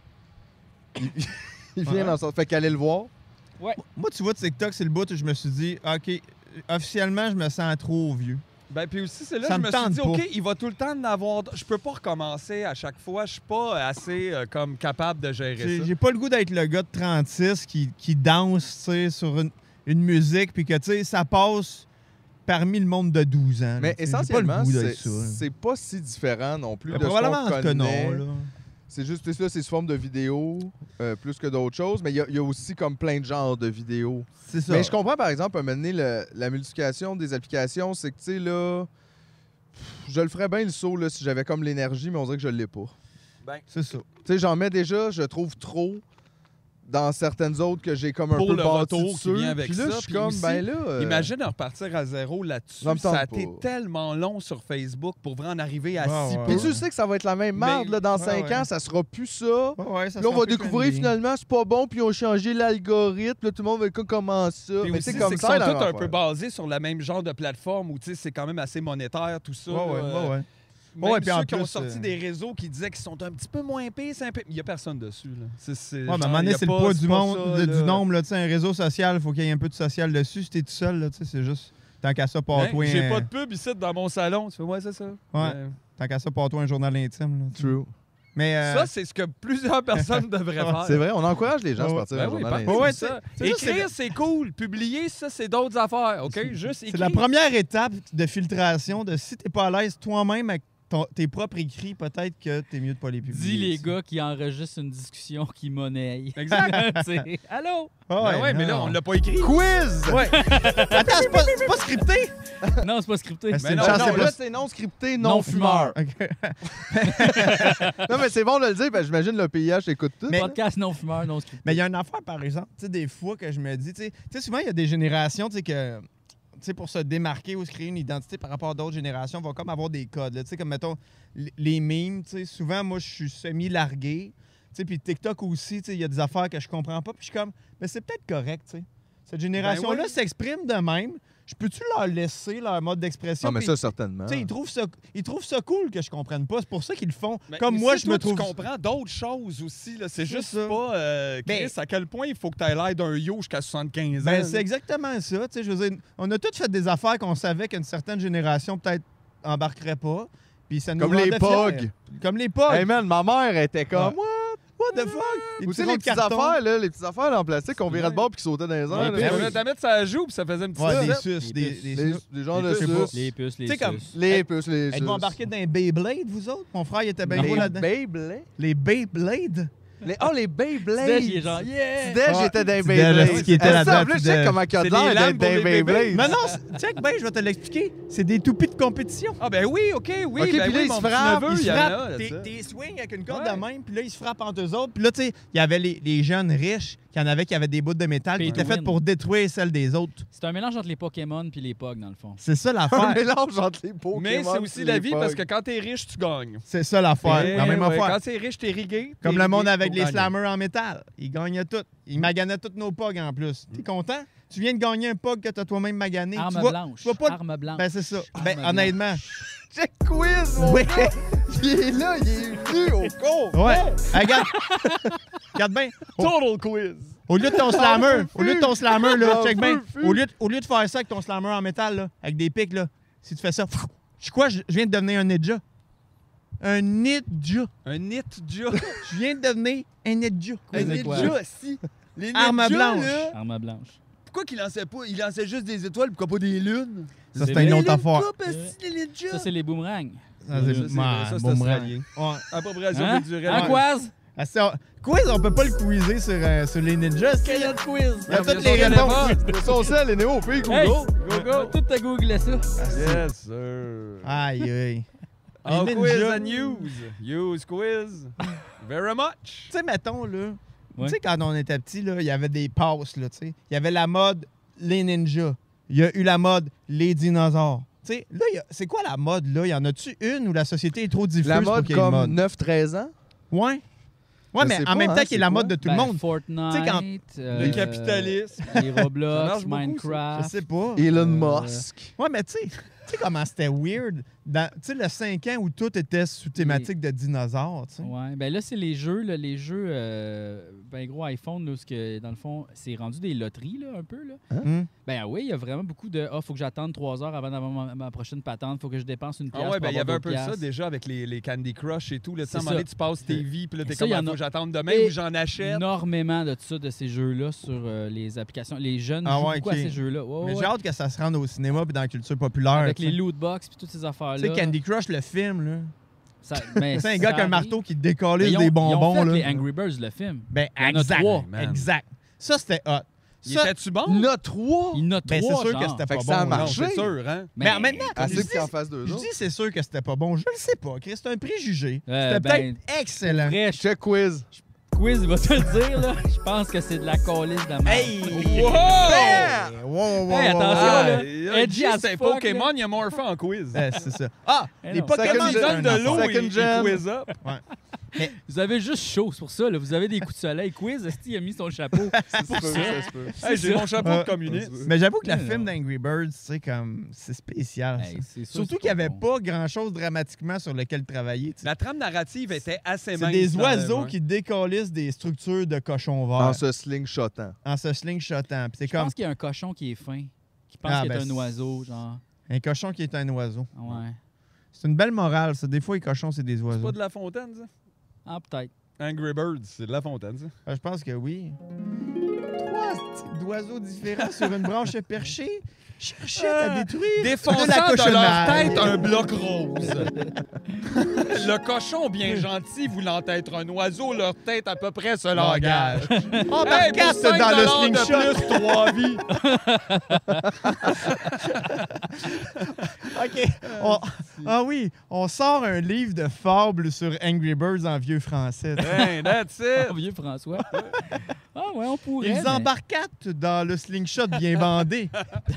Il vient Ouais. d'en sortir. Fait qu'aller le voir. Moi, tu vois, TikTok, c'est le bout où je me suis dit, OK, officiellement, je me sens trop vieux. Ben, puis aussi, c'est là Ça que je me me suis tente dit, pas. OK, il va tout le temps en avoir. d- Je peux pas recommencer à chaque fois. Je suis pas assez euh, comme capable de gérer J'ai ça. j'ai pas le goût d'être le gars de trente-six qui, qui danse, tu sais, sur une, une musique, puis que, tu sais, ça passe parmi le monde de douze ans. là, Mais tu sais. J'ai essentiellement, pas le goût c'est d'être ça, là. c'est pas si différent non plus Mais de ce probablement qu'on que non, connaît. là. C'est juste ça, c'est sous forme de vidéo euh, plus que d'autres choses. Mais il y, a- il y a aussi comme plein de genres de vidéos. C'est ça. Mais je comprends, par exemple, à un moment donné, le- la multiplication des applications, c'est que, tu sais, là, pff, je le ferais bien le saut là, si j'avais comme l'énergie, mais on dirait que je l'ai pas. C'est ça. Tu sais, j'en mets déjà, je trouve trop dans certaines autres que j'ai comme un Pour peu le bâti retour qui dessus. vient avec Puis là, ça, je suis puis comme, aussi, ben là... euh, Imagine de repartir à zéro là-dessus. Ça me tente Ça a été pas. tellement long sur Facebook pour vraiment en arriver à Ouais, si ouais. peu. Puis tu sais que ça va être la même Mais- merde là, dans Ouais, cinq ouais. ans, ça sera plus ça. Ouais, ouais, ça Puis là, on sera va plus découvrir trendy. finalement c'est pas bon, puis ils ont changé l'algorithme. Là, tout le monde va être comme comment ça. Puis Mais aussi, c'est comme c'est ça. qu'ils la sont même tous un affaire. peu basés sur le même genre de plateforme où tu sais, c'est quand même assez monétaire, tout ça. Ouais, ouais, là. ouais, ouais. Même Ouais, puis en ceux qui ont plus, sorti euh, des réseaux qui disaient qu'ils sont un petit peu moins pires, c'est un peu... Il n'y a personne dessus. Là. C'est, c'est, Ouais, mais à un genre, moment donné, il y a c'est le pas- poids c'est du pas monde, ça, de- là. du nombre. Là, tu sais, un réseau social, il faut qu'il y ait un peu de social dessus. Si t'es tout seul, là, tu sais, c'est juste. Tant qu'à ça, Hein? pars-toi J'ai un... pas de pub ici dans mon salon. Tu fais, ouais, c'est ça. Ouais. Tant qu'à ça, pars-toi un journal intime. Là, tu sais. True. Mais. euh, Ça, c'est ce que plusieurs personnes devraient faire. C'est vrai, on encourage les gens à se Ouais, partir Ben un oui, journal par- intime. Ouais, c'est ça. c'est juste, Écrire, c'est cool. Publier, ça, c'est d'autres affaires. OK? Juste c'est écrire. la première étape de filtration de si t'es pas à l'aise toi-même avec ton- tes propres écrits, peut-être que t'es mieux de pas les publier. dis les tu sais. gars qui enregistrent une discussion qui monnaie. Exact. Tu sais, allô? Ah Ben ouais, mais là, non. on l'a pas écrit. Quiz! Ouais. Attends, c'est pas, c'est pas scripté? Non, c'est pas scripté. Ben, c'est Mais une non, chance, non, c'est Non, pas- là, c'est non scripté, non, Non fumeur. Ok. Non, mais c'est bon de le dire, parce que j'imagine le P I H écoute tout. Mais- Podcast non fumeur, non scripté. Mais il y a une affaire, par exemple, tu sais, des fois que je me dis, tu sais, tu sais, souvent, il y a des générations, tu sais, que, tu sais, pour se démarquer ou se créer une identité par rapport à d'autres générations, vont comme avoir des codes, là. Tu sais, comme, mettons, l- les memes, tu sais, souvent, moi, je suis semi-largué, tu sais, puis TikTok aussi, tu sais, il y a des affaires que je comprends pas, puis je suis comme, mais c'est peut-être correct, tu sais. Cette génération-là Ben oui. s'exprime de même, je peux-tu leur laisser leur mode d'expression? Non, mais Puis, ça, certainement. tu sais, ils trouvent ça, ils trouvent ça cool que je comprenne pas, c'est pour ça qu'ils le font. Mais- comme mais moi, si je me toi, trouve... Tu comprends d'autres choses aussi. Là. C'est C'est juste ça. pas. Euh, Chris, Ben- à quel point il faut que tu aies l'air d'un yo jusqu'à soixante-quinze ans. Ben, là. c'est exactement ça. Tu sais, je veux dire, on a tous fait des affaires qu'on savait qu'une certaine génération peut-être embarquerait pas. Puis ça nous Comme les rendait Pogs. fiers. Comme les Pogs. Hey man, ma mère était comme. Ouais. What? What the fuck? Les Ou tu sais, ronds les de petites carton. affaires, là, les petites affaires là, en plastique qu'on virait de bord puis qui sautaient dans les airs. Ouais, là. puis oui. on la mettre ça joue, puis ça faisait une petite Ouais, des slap. suces, des, des Les, suces. des genres Les de puces. suces. Les puces, les Tu sais, comme- suces. Les puces, les suces. Êtes-vous embarqués dans un Beyblade, vous autres? Mon frère, il était bien Les gros là-dedans. Beyblade? Les Beyblades? Les... Oh, les Beyblades! Tidej, il est genre, yeah! Tidej, Ouais. j'étais dans les Tidej, Beyblades. est-ce qu'il était Eh, là-dedans, ça, en plus, Tidej? check comment il a C'est de l'air des lames d'être pour dans les les bébés. Beyblades. Non, non, c'est- check bien, je vais te l'expliquer. C'est des toupies de compétition. Ah ben oui, OK, oui. OK, ben puis là, oui, il mon se petit frappe, neveu, Ils se il y en a, frappent, là, t'es ça. t'es swing avec une corde Ouais. de même, puis là, ils se frappent entre eux autres. Puis là, tu sais, il y avait les, les jeunes riches qui en avaient qui avaient des bouts de métal qui Pay to étaient faites win. pour détruire celles des autres. C'est un mélange entre les Pokémon puis les Pogs, dans le fond. C'est ça Un l'affaire. mélange entre les Pokémon Mais c'est aussi et la les vie Pogs. parce que quand t'es riche, tu gagnes. C'est ça l'affaire. Eh La même ouais, affaire. Quand t'es riche, t'es rigué. Comme t'es le monde rigué avec pour les gagner. slammers en métal. Ils gagnaient tout. Ils maganaient tous nos pogs en plus. T'es content? Tu viens de gagner un pog que t'as toi-même magané. Arme tu vois, blanche. tu vois pas... Arme blanche. Ben, c'est ça. Arme Ben, blanche. honnêtement. Check quiz, mon Oui. gars! Il est là, il est venu au con! Ouais. Hey, regarde. Regarde bien. Au, Total quiz. au lieu de ton slammer, feu, au lieu de ton slammer, là, en check bien. feu, feu. Au lieu, de, au lieu de faire ça avec ton slammer en métal, là, avec des pics, là, si tu fais ça, je quoi, je je viens de devenir un ninja. Un ninja. Un ninja. Je viens de devenir un ninja. Un Un c'est quoi? ninja, si. Les Arme ninjas, blanche. là, Arme blanche. pourquoi qu'ils lançaient pas? Ils lançaient juste des étoiles, pourquoi pas des lunes? Ça, C'est c'est une vrai. autre affaire. les ninjas. Ça, c'est les boomerangs. Ça, Ça, c'est c'est vrai, man, ça, c'est boomerang. australien. Ouais. Appropriation Hein? culturelle. Hein, Quaz? Ah, c'est- Quiz, on peut pas le quizer sur, euh, sur les ninjas. Quel est le quiz? Il y a Ouais, toutes mais les ça, réponses. on C'est son sel, les néo, puis Google. Hey! Go, On va go. tout te googler ça. Yes, sir. Aïe, aïe. All Les quiz ninjas. and use. Use quiz. Very much. Tu sais, mettons, là, Ouais. tu sais, quand on était petit, là, il y avait des passes, là, tu sais. Il y avait la mode les ninjas. Il y a eu la mode les dinosaures. Tu sais, là, il y a- c'est quoi la mode, là? Y en a-tu une où la société est trop diffuse La pour mode qu'il y ait une comme mode? neuf treize ans? Ouais. Ouais, Je mais sais en pas, même hein, temps qu'il y c'est ait la quoi? mode de tout Ben, le monde. Fortnite. Tu sais, quand- euh, Le capitalisme. Les Ça Roblox, marche beaucoup, ça. Je Minecraft. sais pas. Elon Euh, Musk. Ouais, mais tu sais, tu sais comment c'était weird? Dans- Tu sais, le cinq ans où tout était sous thématique de dinosaures, tu sais. Ouais, ben là, c'est les jeux, là, les jeux, euh, ben gros iPhone, là, où ce que, dans le fond, c'est rendu des loteries, là, un peu, là. Hum. Ben oui, il y a vraiment beaucoup de « Ah, faut que j'attende trois heures avant d'avoir ma, ma prochaine patente, faut que je dépense une pièce Ah ouais, ben pour il y avait avoir un peu deux ça piastres. déjà avec les, les Candy Crush et tout. Là, tu sais, à un C'est moment donné, ça. tu passes tes vies, puis là, t'es Ça, comme, il y ah, en a faut que j'attende demain Et ou j'en achète. énormément de ça, de ces jeux-là sur euh, les applications. Les jeunes Ah jouent ouais, beaucoup ok. à ces jeux-là. Ouais, Mais ouais. j'ai hâte que ça se rende au cinéma puis dans la culture populaire. Avec tu les sais. loot box puis toutes ces affaires-là. Tu sais, Candy Crush, le film, là. Ça- ben, C'est un ça gars qui a un arrive. marteau qui Mais décollise ils ont- des ils ont bonbons, fait là. les Angry Birds, le film. Ben, Il y en a exact. trois, man. Exact. Ça, c'était hot. Il Ça, était-tu bon? Il y en a trois! Il y en a ben, c'est trois, sûr genre. que c'était Fait pas que ça a bon. là. Non, marché. c'est sûr, hein? Mais en même temps, Assez je pour qu'il en dis, fasse deux je autres. dis c'est sûr que c'était pas bon. Je le sais pas, Chris. C'est un préjugé. Euh, C'était ben, peut-être excellent. Vrai, Check quiz. quiz, il va te le dire, là. Je pense que c'est de la calice de merde. Hey! Wow! Bam! Wow, wow, Hey, wow, attention, wow. là. Ah, Edgy Edgy, as c'est un fuck, Pokémon, il y a morphe en quiz. Eh, c'est ça. Ah! Eh les non. Pokémon, Second Ils c'est donnent un de l'eau, affaire. Second ils gen. ils quiz up. Vous avez juste chaud, c'est pour ça. Là. Vous avez des coups de soleil. Quiz, Esti il a mis son chapeau. Ça se peut, ça se peut. Hey, j'ai ça. mon chapeau Ouais. de communiste. Mais j'avoue que le Non, film non. d'Angry Birds, c'est comme... C'est spécial, ça. Hey, c'est sûr, Surtout c'est qu'il n'y avait bon. pas grand-chose dramatiquement sur lequel travailler. tu sais. La trame narrative était assez C'est mince. des dans le- oiseaux ouais. qui décollissent des structures de cochons verts En se slingshotant. en se slingshotant. Puis c'est Je comme pense qu'il y a un cochon qui est fin, qui pense Ah, qu'il est ben, un oiseau, genre. un cochon qui est un oiseau. Ouais. C'est une belle morale, ça. Des fois, les cochons, c'est des C'est oiseaux. pas de la fontaine, ça? Ah, peut-être. Angry Birds, c'est de la fontaine, ça. Ah, je pense que oui. Trois types d'oiseaux différents sur une branche perchée cherchaient à détruire Défonçant de la dans leur cochonnerie. tête un bloc rose. Le cochon bien gentil voulant être un oiseau, leur tête à peu près ce langage. Hey, Embarcasse pour cinq dans le dollars de slingshot. plus, trois vies. OK. On- Ah oui, on sort un livre de fables sur Angry Birds en vieux français. Hey, that's it. Oh, vieux François. Ah, ouais, on pourrait. Ils mais- embarquatent dans le slingshot bien bandé.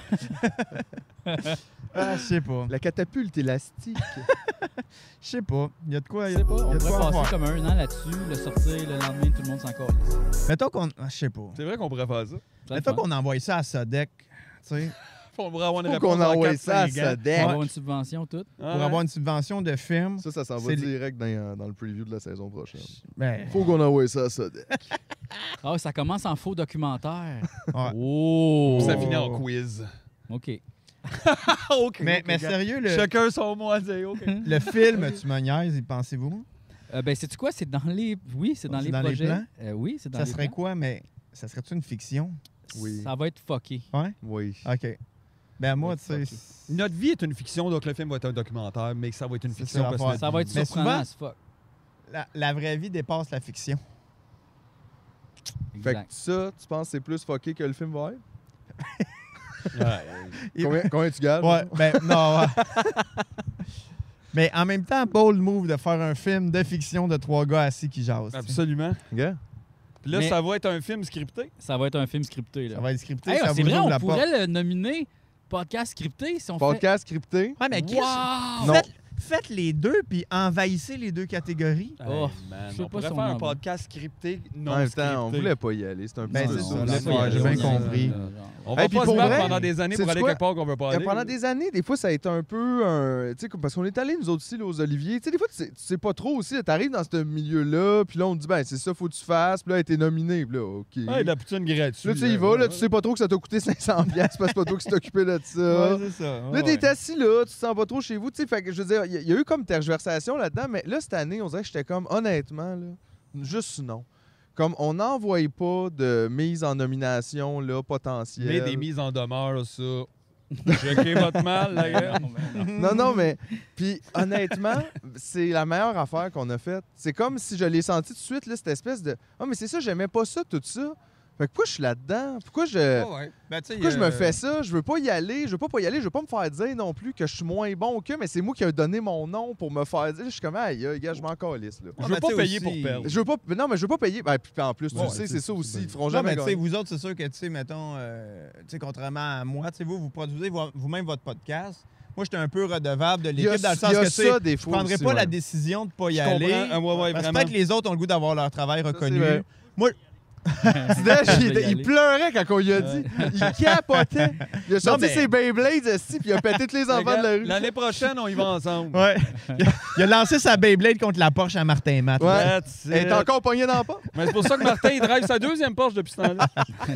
Ah, je sais pas. La catapulte élastique. Je sais pas. Il y a de quoi. Je Il y sais a, pas, il y on a de pourrait quoi à passer faire. comme un an là-dessus, le sortir, le lendemain, tout le monde s'en calisse. Mettons qu'on. ah, Je sais pas. C'est vrai qu'on pourrait faire ça. C'est le Mettons fun. qu'on envoie ça à Sodec. Tu sais, On pourrait avoir une Faut réponse qu'on dans envoie quatre, ça à cinq ans. On Sodec. va avoir une subvention, tout. Ouais. pour avoir une subvention de film. Ça, ça s'en va C'est les- direct dans, dans le preview de la saison prochaine. Ben, Faut qu'on envoie ça à Sodec. Ah, ça commence en faux documentaire. ouais. Oh! Ça finit en quiz. OK. OK. mais, OK, mais gars. sérieux, le, Chacun son mot à dire, OK. le film, tu me niaises, y pensez-vous? Euh, ben, sais-tu quoi? C'est dans les... Oui, c'est dans C'est les dans les projets. plans? Euh, oui, c'est dans Ça les serait plans. quoi, mais ça serait-tu une fiction? Oui. Ça va être fucké. Ouais? Oui. OK. Ben moi, tu sais... Notre vie est une fiction, donc le film va être un documentaire, mais ça va être une C'est fiction. ça, parce l'affaire. que Ça va être Mais surprenant souvent- as fuck. La, la vraie vie dépasse la fiction. Fait que Exact. ça, tu penses que c'est plus fucké que le film va être? Ouais. Et- Combien, combien tu gagnes? Ouais, ben non. ouais. Mais en même temps, bold move de faire un film de fiction de trois gars assis qui jasent. tu sais. Absolument. Gars? Puis là, Mais- ça va être un film scripté. Ça va être un film scripté. Là. Ça va être scripté. Hey, ça c'est vous vrai, ouvre on la porte. pourrait le nominer podcast scripté si on Podcast scripté? Ouais, mais fait... Chris, Wow! Non. faites, faites les deux puis envahissez les deux catégories. Oh, Hey, man, je sais on pas pourrait si on faire un en- podcast scripté, non En même scripté. temps, on voulait pas y aller. C'est un peu Ben, Non, c'est non, ça, on la voulait fois, pas y j'ai aller, bien on y allait, compris. là, genre. On va Hey, puis pas se pour battre vrai, pendant des années pour sais-tu aller quoi? quelque part qu'on veut pas Et aller. pendant des années, des fois, ça a été un peu un. Tu sais, comme- parce qu'on est allés, nous autres aussi, là, aux Oliviers. Tu sais, des fois, tu sais, tu sais pas trop aussi. Tu arrives dans ce milieu-là, puis là, on te dit, ben, c'est ça, faut que tu fasses. Puis là, t'es nominé. Puis là, OK. Ouais, la poutine gratuite. Là, tu sais, y vas, là, tu sais pas trop que ça t'a coûté cinq cents piastres parce que c'est pas toi qui t'es occupé de ça. Ouais, c'est ça. Là, t'es assis là, tu te sens pas trop chez vous. Tu sais, fait que je veux dire, il y, a- il y a eu comme tergiversation là-dedans, mais là, cette année, on dirait que j'étais comme, honnêtement, là, juste non. Comme, on n'envoie pas de mise en nomination, là, potentielle. Mais des mises en demeure, ça. Checkez votre mal, la gueule. Non, non, mais. Puis, honnêtement, c'est la meilleure affaire qu'on a faite. C'est comme si je l'ai senti tout de suite, là, cette espèce de. Ah, mais c'est ça, j'aimais pas ça, tout ça. Fait que pourquoi je suis là-dedans? Pourquoi je. ouais. Ben, tu sais, Pourquoi je euh, me fais ça? Je veux pas y aller. Je veux pas pas y aller. Je veux pas me faire dire non plus que je suis moins bon que, mais c'est moi qui ai donné mon nom pour me faire dire. Je suis comme, aïe, aïe, gars, je m'en calisse, là. Je Ouais, veux mais pas tu sais payer aussi- pour perdre. Je veux pas. Non, mais je veux pas payer. Ben, puis en plus, tu Ouais, le sais, c'est- c'est ça aussi. c'est Ils feront Non, jamais mais tu sais, gagner. vous autres, c'est sûr que, tu sais, mettons, euh, tu sais, contrairement à moi, tu sais, vous, vous produisez vo- vous-même votre podcast. Moi, j'étais un peu redevable de Il y a, l'équipe dans le sens il y a que, tu sais, ça des je fois. prendrais aussi, pas ouais. la décision de pas y Je aller. comprends. Ah, ouais, ouais, Parce que vraiment. peut-être les autres ont le goût d'avoir leur travail reconnu. vrai. Moi, Didash, Je il, vais y il aller. pleurait quand on lui a dit. Il capotait. Il a sorti mais- ses Beyblades, esti, puis il a pété tous les enfants de la rue. L'année prochaine, on y va ensemble. ouais. il, a, il a lancé sa Beyblade contre la Porsche à Martin Matt. Ouais. That's it. Elle est encore pognée dans le pas. Mais c'est pour ça que Martin, il drive sa deuxième Porsche depuis ce temps-là.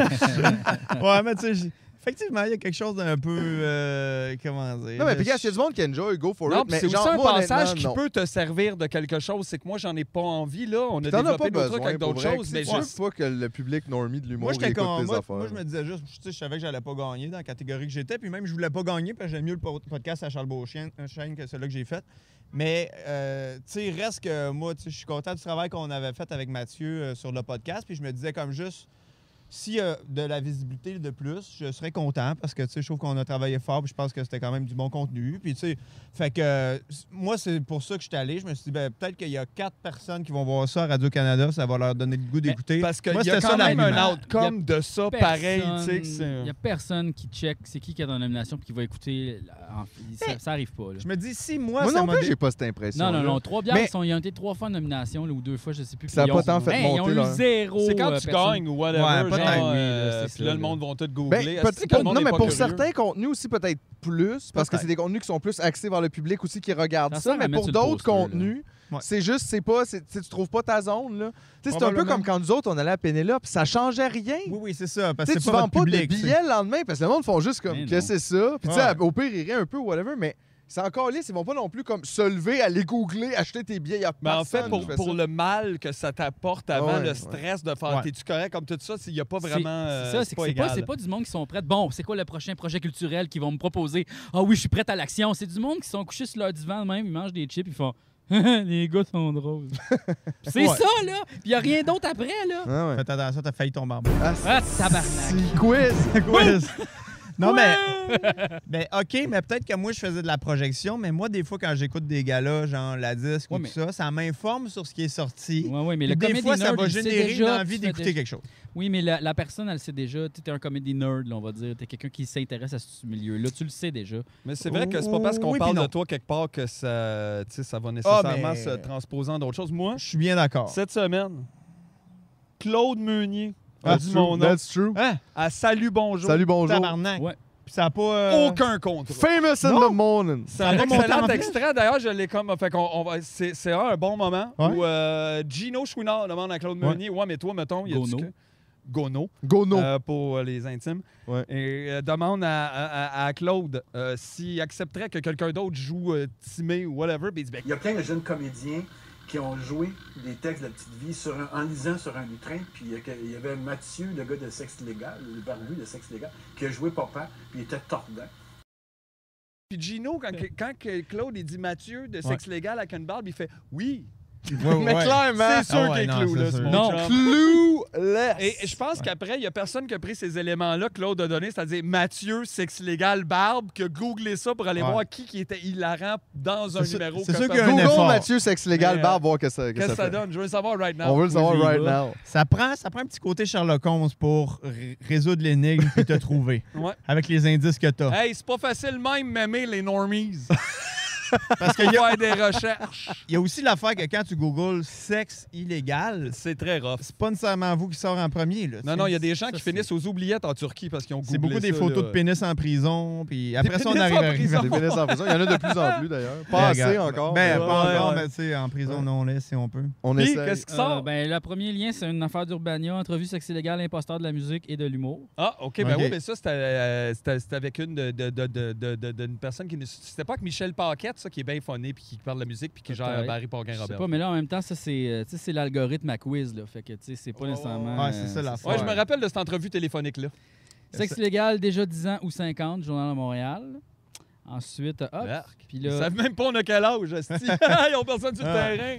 Ouais, mais tu sais, j'ai- effectivement, il y a quelque chose d'un peu. euh, comment dire? Non, mais puis, je- gars, s'il y a du monde qui enjoy, go for Non, it. puis Mais c'est genre, aussi un moi, passage honnêtement, qui non. peut te servir de quelque chose. C'est que moi, j'en ai pas envie, là. On a T'en as développé pas d'autres trucs besoin avec pour d'autres vrai. choses, Tu mais sais juste... pas que le public normie de l'humour Moi, j'étais écoute con- tes moi, affaires. moi, je me disais juste, tu sais, je savais que j'allais pas gagner dans la catégorie que j'étais, puis même je voulais pas gagner parce que j'aime mieux le po- podcast à Charles Beauchesne chaîne que celui que j'ai fait. Mais, euh, tu sais, reste que moi, tu sais, je suis content du travail qu'on avait fait avec Mathieu euh, sur le podcast, puis je me disais comme juste, s'il y a de la visibilité de plus, je serais content parce que, tu sais, je trouve qu'on a travaillé fort, puis je pense que c'était quand même du bon contenu. Puis, tu sais, fait que euh, moi, c'est pour ça que je suis allé. Je me suis dit, ben, peut-être qu'il y a quatre personnes qui vont voir ça à Radio-Canada, ça va leur donner le goût d'écouter. Parce qu'il Moi, y a c'était quand ça, même l'argument. un outcome de ça, pareil, tu sais, que Il c'est... n'y a personne qui check c'est qui qui est dans la nomination puis qui va écouter. en- Ça, ça arrive pas. Là. Je me dis, si moi, Moi ça non m'a plus, dé- j'ai pas cette impression. Non, non, non. Trois bières, Mais- ils, sont- ils ont été trois fois en nomination, là, ou deux fois, je sais plus. Ça a puis pas ils ont- tant fait Hey, Ils ont monter eu leur- zéro. C'est quand euh, tu personne. gagnes ou whatever, Ouais, peut-être, genre, oui, euh, là, c'est puis ça, là, le là. monde va te Ben, googler. Est-ce peut-être que le que- monde non, est mais pas pour curieux? certains contenus aussi, peut-être plus, parce que Peut-être. c'est des contenus qui sont plus axés vers le public aussi qui regardent Ça ça. sert à Mais mettre pour sur le d'autres poster, là. contenus, Ouais. c'est juste, c'est pas, c'est- tu sais, tu trouves pas ta zone, là. Tu sais, c'est un peu Probablement. comme quand nous autres, on allait à Pénélope, ça changeait rien. Oui, oui, c'est ça. Parce Tu que sais, c'est tu pas vends votre pas de public. tu sais. billets le lendemain parce que le monde font juste comme Mais que non. c'est ça. Puis tu sais, Ouais. au pire, ils rient un peu ou whatever, mais c'est encore lisse, ils vont pas non plus comme se lever, aller googler, acheter tes billets. Il y a Mais en fait, personne pour, qui fait pour ça. le mal que ça t'apporte avant, Ouais, le ouais. stress de faire Ouais. t'es-tu correct comme tout ça, il n'y a pas C'est- vraiment. euh, C'est ça, c'est que c'est pas, égal. c'est pas du monde qui sont prêts. Bon, c'est quoi le prochain projet culturel qu'ils vont me proposer? Ah oui, je suis prête à l'action. C'est du monde qui sont couchés sur leur divan même, ils mangent des chips, ils font les gars sont drôles. c'est Ouais. ça, là. Puis il a rien d'autre après, là. Ah ouais. Faites attention, t'as failli tomber en bas. Ah, Ah, tabarnak. c'est quiz. Quiz. Non, mais. Ben, OK, mais peut-être que moi, je faisais de la projection, mais moi, des fois, quand j'écoute des galas, genre la disque Ouais, ou mais- tout ça, ça m'informe sur ce qui est sorti. Ouais, ouais, mais Puis le des comédie fois, ça nerd, va il sait générer déjà, l'envie tu fais d'écouter déjà- quelque chose. Oui, mais la, la personne, elle sait déjà. Tu es un comédie nerd, là, on va dire. Tu es quelqu'un qui s'intéresse à ce milieu-là. Tu le sais déjà. Mais c'est vrai que c'est pas parce qu'on Oui, parle puis non. de toi quelque part que ça, tu sais, ça va nécessairement mais- se transposer en d'autres choses. Moi, Je suis bien d'accord. cette semaine, Claude Meunier a That's dit true. mon nom That's true. Hein? à Salut Bonjour. Salut, bonjour. Tabarnak. Ouais. Puis ça n'a pas. euh, Aucun contre. Famous in Non. the morning. C'est Ça un va monter excellent en plus. extrait. D'ailleurs, je l'ai comme. Fait qu'on, on va, c'est, c'est un bon moment Ouais. où euh, Gino Chouinard demande à Claude Ouais. Meunier ouais, mais toi, mettons, il y a Gono. que. Gono. Go no. euh, pour euh, les intimes. Ouais. Et euh, demande à, à- à Claude euh, s'il accepterait que quelqu'un d'autre joue euh, Timé ou whatever. Puis il dit ben, Il y a plein de jeunes comédiens qui ont joué des textes de la petite vie sur un- en lisant sur un lutrin. Puis il y a que- il y avait Mathieu, le gars de Sexe Légal, le barbu de Sexe Légal, qui a joué papa, puis il était tordant. Puis Gino, quand, que- quand que Claude il dit Mathieu de sexe légal avec une barbe, il fait oui. Ouais, Mais ouais. clairement, C'est sûr Ah ouais, qu'il est non, clou, c'est là, sûr. c'est mon Non. chum. clueless. Et et je pense qu'après, il n'y a personne qui a pris ces éléments-là que Claude a donnés, c'est-à-dire Mathieu, sexe légal, barbe, qui a googlé ça pour aller Ouais. voir qui, qui était hilarant dans un C'est sûr- numéro. c'est que sûr ça- qu'il y a un Google effort. Mathieu, sexe légal, Mais, euh, barbe, voir que ça, que Qu'est-ce ça que ça fait. donne? Je veux le savoir right now. On veut le savoir Oui, il right va. now. Ça prend, ça prend un petit côté Sherlock Holmes pour r- résoudre l'énigme puis te trouver. Ouais. Avec les indices que t'as. Hey, c'est pas facile même m'aimer les normies. Parce Il qu'il y y a, a des recherches. il y a aussi l'affaire que quand tu googles sexe illégal, C'est très rough. c'est pas nécessairement vous qui sort en premier. Là, tu Non, sais. non, il y a des gens Ça, qui c'est- finissent aux oubliettes en Turquie parce qu'ils ont googlé C'est beaucoup des ça, photos là. de pénis en prison. Puis après ça, on pénis arrive en à prison. Des pénis en prison. Il y en a de plus en plus, d'ailleurs. Pas assez Regarde. encore. Ben, mais pas ouais, encore, ouais. mais tu sais, en prison, non, là, si on peut. on Puis, essaie. qu'est-ce qui Euh, sort? ben, le premier lien, c'est une affaire d'Urbania, entrevue sexe illégal, imposteur de la musique et de l'humour. Ah, OK. Ben OK. oui, mais ça, c'était euh, c'était- c'était avec une de, de, de, de, de- de- d'une personne qui... ne- C'était pas avec Michel Paquette, ça, qui est bien funné puis qui parle de la musique puis qui gère Peut-être. Barry Je sais Paquin-Robert. pas, mais là, en même temps, ça, c'est euh, tu sais, c'est l'algorithme à quiz, là. Fait que, tu sais, c'est pas Oh. nécessairement... Ouais, c'est ça, euh, l'affaire. Ouais, je me rappelle de cette entrevue téléphonique-là. Sexe illégal, déjà dix ans ou cinquante, Journal de Montréal. Ensuite, hop, Arc. puis Ils là... savent même pas on a quel âge, esti. Ils ont personne sur le Ah. terrain.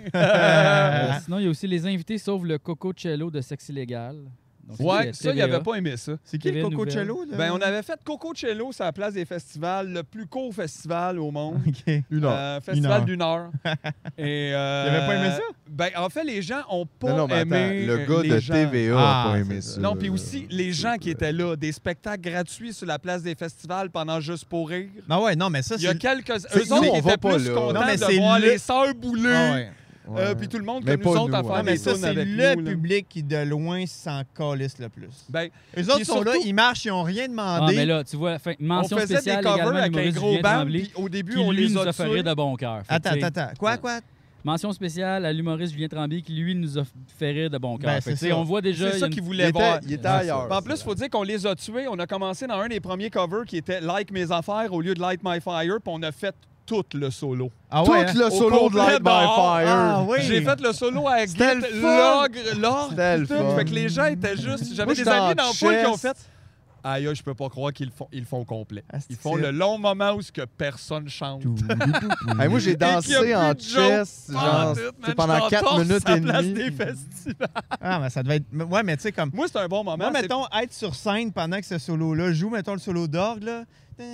euh, sinon, il y a aussi les invités, sauf le Coco Cello de Sexe illégal. Donc, Ouais, c'est ça, il T V A. avait pas aimé ça. C'est qui le T V Coco Nouvelle. Cello? là? Ben, on avait fait Coco Cello sur la place des festivals, le plus court festival au monde. OK. Une heure. Euh, festival heure. d'une heure. Et, euh, Il avait pas aimé ça? Ben, en fait, les gens ont pas Non, non, mais attends, aimé le euh, gars les de gens. T V A Ah, a pas aimé c'est ça. ça. Non, puis aussi, les gens qui étaient là, des spectacles gratuits sur la place des festivals pendant Juste pour rire. Ah ouais, non, mais ça, Il y a c'est... quelques... que Eux nous, autres, on ils va étaient pas plus là. contents Non, mais de c'est voir le- les sœurs Boulay, Ah ouais. euh, puis tout le monde Mais comme nous pas autres nous, à hein. faire Non, mais des ça, tunes c'est avec le nous. là. public qui, de loin, s'en calisse le plus. Ben, Les autres Puis sont là, surtout- ils marchent, ils n'ont rien Ah, demandé. mais là, tu vois, fin, on mention faisait des spéciale covers également à avec un l'humoriste gros Julien band, Tremblay, puis au début, qui, on lui, les nous a a fait rire tués. de bon cœur. Fait que, Attends, tu sais, attends, attends. Quoi, quoi? Mention spéciale à l'humoriste Julien Tremblay, qui, lui, nous a fait rire de bon cœur. Ben, Fait que, c'est tu sais, ça. on voit déjà... C'est il y ça a une- qu'ils Il voulaient était, voir. il était Ouais, ailleurs. Puis en plus, il faut dire qu'on les a tués. On a commencé dans un des premiers covers qui était Like Mes Affaires au lieu de Light My Fire, puis on a fait tout le solo. Ah Tout ouais, hein? le Au solo de complet Light by dehors. Fire. Ah oui. J'ai fait le solo avec Git, C'était le fun. l'ogre, l'orgue, C'était le tout. fun. Fait que les gens étaient juste... J'avais Moi, des j'étais amis en dans le foule qui ont chest. fait... Aïe, aïe, je peux pas croire qu'ils le font, ils le font complet. Ah, c'est Ils font ça. le long moment où ce que personne chante. Hey, moi, j'ai Et qu'il y a dansé plus en de jokes chest Pas genre, en tout, tu sais, man, pendant j'étais en quatre torse minutes à et la place demie. des festivals. Ah, mais ça devait être... Ouais, mais tu sais, comme... Moi, c'est un bon moment. Moi, c'est- mettons, être sur scène pendant que ce solo-là joue, mettons le solo d'orgue, là,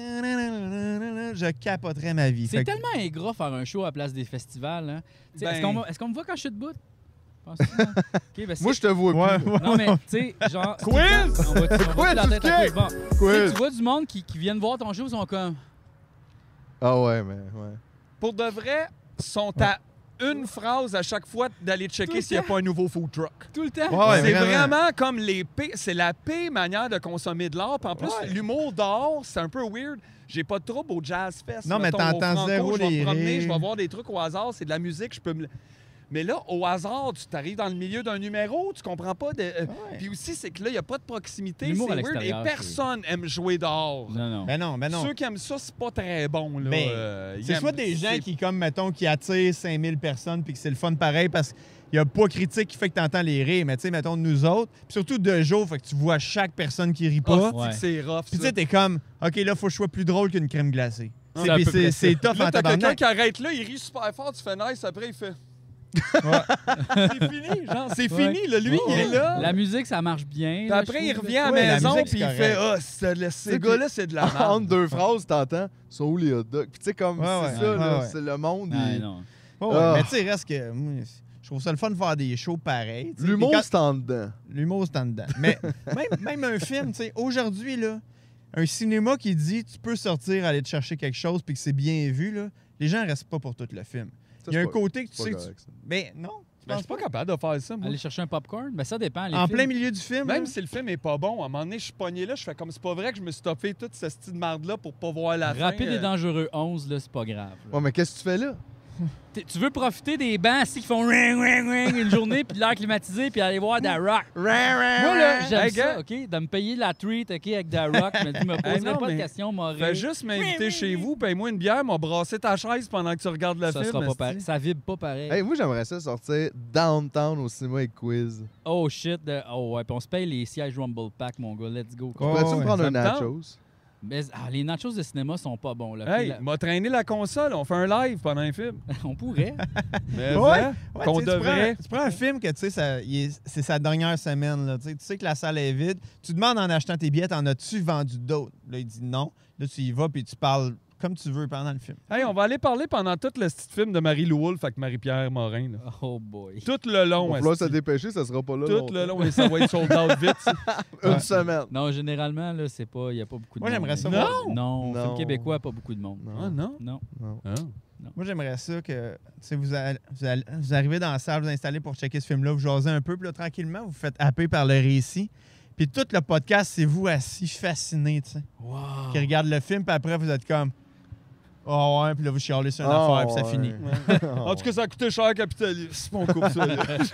je capoterais ma vie. C'est Fait que- tellement ingrat faire un show à la place des festivals. Hein. Tu sais, Ben- Est-ce qu'on va- est-ce qu'on me voit quand je suis debout? Penses-tu, hein? Ok, ben, Moi, c'est- je te vois Ouais, plus. ouais. Non, mais, tu sais, genre... Quiz! On va, on va Quiz, la tête à ok. quiz. Bon, tu sais, Quiz. tu vois du monde qui, qui viennent voir ton show, ils sont comme... Ah ouais, mais ouais. Pour de vrai, sont à une phrase à chaque fois d'aller Tout checker le s'il n'y a temps. pas un nouveau food truck. Tout le temps. Ouais, c'est vraiment. vraiment. comme les p... C'est la pire manière de consommer de l'art. Puis en plus, Ouais. l'humour dehors, c'est un peu weird. J'ai pas de trouble au Jazz Fest. Non, mais mettons, au t'entends Franco, zéro je vais les me promener, rires. je vais voir des trucs au hasard. C'est de la musique, je peux me... Mais là, au hasard, tu t'arrives dans le milieu d'un numéro, tu comprends pas de... euh, Ouais. Puis aussi, c'est que là, il n'y a pas de proximité, c'est L'humour à weird. Et l'extérieur, personne aime jouer dehors. Non, non. Ben non, ben non. Ceux qui aiment ça, c'est pas très bon. Là. Ben, Euh, ils C'est aiment- soit des gens c'est- qui, comme, mettons, qui attirent cinq mille personnes puis que c'est le fun pareil parce qu'il n'y a pas critique qui fait que tu entends les rires. Mais tu sais, mettons, nous autres, puis surtout de jour, fait que tu vois chaque personne qui rit pas. Ah, Ouais. c'est que c'est rough, Puis tu ça. sais, t'es comme, OK, là, faut que je sois plus drôle qu'une crème glacée. C'est C'est- à puis peu c'est près c'est tough Là, en t'as quelqu'un tabarnak. qui arrête là, il rit super fort, tu fais nice, après il fait... c'est fini, genre, c'est Ouais. fini, là, lui, il est là. La musique, ça marche bien. Puis là, après, je il trouve, revient à la Ouais, la maison, musique, puis il c'est fait « correct. Ah, c'est de la- ces sais, gars-là, c'est de la Entre merde. deux phrases, t'entends « sont où les hot dogs? » Puis tu sais, comme, Ouais, c'est ouais, ça, ouais, là, ouais. c'est le monde. Ah, il- non. Oh, ouais, Ah. Mais tu sais, reste que. moi, je trouve ça le fun de faire des shows pareils. tu sais. L'humour, Puis quand- c'est en dedans. L'humour, c'est en dedans. Mais même, même un film, tu sais, aujourd'hui, là, un cinéma qui dit tu peux sortir, aller te chercher quelque chose, puis que c'est bien vu, là, les gens restent pas pour tout le film. Ça, Il y a c'est un pas- côté que tu c'est sais pas que tu. correct, ça. Mais non, tu Ben, je penses suis pas pas? capable de faire ça, moi. Aller chercher un popcorn? Ben, ça dépend. Les En films. plein milieu du film. Même là. si le film est pas bon, à un moment donné, je suis pogné là, je fais comme c'est pas vrai que je me suis topé toute cette style de marde-là pour pas voir la fin. Rapide euh. et dangereux onze, là, c'est pas grave. là. Ouais, mais qu'est-ce que tu fais là? T'es- Tu veux profiter des bancs assis qui font ring, ring, ring une journée, puis de l'air climatisé, puis aller voir The Rock. Moi, là, j'aime Hey, ça, gars. OK? De me payer la treat, OK, avec The Rock. Je me dis, me Hey, poserai non, pas de mais questions, Maurice. Fais juste m'inviter chez vous, paye-moi une bière, m'a brassé ta chaise pendant que tu regardes le Ça film. sera pas esti. pareil. Ça vibre pas pareil. Hey, moi, j'aimerais ça sortir downtown au cinéma avec quiz. Oh shit. de- Oh ouais, puis on se paye les sièges Rumble Pack, mon gars. Let's go. Oh, Pourrais-tu ouais, me prendre ça un me tente. nachos? Mais ah, les nachos de cinéma sont pas bons. Là. Hey, La- m'a traîné la console, on fait un live pendant un film. On pourrait. Mais Ouais. hein, Ouais, qu'on tu sais, tu devrait. prends- Tu prends un film que tu sais, ça- il est- c'est sa dernière semaine. Là, tu sais, tu sais que la salle est vide. Tu demandes en achetant tes billets, en as-tu vendu d'autres? Là, il dit non. Là, tu y vas puis tu parles comme tu veux pendant le film. Hey, on va aller parler pendant tout le petit film de Marie-Lou Wolfe avec Marie-Pierre Morin. là. Oh boy. Tout le long, On va falloir esti. se dépêcher, ça sera pas là. Tout longtemps. le long, et ça va être sold out vite. ça. Une Ouais. semaine. Non, généralement, là, c'est pas. Il n'y a pas beaucoup de Moi, monde. j'aimerais ça Non! voir- Non, Non. film québécois, pas beaucoup de monde. Ah non? Non. Non. Ah. Moi, j'aimerais ça que tu sais, vous, allez- vous, allez- vous arrivez dans la salle, vous installez pour checker ce film-là, vous jasez un peu, puis là, tranquillement, vous vous faites happer par le récit. Puis tout le podcast, c'est vous assis fascinés, tu sais, Wow. qui regardent le film, puis après, vous êtes comme... Oh ouais, puis là, vous chialez sur une Ah, affaire, puis ça ouais. finit. En tout cas, ça a coûté cher, capitaliste. On coupe ça. là.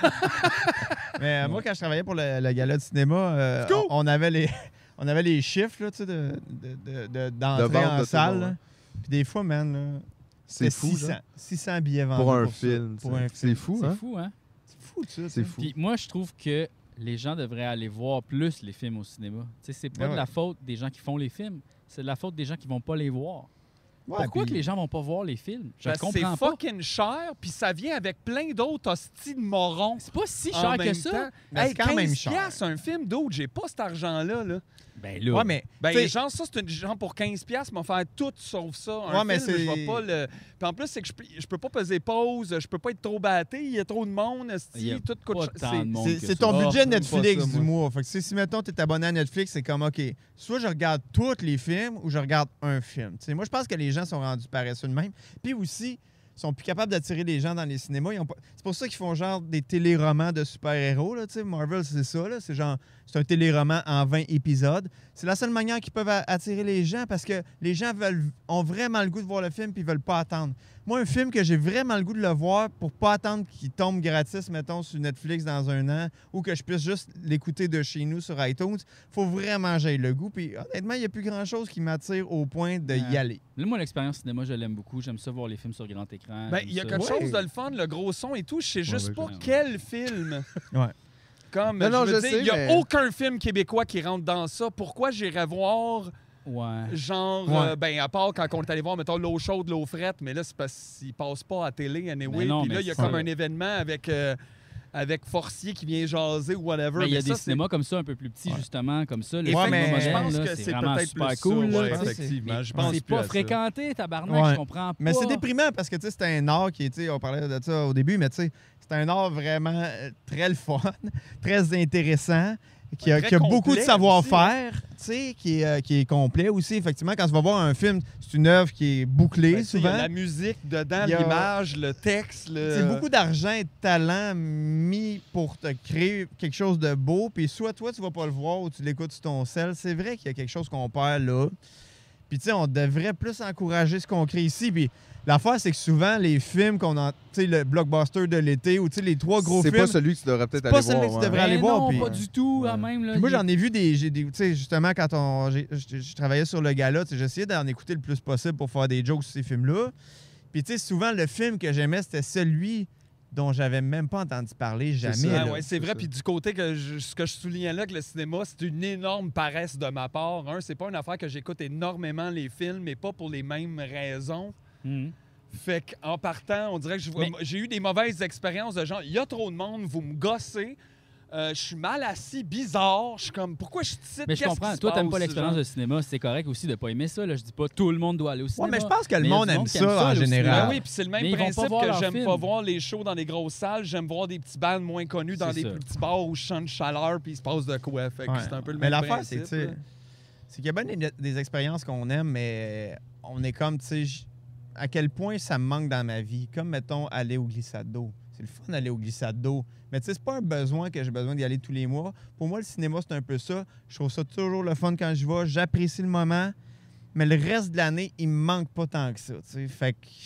Mais euh, moi, quand je travaillais pour le, le gala de cinéma, euh, Let's go! on, on avait les, on avait les chiffres là, tu sais, de, de, de, de- d'entrée De vente en de salle. tout le monde, là. Puis des fois, man, là, C'est c'était fou, six cents, genre. six cents billets vendus Pour un ça. film. Pour tu sais. un C'est fou, C'est hein? fou, hein? C'est fou, ça. tu C'est sais. fou. Puis moi, je trouve que les gens devraient aller voir plus les films au cinéma. Tu sais, c'est pas Ah de ouais. la faute des gens qui font les films, c'est de la faute des gens qui vont pas les voir. Ouais, Pourquoi puis- que les gens vont pas voir les films? Je Ben, ne comprends c'est pas. fucking cher, puis ça vient avec plein d'autres hosties de morons. C'est pas si en cher même que ça. temps. Mais Hey, c'est quand même quinze cher. piastres, un film d'autre, j'ai pas cet argent-là. Là. Ben là. Ouais, mais Ben, tu sais, genre, ça, c'est une genre pour quinze piastres, m'a faire tout sauf ça. Un Ouais, film, mais je vais c'est- pas le. Puis en plus, c'est que je, peux- je peux pas peser pause, je peux pas être trop batté, il y a trop de monde, Il y a esti, tout coûte pas cher. tant C'est- de monde c'est que c'est ça. ton Ah, budget j'aime pas Netflix ça, du moi. mois. Fait que si, si, mettons, tu es abonné à Netflix, c'est comme, OK, soit je regarde tous les films ou je regarde un film. Tu sais, moi, je pense que les gens sont rendus paresseux de même. Puis aussi, ils sont plus capables d'attirer les gens dans les cinémas. Ils ont pas- C'est pour ça qu'ils font genre des téléromans de super-héros. Là, tu sais. Marvel, c'est ça. là. C'est genre, c'est un téléroman en vingt épisodes. C'est la seule manière qu'ils peuvent a- attirer les gens parce que les gens veulent, ont vraiment le goût de voir le film puis ils veulent pas attendre. Moi, un film que j'ai vraiment le goût de le voir pour pas attendre qu'il tombe gratis, mettons, sur Netflix dans un an ou que je puisse juste l'écouter de chez nous sur iTunes, faut vraiment que j'aille le goût. Puis honnêtement, il n'y a plus grand-chose qui m'attire au point de y Ouais. aller. Là, moi, l'expérience cinéma, je l'aime beaucoup. J'aime ça voir les films sur grand écran. Ben, J'aime il y a ça. quelque Ouais. chose de le fun, le gros son et tout. Je sais juste ben, pas je- quel film. Ouais. Comme, Non, non, je veux je dire, sais, il y a mais- aucun film québécois qui rentre dans ça. Pourquoi j'irais voir, Ouais. genre, Ouais. euh, ben, à part quand on est allé voir, mettons, l'eau chaude, l'eau frette, mais là, c'est parce qu'ils passent pas à télé, anyway. Mais non, Puis là, mais il y a c'est comme ça. un événement avec, euh, avec Forcier qui vient jaser ou whatever. Mais il y a mais des ça, c'est- cinémas comme ça, un peu plus petits, Ouais. justement, comme ça. Le Ouais, cinéma mais je moderne, pense là, que c'est c'est vraiment peut-être super plus cool. ça, là. ouais, Ça, c'est- effectivement. Je Mais pense c'est plus pas à ça. fréquenté, tabarnak, Ouais. je comprends pas. Mais c'est déprimant parce que tu sais, c'est un art qui est, tu sais, on parlait de ça au début, mais tu sais, c'est un art vraiment euh, très le fun, très intéressant, qui a, Très qui a beaucoup de complet savoir-faire, tu sais, qui est, euh, qui est complet aussi. Effectivement, quand tu vas voir un film, c'est une œuvre qui est bouclée Ben, tu sais, il y a souvent. la musique dedans, Il y a- l'image, le texte. Le... C'est beaucoup d'argent et de talent mis pour te créer quelque chose de beau. Puis soit toi, tu vas pas le voir ou tu l'écoutes sur ton sel. C'est vrai qu'il y a quelque chose qu'on perd là. Puis tu sais, on devrait plus encourager ce qu'on crée ici. Puis l'affaire, c'est que souvent, les films qu'on a, tu sais, le blockbuster de l'été ou tu sais, les trois gros C'est films. pas celui que tu devrais peut-être c'est pas aller celui voir. que tu ouais. devrais Ben aller voir, non, puis- pas du tout, Ouais. à même. Là, Puis moi, il- j'en ai vu des. j'ai des- Tu sais, justement, quand on, j'ai- je je travaillais sur le gala, tu sais, j'essayais d'en écouter le plus possible pour faire des jokes sur ces films-là. Puis, tu sais, souvent, le film que j'aimais, c'était celui dont j'avais même pas entendu parler jamais. ça. Ah là. ouais, c'est c'est vrai. ça. Puis du côté que je- ce que je soulignais là, que le cinéma, c'est une énorme paresse de ma part. Un, c'est pas une affaire que j'écoute énormément les films, mais pas pour les mêmes raisons. Mhm. Fait qu'en partant, on dirait que je vois- Mais- j'ai eu des mauvaises expériences de gens. Il y a trop de monde, vous me gossez. Euh, je suis mal assis, bizarre. Je suis comme, pourquoi je te cite? Mais je Qu'est-ce comprends. qui se Toi, t'aimes passe, pas l'expérience genre? de cinéma. C'est correct aussi de pas aimer ça. Là. Je dis pas tout le monde doit aller au cinéma. Ouais, mais je pense que le Mais il y a monde du aime monde qui ça, aime ça, en aller au général. Ben cinéma. oui, puis c'est le même Mais ils vont pas principe voir que leurs j'aime films. pas voir les shows dans les grosses salles. J'aime voir des petits bands moins connus dans C'est des ça. plus petits bars où je chante chaleur puis il se passe de quoi. Fait que Ouais. c'est un peu le Mais même l'affaire, c'est principe. tu sais, là. c'est qu'il y a bien des, des expériences qu'on aime, mais on est comme, tu sais, j- à quel point ça me manque dans ma vie. Comme, mettons, aller au glissade d'eau. C'est le fun d'aller au glissade d'eau. Mais tu sais, c'est pas un besoin que j'ai besoin d'y aller tous les mois. Pour moi, le cinéma, c'est un peu ça. Je trouve ça toujours le fun quand je vais. J'apprécie le moment. Mais le reste de l'année, il me manque pas tant que ça. Tu sais. Fait que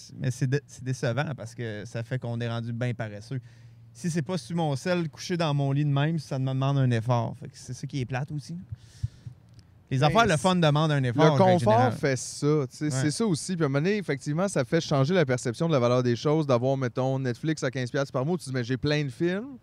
mais c'est dé- c'est décevant parce que ça fait qu'on est rendu bien paresseux. Si c'est pas sur mon sel, couché dans mon lit de même, ça me demande un effort. Fait que c'est ça qui est plate aussi. Les Ben, affaires, le fun demande un effort. Le en confort général. fait ça. tu sais, Ouais. C'est ça aussi. Puis à un moment donné, effectivement, ça fait changer la perception de la valeur des choses, d'avoir, mettons, Netflix à quinze dollars par mois. Tu te dis, mais j'ai plein de films.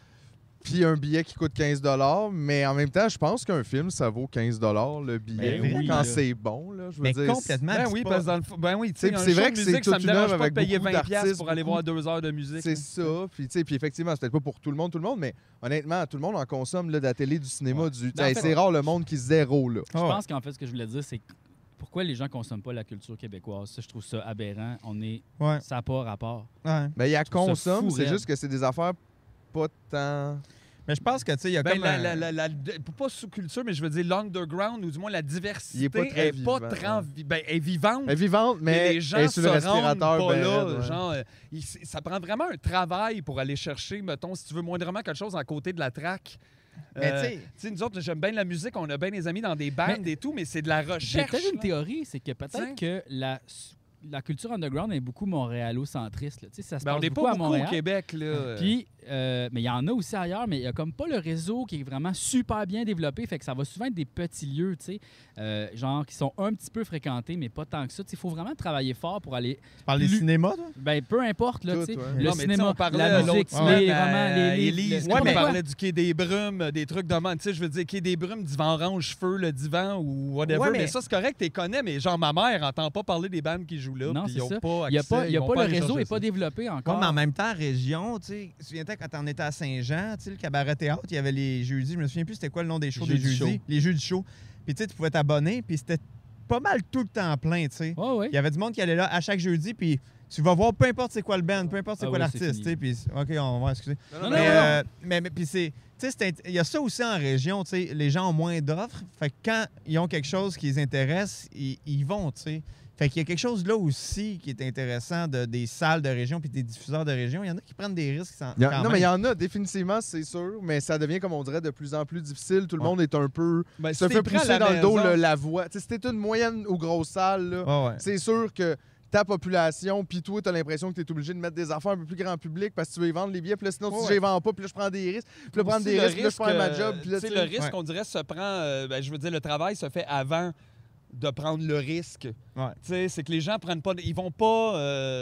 Puis un billet qui coûte quinze dollars. Mais en même temps, je pense qu'un film, ça vaut quinze dollars le billet. Ben oui, quand là. c'est bon. Là, je veux Mais dire, complètement. Ben dis oui, pas- parce que dans le fond- ben oui, tu sais, T'sais, un c'est show vrai de que c'est musique, ça toute me une dérange œuvre pas de avec payer beaucoup vingt dollars d'artistes, pour aller beaucoup- voir deux heures de musique. C'est là. ça. Puis, tu sais, puis effectivement, c'est peut-être pas pour tout le monde, tout le monde, mais honnêtement, tout le monde en consomme là, de la télé, du cinéma, du. Ben, en Hey, fait- c'est rare le monde qui zéro là. Je Ah ouais. pense qu'en fait, ce que je voulais dire, c'est que pourquoi les gens consomment pas la culture québécoise. Ça, je trouve ça aberrant. On est... Ouais. Ça n'a pas rapport. Ouais. Mais il y a Je trouve ça consomme, fou c'est raide. juste que c'est des affaires pas tant. Mais je pense que, tu sais, il y a Ben, comme. la, un- la, la, la- pas sous-culture, mais je veux dire l'underground, ou du moins la diversité, Il est pas très est pas vivant, très vi- ben, est vivante. Elle est vivante, mais, mais les elle gens est se sur le rendent respirateur. pas ben là. raide, ouais. Genre, euh, il- ça prend vraiment un travail pour aller chercher, mettons, si tu veux moindrement quelque chose à côté de la track. Mais Euh, tu sais- tu sais, nous autres, j'aime bien la musique, on a bien des amis dans des bandes Mais- et tout, mais c'est de la J'ai recherche. peut-être une là. théorie, c'est que Tiens. peut-être que la, la culture underground est beaucoup montréalo-centriste. là. Tu sais, ça se Ben, on passe n'est beaucoup pas à beaucoup Montréal. au Québec. Là. Puis, euh, mais il y en a aussi ailleurs, mais il y a comme pas le réseau qui est vraiment super bien développé. Fait que ça va souvent être des petits lieux, tu sais, euh, genre qui sont un petit peu fréquentés, mais pas tant que ça. Il faut vraiment travailler fort pour aller. Tu parles des Lu- cinémas, toi? Ben, peu importe, là, Tout, tu sais. ouais. Le Non, mais tu sais, cinéma, on parlait la musique, l'autre les, semaine vraiment, à les livres. Élise, le- quand Ouais, on mais- parlait du Quai des Brumes, des trucs de même. Tu sais, je veux dire, Quai des Brumes, divan orange, feu, le divan ou whatever. Ouais, mais... mais- ça, c'est correct, tu les connais, mais genre, ma mère n'entend pas parler des bandes qui jouent là. Non, puis c'est ils ont ça. pas Il n'y a accès, pas, il y a ils vont pas le aller réseau chercher n'est pas ça. développé encore. Ouais, mais en même temps, région, tu sais, tu te souviens quand on était à Saint-Jean, tu sais, le cabaret théâtre, il y avait les jeudis, je me souviens plus c'était quoi le nom des shows Jeux des du jeudis. show. Les jeux du show. Puis tu sais, tu pouvais t'abonner, puis c'était pas mal tout le temps plein, tu sais. Ouais, ouais. Il y avait du monde qui allait là à chaque jeudi, puis tu vas voir peu importe c'est quoi le band, peu importe c'est Ah quoi ouais, c'est l'artiste, tu sais, puis OK, on va excusez. Non, non, Mais, non, euh, mais, mais puis c'est tu sais, c'est int- il y a ça aussi en région, tu sais, les gens ont moins d'offres, fait que quand ils ont quelque chose qui les intéresse, ils, ils vont, tu sais. Fait qu'il y a quelque chose là aussi qui est intéressant de, des salles de région puis des diffuseurs de région. Il y en a qui prennent des risques sans, Il y a- quand non, même. mais il y en a, définitivement, c'est sûr, mais ça devient, comme on dirait, de plus en plus difficile. Tout le Ouais. monde est un peu. Ben, se si fait t'es prêt à pousser la dans le dos maison- le- la voix. Tu sais, si t'es une moyenne ou grosse salle, là, Ah ouais. c'est sûr que ta population, puis toi, t'as l'impression que t'es obligé de mettre des affaires un peu plus grand public parce que tu veux y vendre les billets, puis là, sinon, Ouais, si ouais. je les vends pas, puis là, je prends des risques, puis là, prendre Aussi, des le risques, puis là, je perds ma euh, job, puis là, tu sais, tu le sais. risque, Ouais. on dirait, se prend. euh, ben, je veux dire, le travail se fait avant de prendre le risque. Ouais. Tu sais, c'est que les gens prennent pas. Ils vont pas,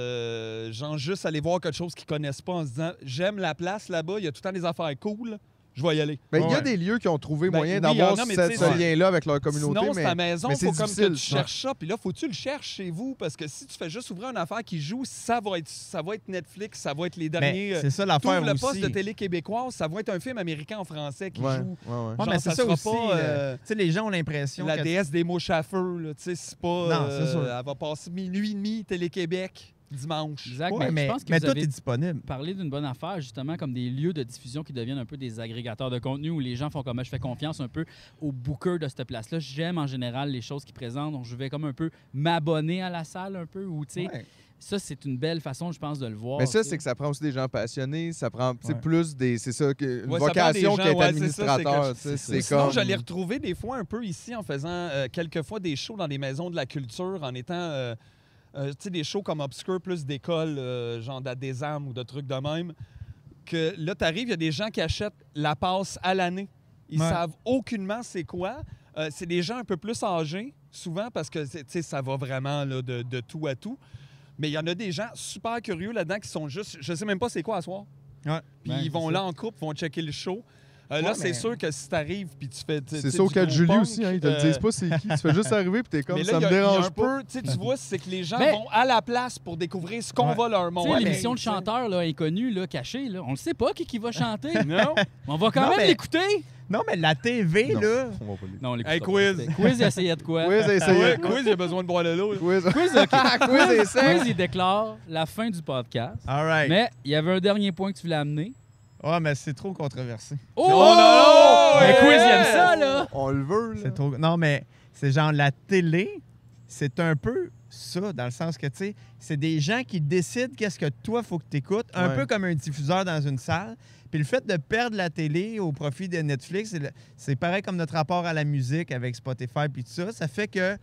euh, genre, juste aller voir quelque chose qu'ils connaissent pas en se disant j'aime la place là-bas, il y a tout le temps des affaires cool, je vais y aller. Ben, il y a Ouais. des lieux qui ont trouvé Ben, moyen oui, d'avoir il y en a, mais ce, tu ce sais, lien-là avec leur communauté, Sinon, c'est mais ta maison, mais il c'est faut comme que difficile. tu cherches ça. Puis là, faut que tu le cherches chez vous. Parce que si tu fais juste ouvrir une affaire qui joue, ça va être, ça va être Netflix, ça va être les derniers. Mais euh, c'est ça t'ouvres l'affaire le aussi. poste de télé québécoise, ça va être un film américain en français qui Ouais, joue. ouais, ouais. Ouais, Genre, mais c'est ça ça sera aussi. pas, euh, euh, tu sais, les gens ont l'impression La que déesse des mouches à feu, là, tu sais, c'est pas. Non, c'est euh, sûr. Elle va passer minuit et demi, Télé-Québec, dimanche. Exact, Ouais, mais, mais, je pense que mais vous tout avez est disponible. parlé d'une bonne affaire, justement, comme des lieux de diffusion qui deviennent un peu des agrégateurs de contenu où les gens font comme je fais confiance un peu au booker de cette place-là. J'aime en général les choses qu'ils présentent, donc je vais comme un peu m'abonner à la salle un peu, ou tu sais, Ouais. ça c'est une belle façon, je pense, de le voir. Mais ça, tu sais. c'est que ça prend aussi des gens passionnés, ça prend tu sais, Ouais. plus des. C'est ça, que, une Ouais, ça prend des vocation gens, qu'être ouais, c'est ça, c'est administrateur. que- tu sais, c'est C'est Sinon, comme. j'allais retrouver des fois un peu ici en faisant euh, quelques fois des shows dans des maisons de la culture, en étant, euh, euh, tu sais, des shows comme Obscure, plus d'écoles, euh, genre d'Adésam ou de trucs de même, que là, t'arrives, il y a des gens qui achètent la passe à l'année. Ils Ouais. savent aucunement c'est quoi. Euh, c'est des gens un peu plus âgés, souvent, parce que, tu sais, ça va vraiment là, de, de tout à tout. Mais il y en a des gens super curieux là-dedans qui sont juste... Je sais même pas c'est quoi à soir. Ouais. Puis Ouais, ils vont c'est là ça. en couple, vont checker le show. Euh, là, Ouais, c'est mais- sûr que si t'arrives puis tu fais. tu sais, C'est ça au du cas de gros Julie punk, aussi, hein, ils te le euh, disent pas c'est qui. Tu fais juste arriver puis t'es comme Mais ça là, il y me a- il y a dérange un pas. peu, tu sais, tu vois, c'est que les gens Mais- vont à la place pour découvrir ce qu'on Ouais. va leur Tu sais, montrer. l'émission de tu sais. chanteur là, inconnu, là, caché, là, on ne sait pas qui, qui va chanter. Non? On va quand Non, même mais- l'écouter. Non, mais la T V, Non. là. On va pas les- Non, on l'écoute Hey, pas. quiz. Quiz, il essayait de quoi? Quiz, Ah essayez. ouais, quiz, il a besoin de boire de l'eau. Quiz. Quiz, OK. Quiz, essaye. Quiz, il déclare la fin du podcast. All right. Mais il y avait un dernier point que tu voulais amener. Ouais, mais c'est trop controversé. Oh! non, non! Mais Yes! Quiz, il aime ça, là! On le veut, là. C'est trop. Non, mais c'est genre la télé, c'est un peu ça, dans le sens que, tu sais, c'est des gens qui décident qu'est-ce que toi, faut que tu écoutes, un Ouais. peu comme un diffuseur dans une salle. Puis le fait de perdre la télé au profit de Netflix, c'est le- c'est pareil comme notre rapport à la musique avec Spotify puis tout ça. Ça fait que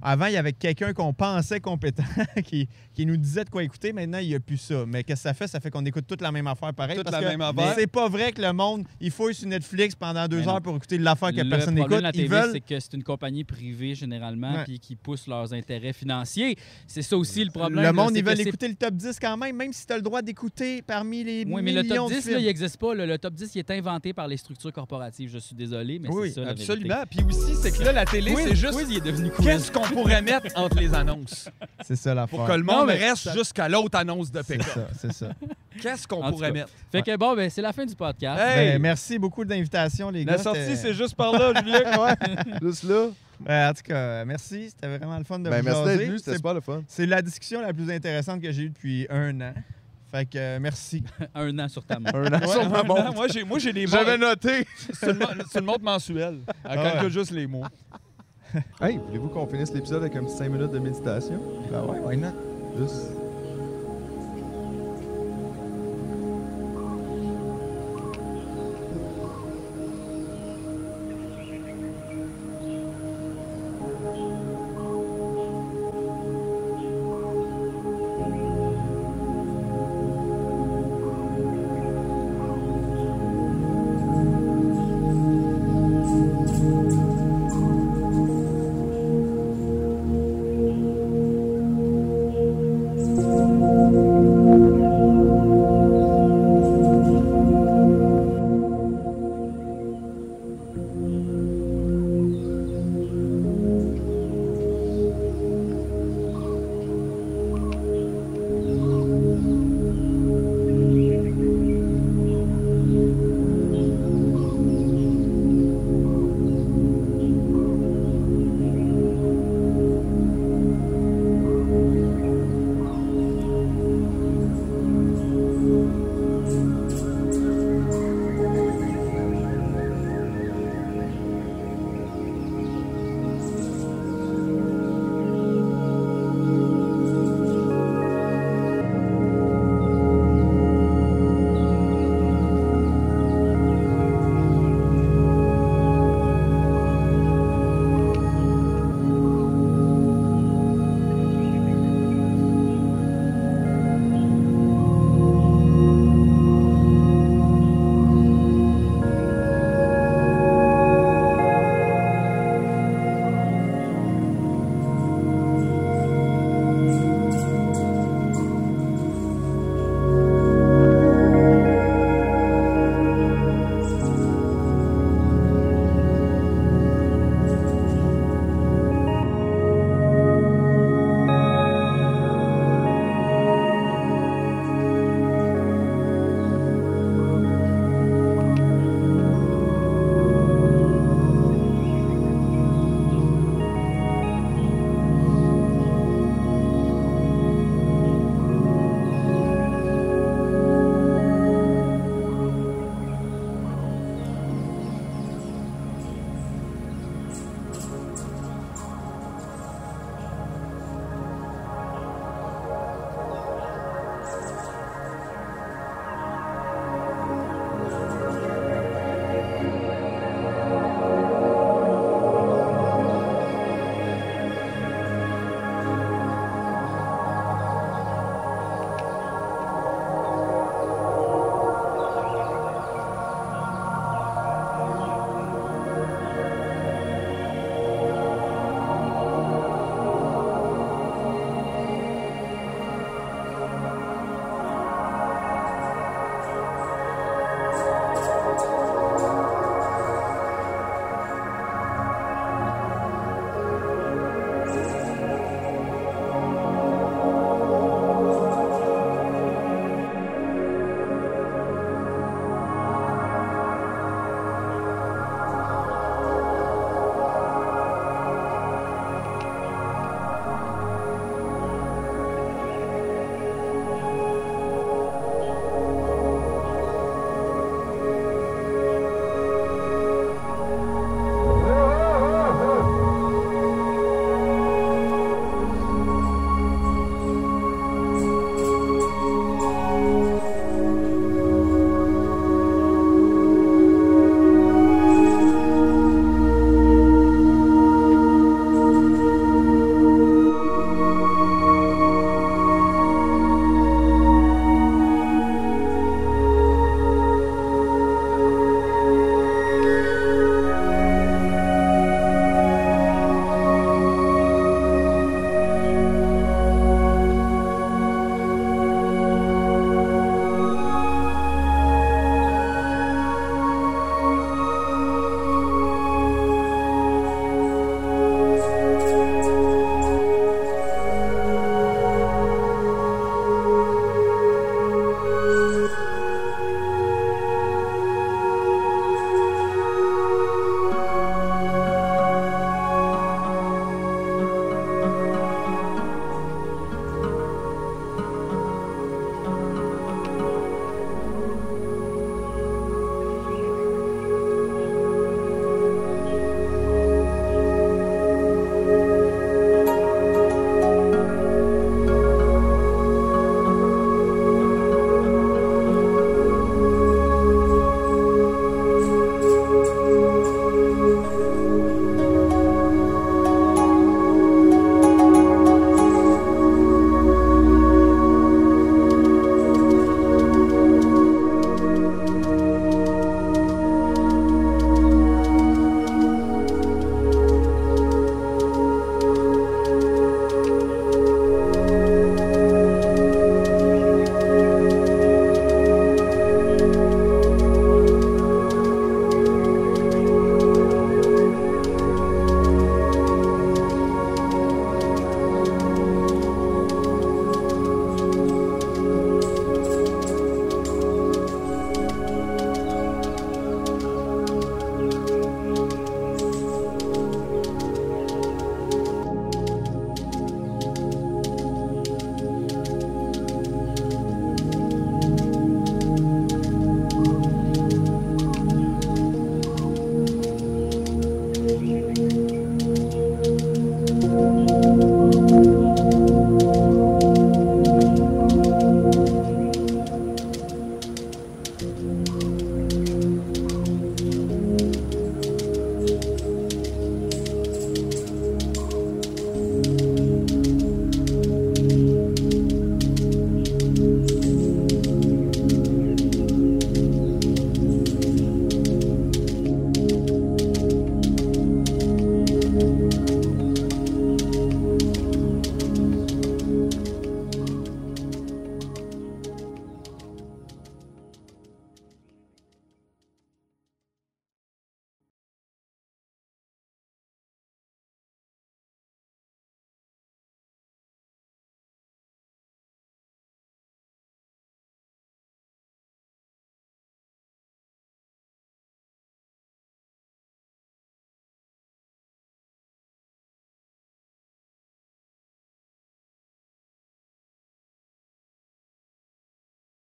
Avant, il y avait quelqu'un qu'on pensait compétent qui, qui nous disait de quoi écouter. Maintenant, il n'y a plus ça. Mais qu'est-ce que ça fait? Ça fait qu'on écoute toute la même affaire pareil. Toute parce la que même affaire. C'est pas vrai que le monde, il fouille sur Netflix pendant deux Mais heures non. pour écouter l'affaire que Le personne problème n'écoute. de la Ils T V, veulent... c'est que c'est une compagnie privée généralement Ouais. puis qui pousse leurs intérêts financiers. C'est ça aussi le problème. Le là, monde, c'est ils que veulent c'est- écouter le top dix quand même, même si tu as le droit d'écouter parmi les Oui, mais le millions top de dix, films. là, il n'existe pas. là. Le top dix, il est inventé par les structures corporatives. Je suis désolé, mais Oui, c'est ça la Absolument. Puis aussi, c'est que là, la télé, vérité. c'est juste Quiz, il est devenu quiz. qu'est-ce qu'on pourrait mettre entre les annonces C'est ça l'affaire. pour que le Non, monde mais reste ça- jusqu'à l'autre annonce de C'est pick-up. ça, c'est ça. Qu'est-ce qu'on En tout pourrait cas. mettre? Fait que bon, ben, c'est la fin du podcast. Hey! Ben, merci beaucoup de l'invitation, les gars. La sortie, C'était- c'est juste par là, Julien. Ouais, juste là. Ben, en tout cas, merci. C'était vraiment le fun de Ben, vous merci jaser. d'être venu, c'était C'est- super le fun. C'est la discussion la plus intéressante que j'ai eue depuis un an. Fait que euh, merci. Un an sur ta main. Un an sur ma Ouais, montre. moi, j'ai, moi, j'ai des J'avais montres. noté. C'est une, mon- c'est une montre mensuelle. Elle Ah ouais. calcule juste les mots. Hey, voulez-vous qu'on finisse l'épisode avec un petit cinq minutes de méditation? Ben ouais, why not? Juste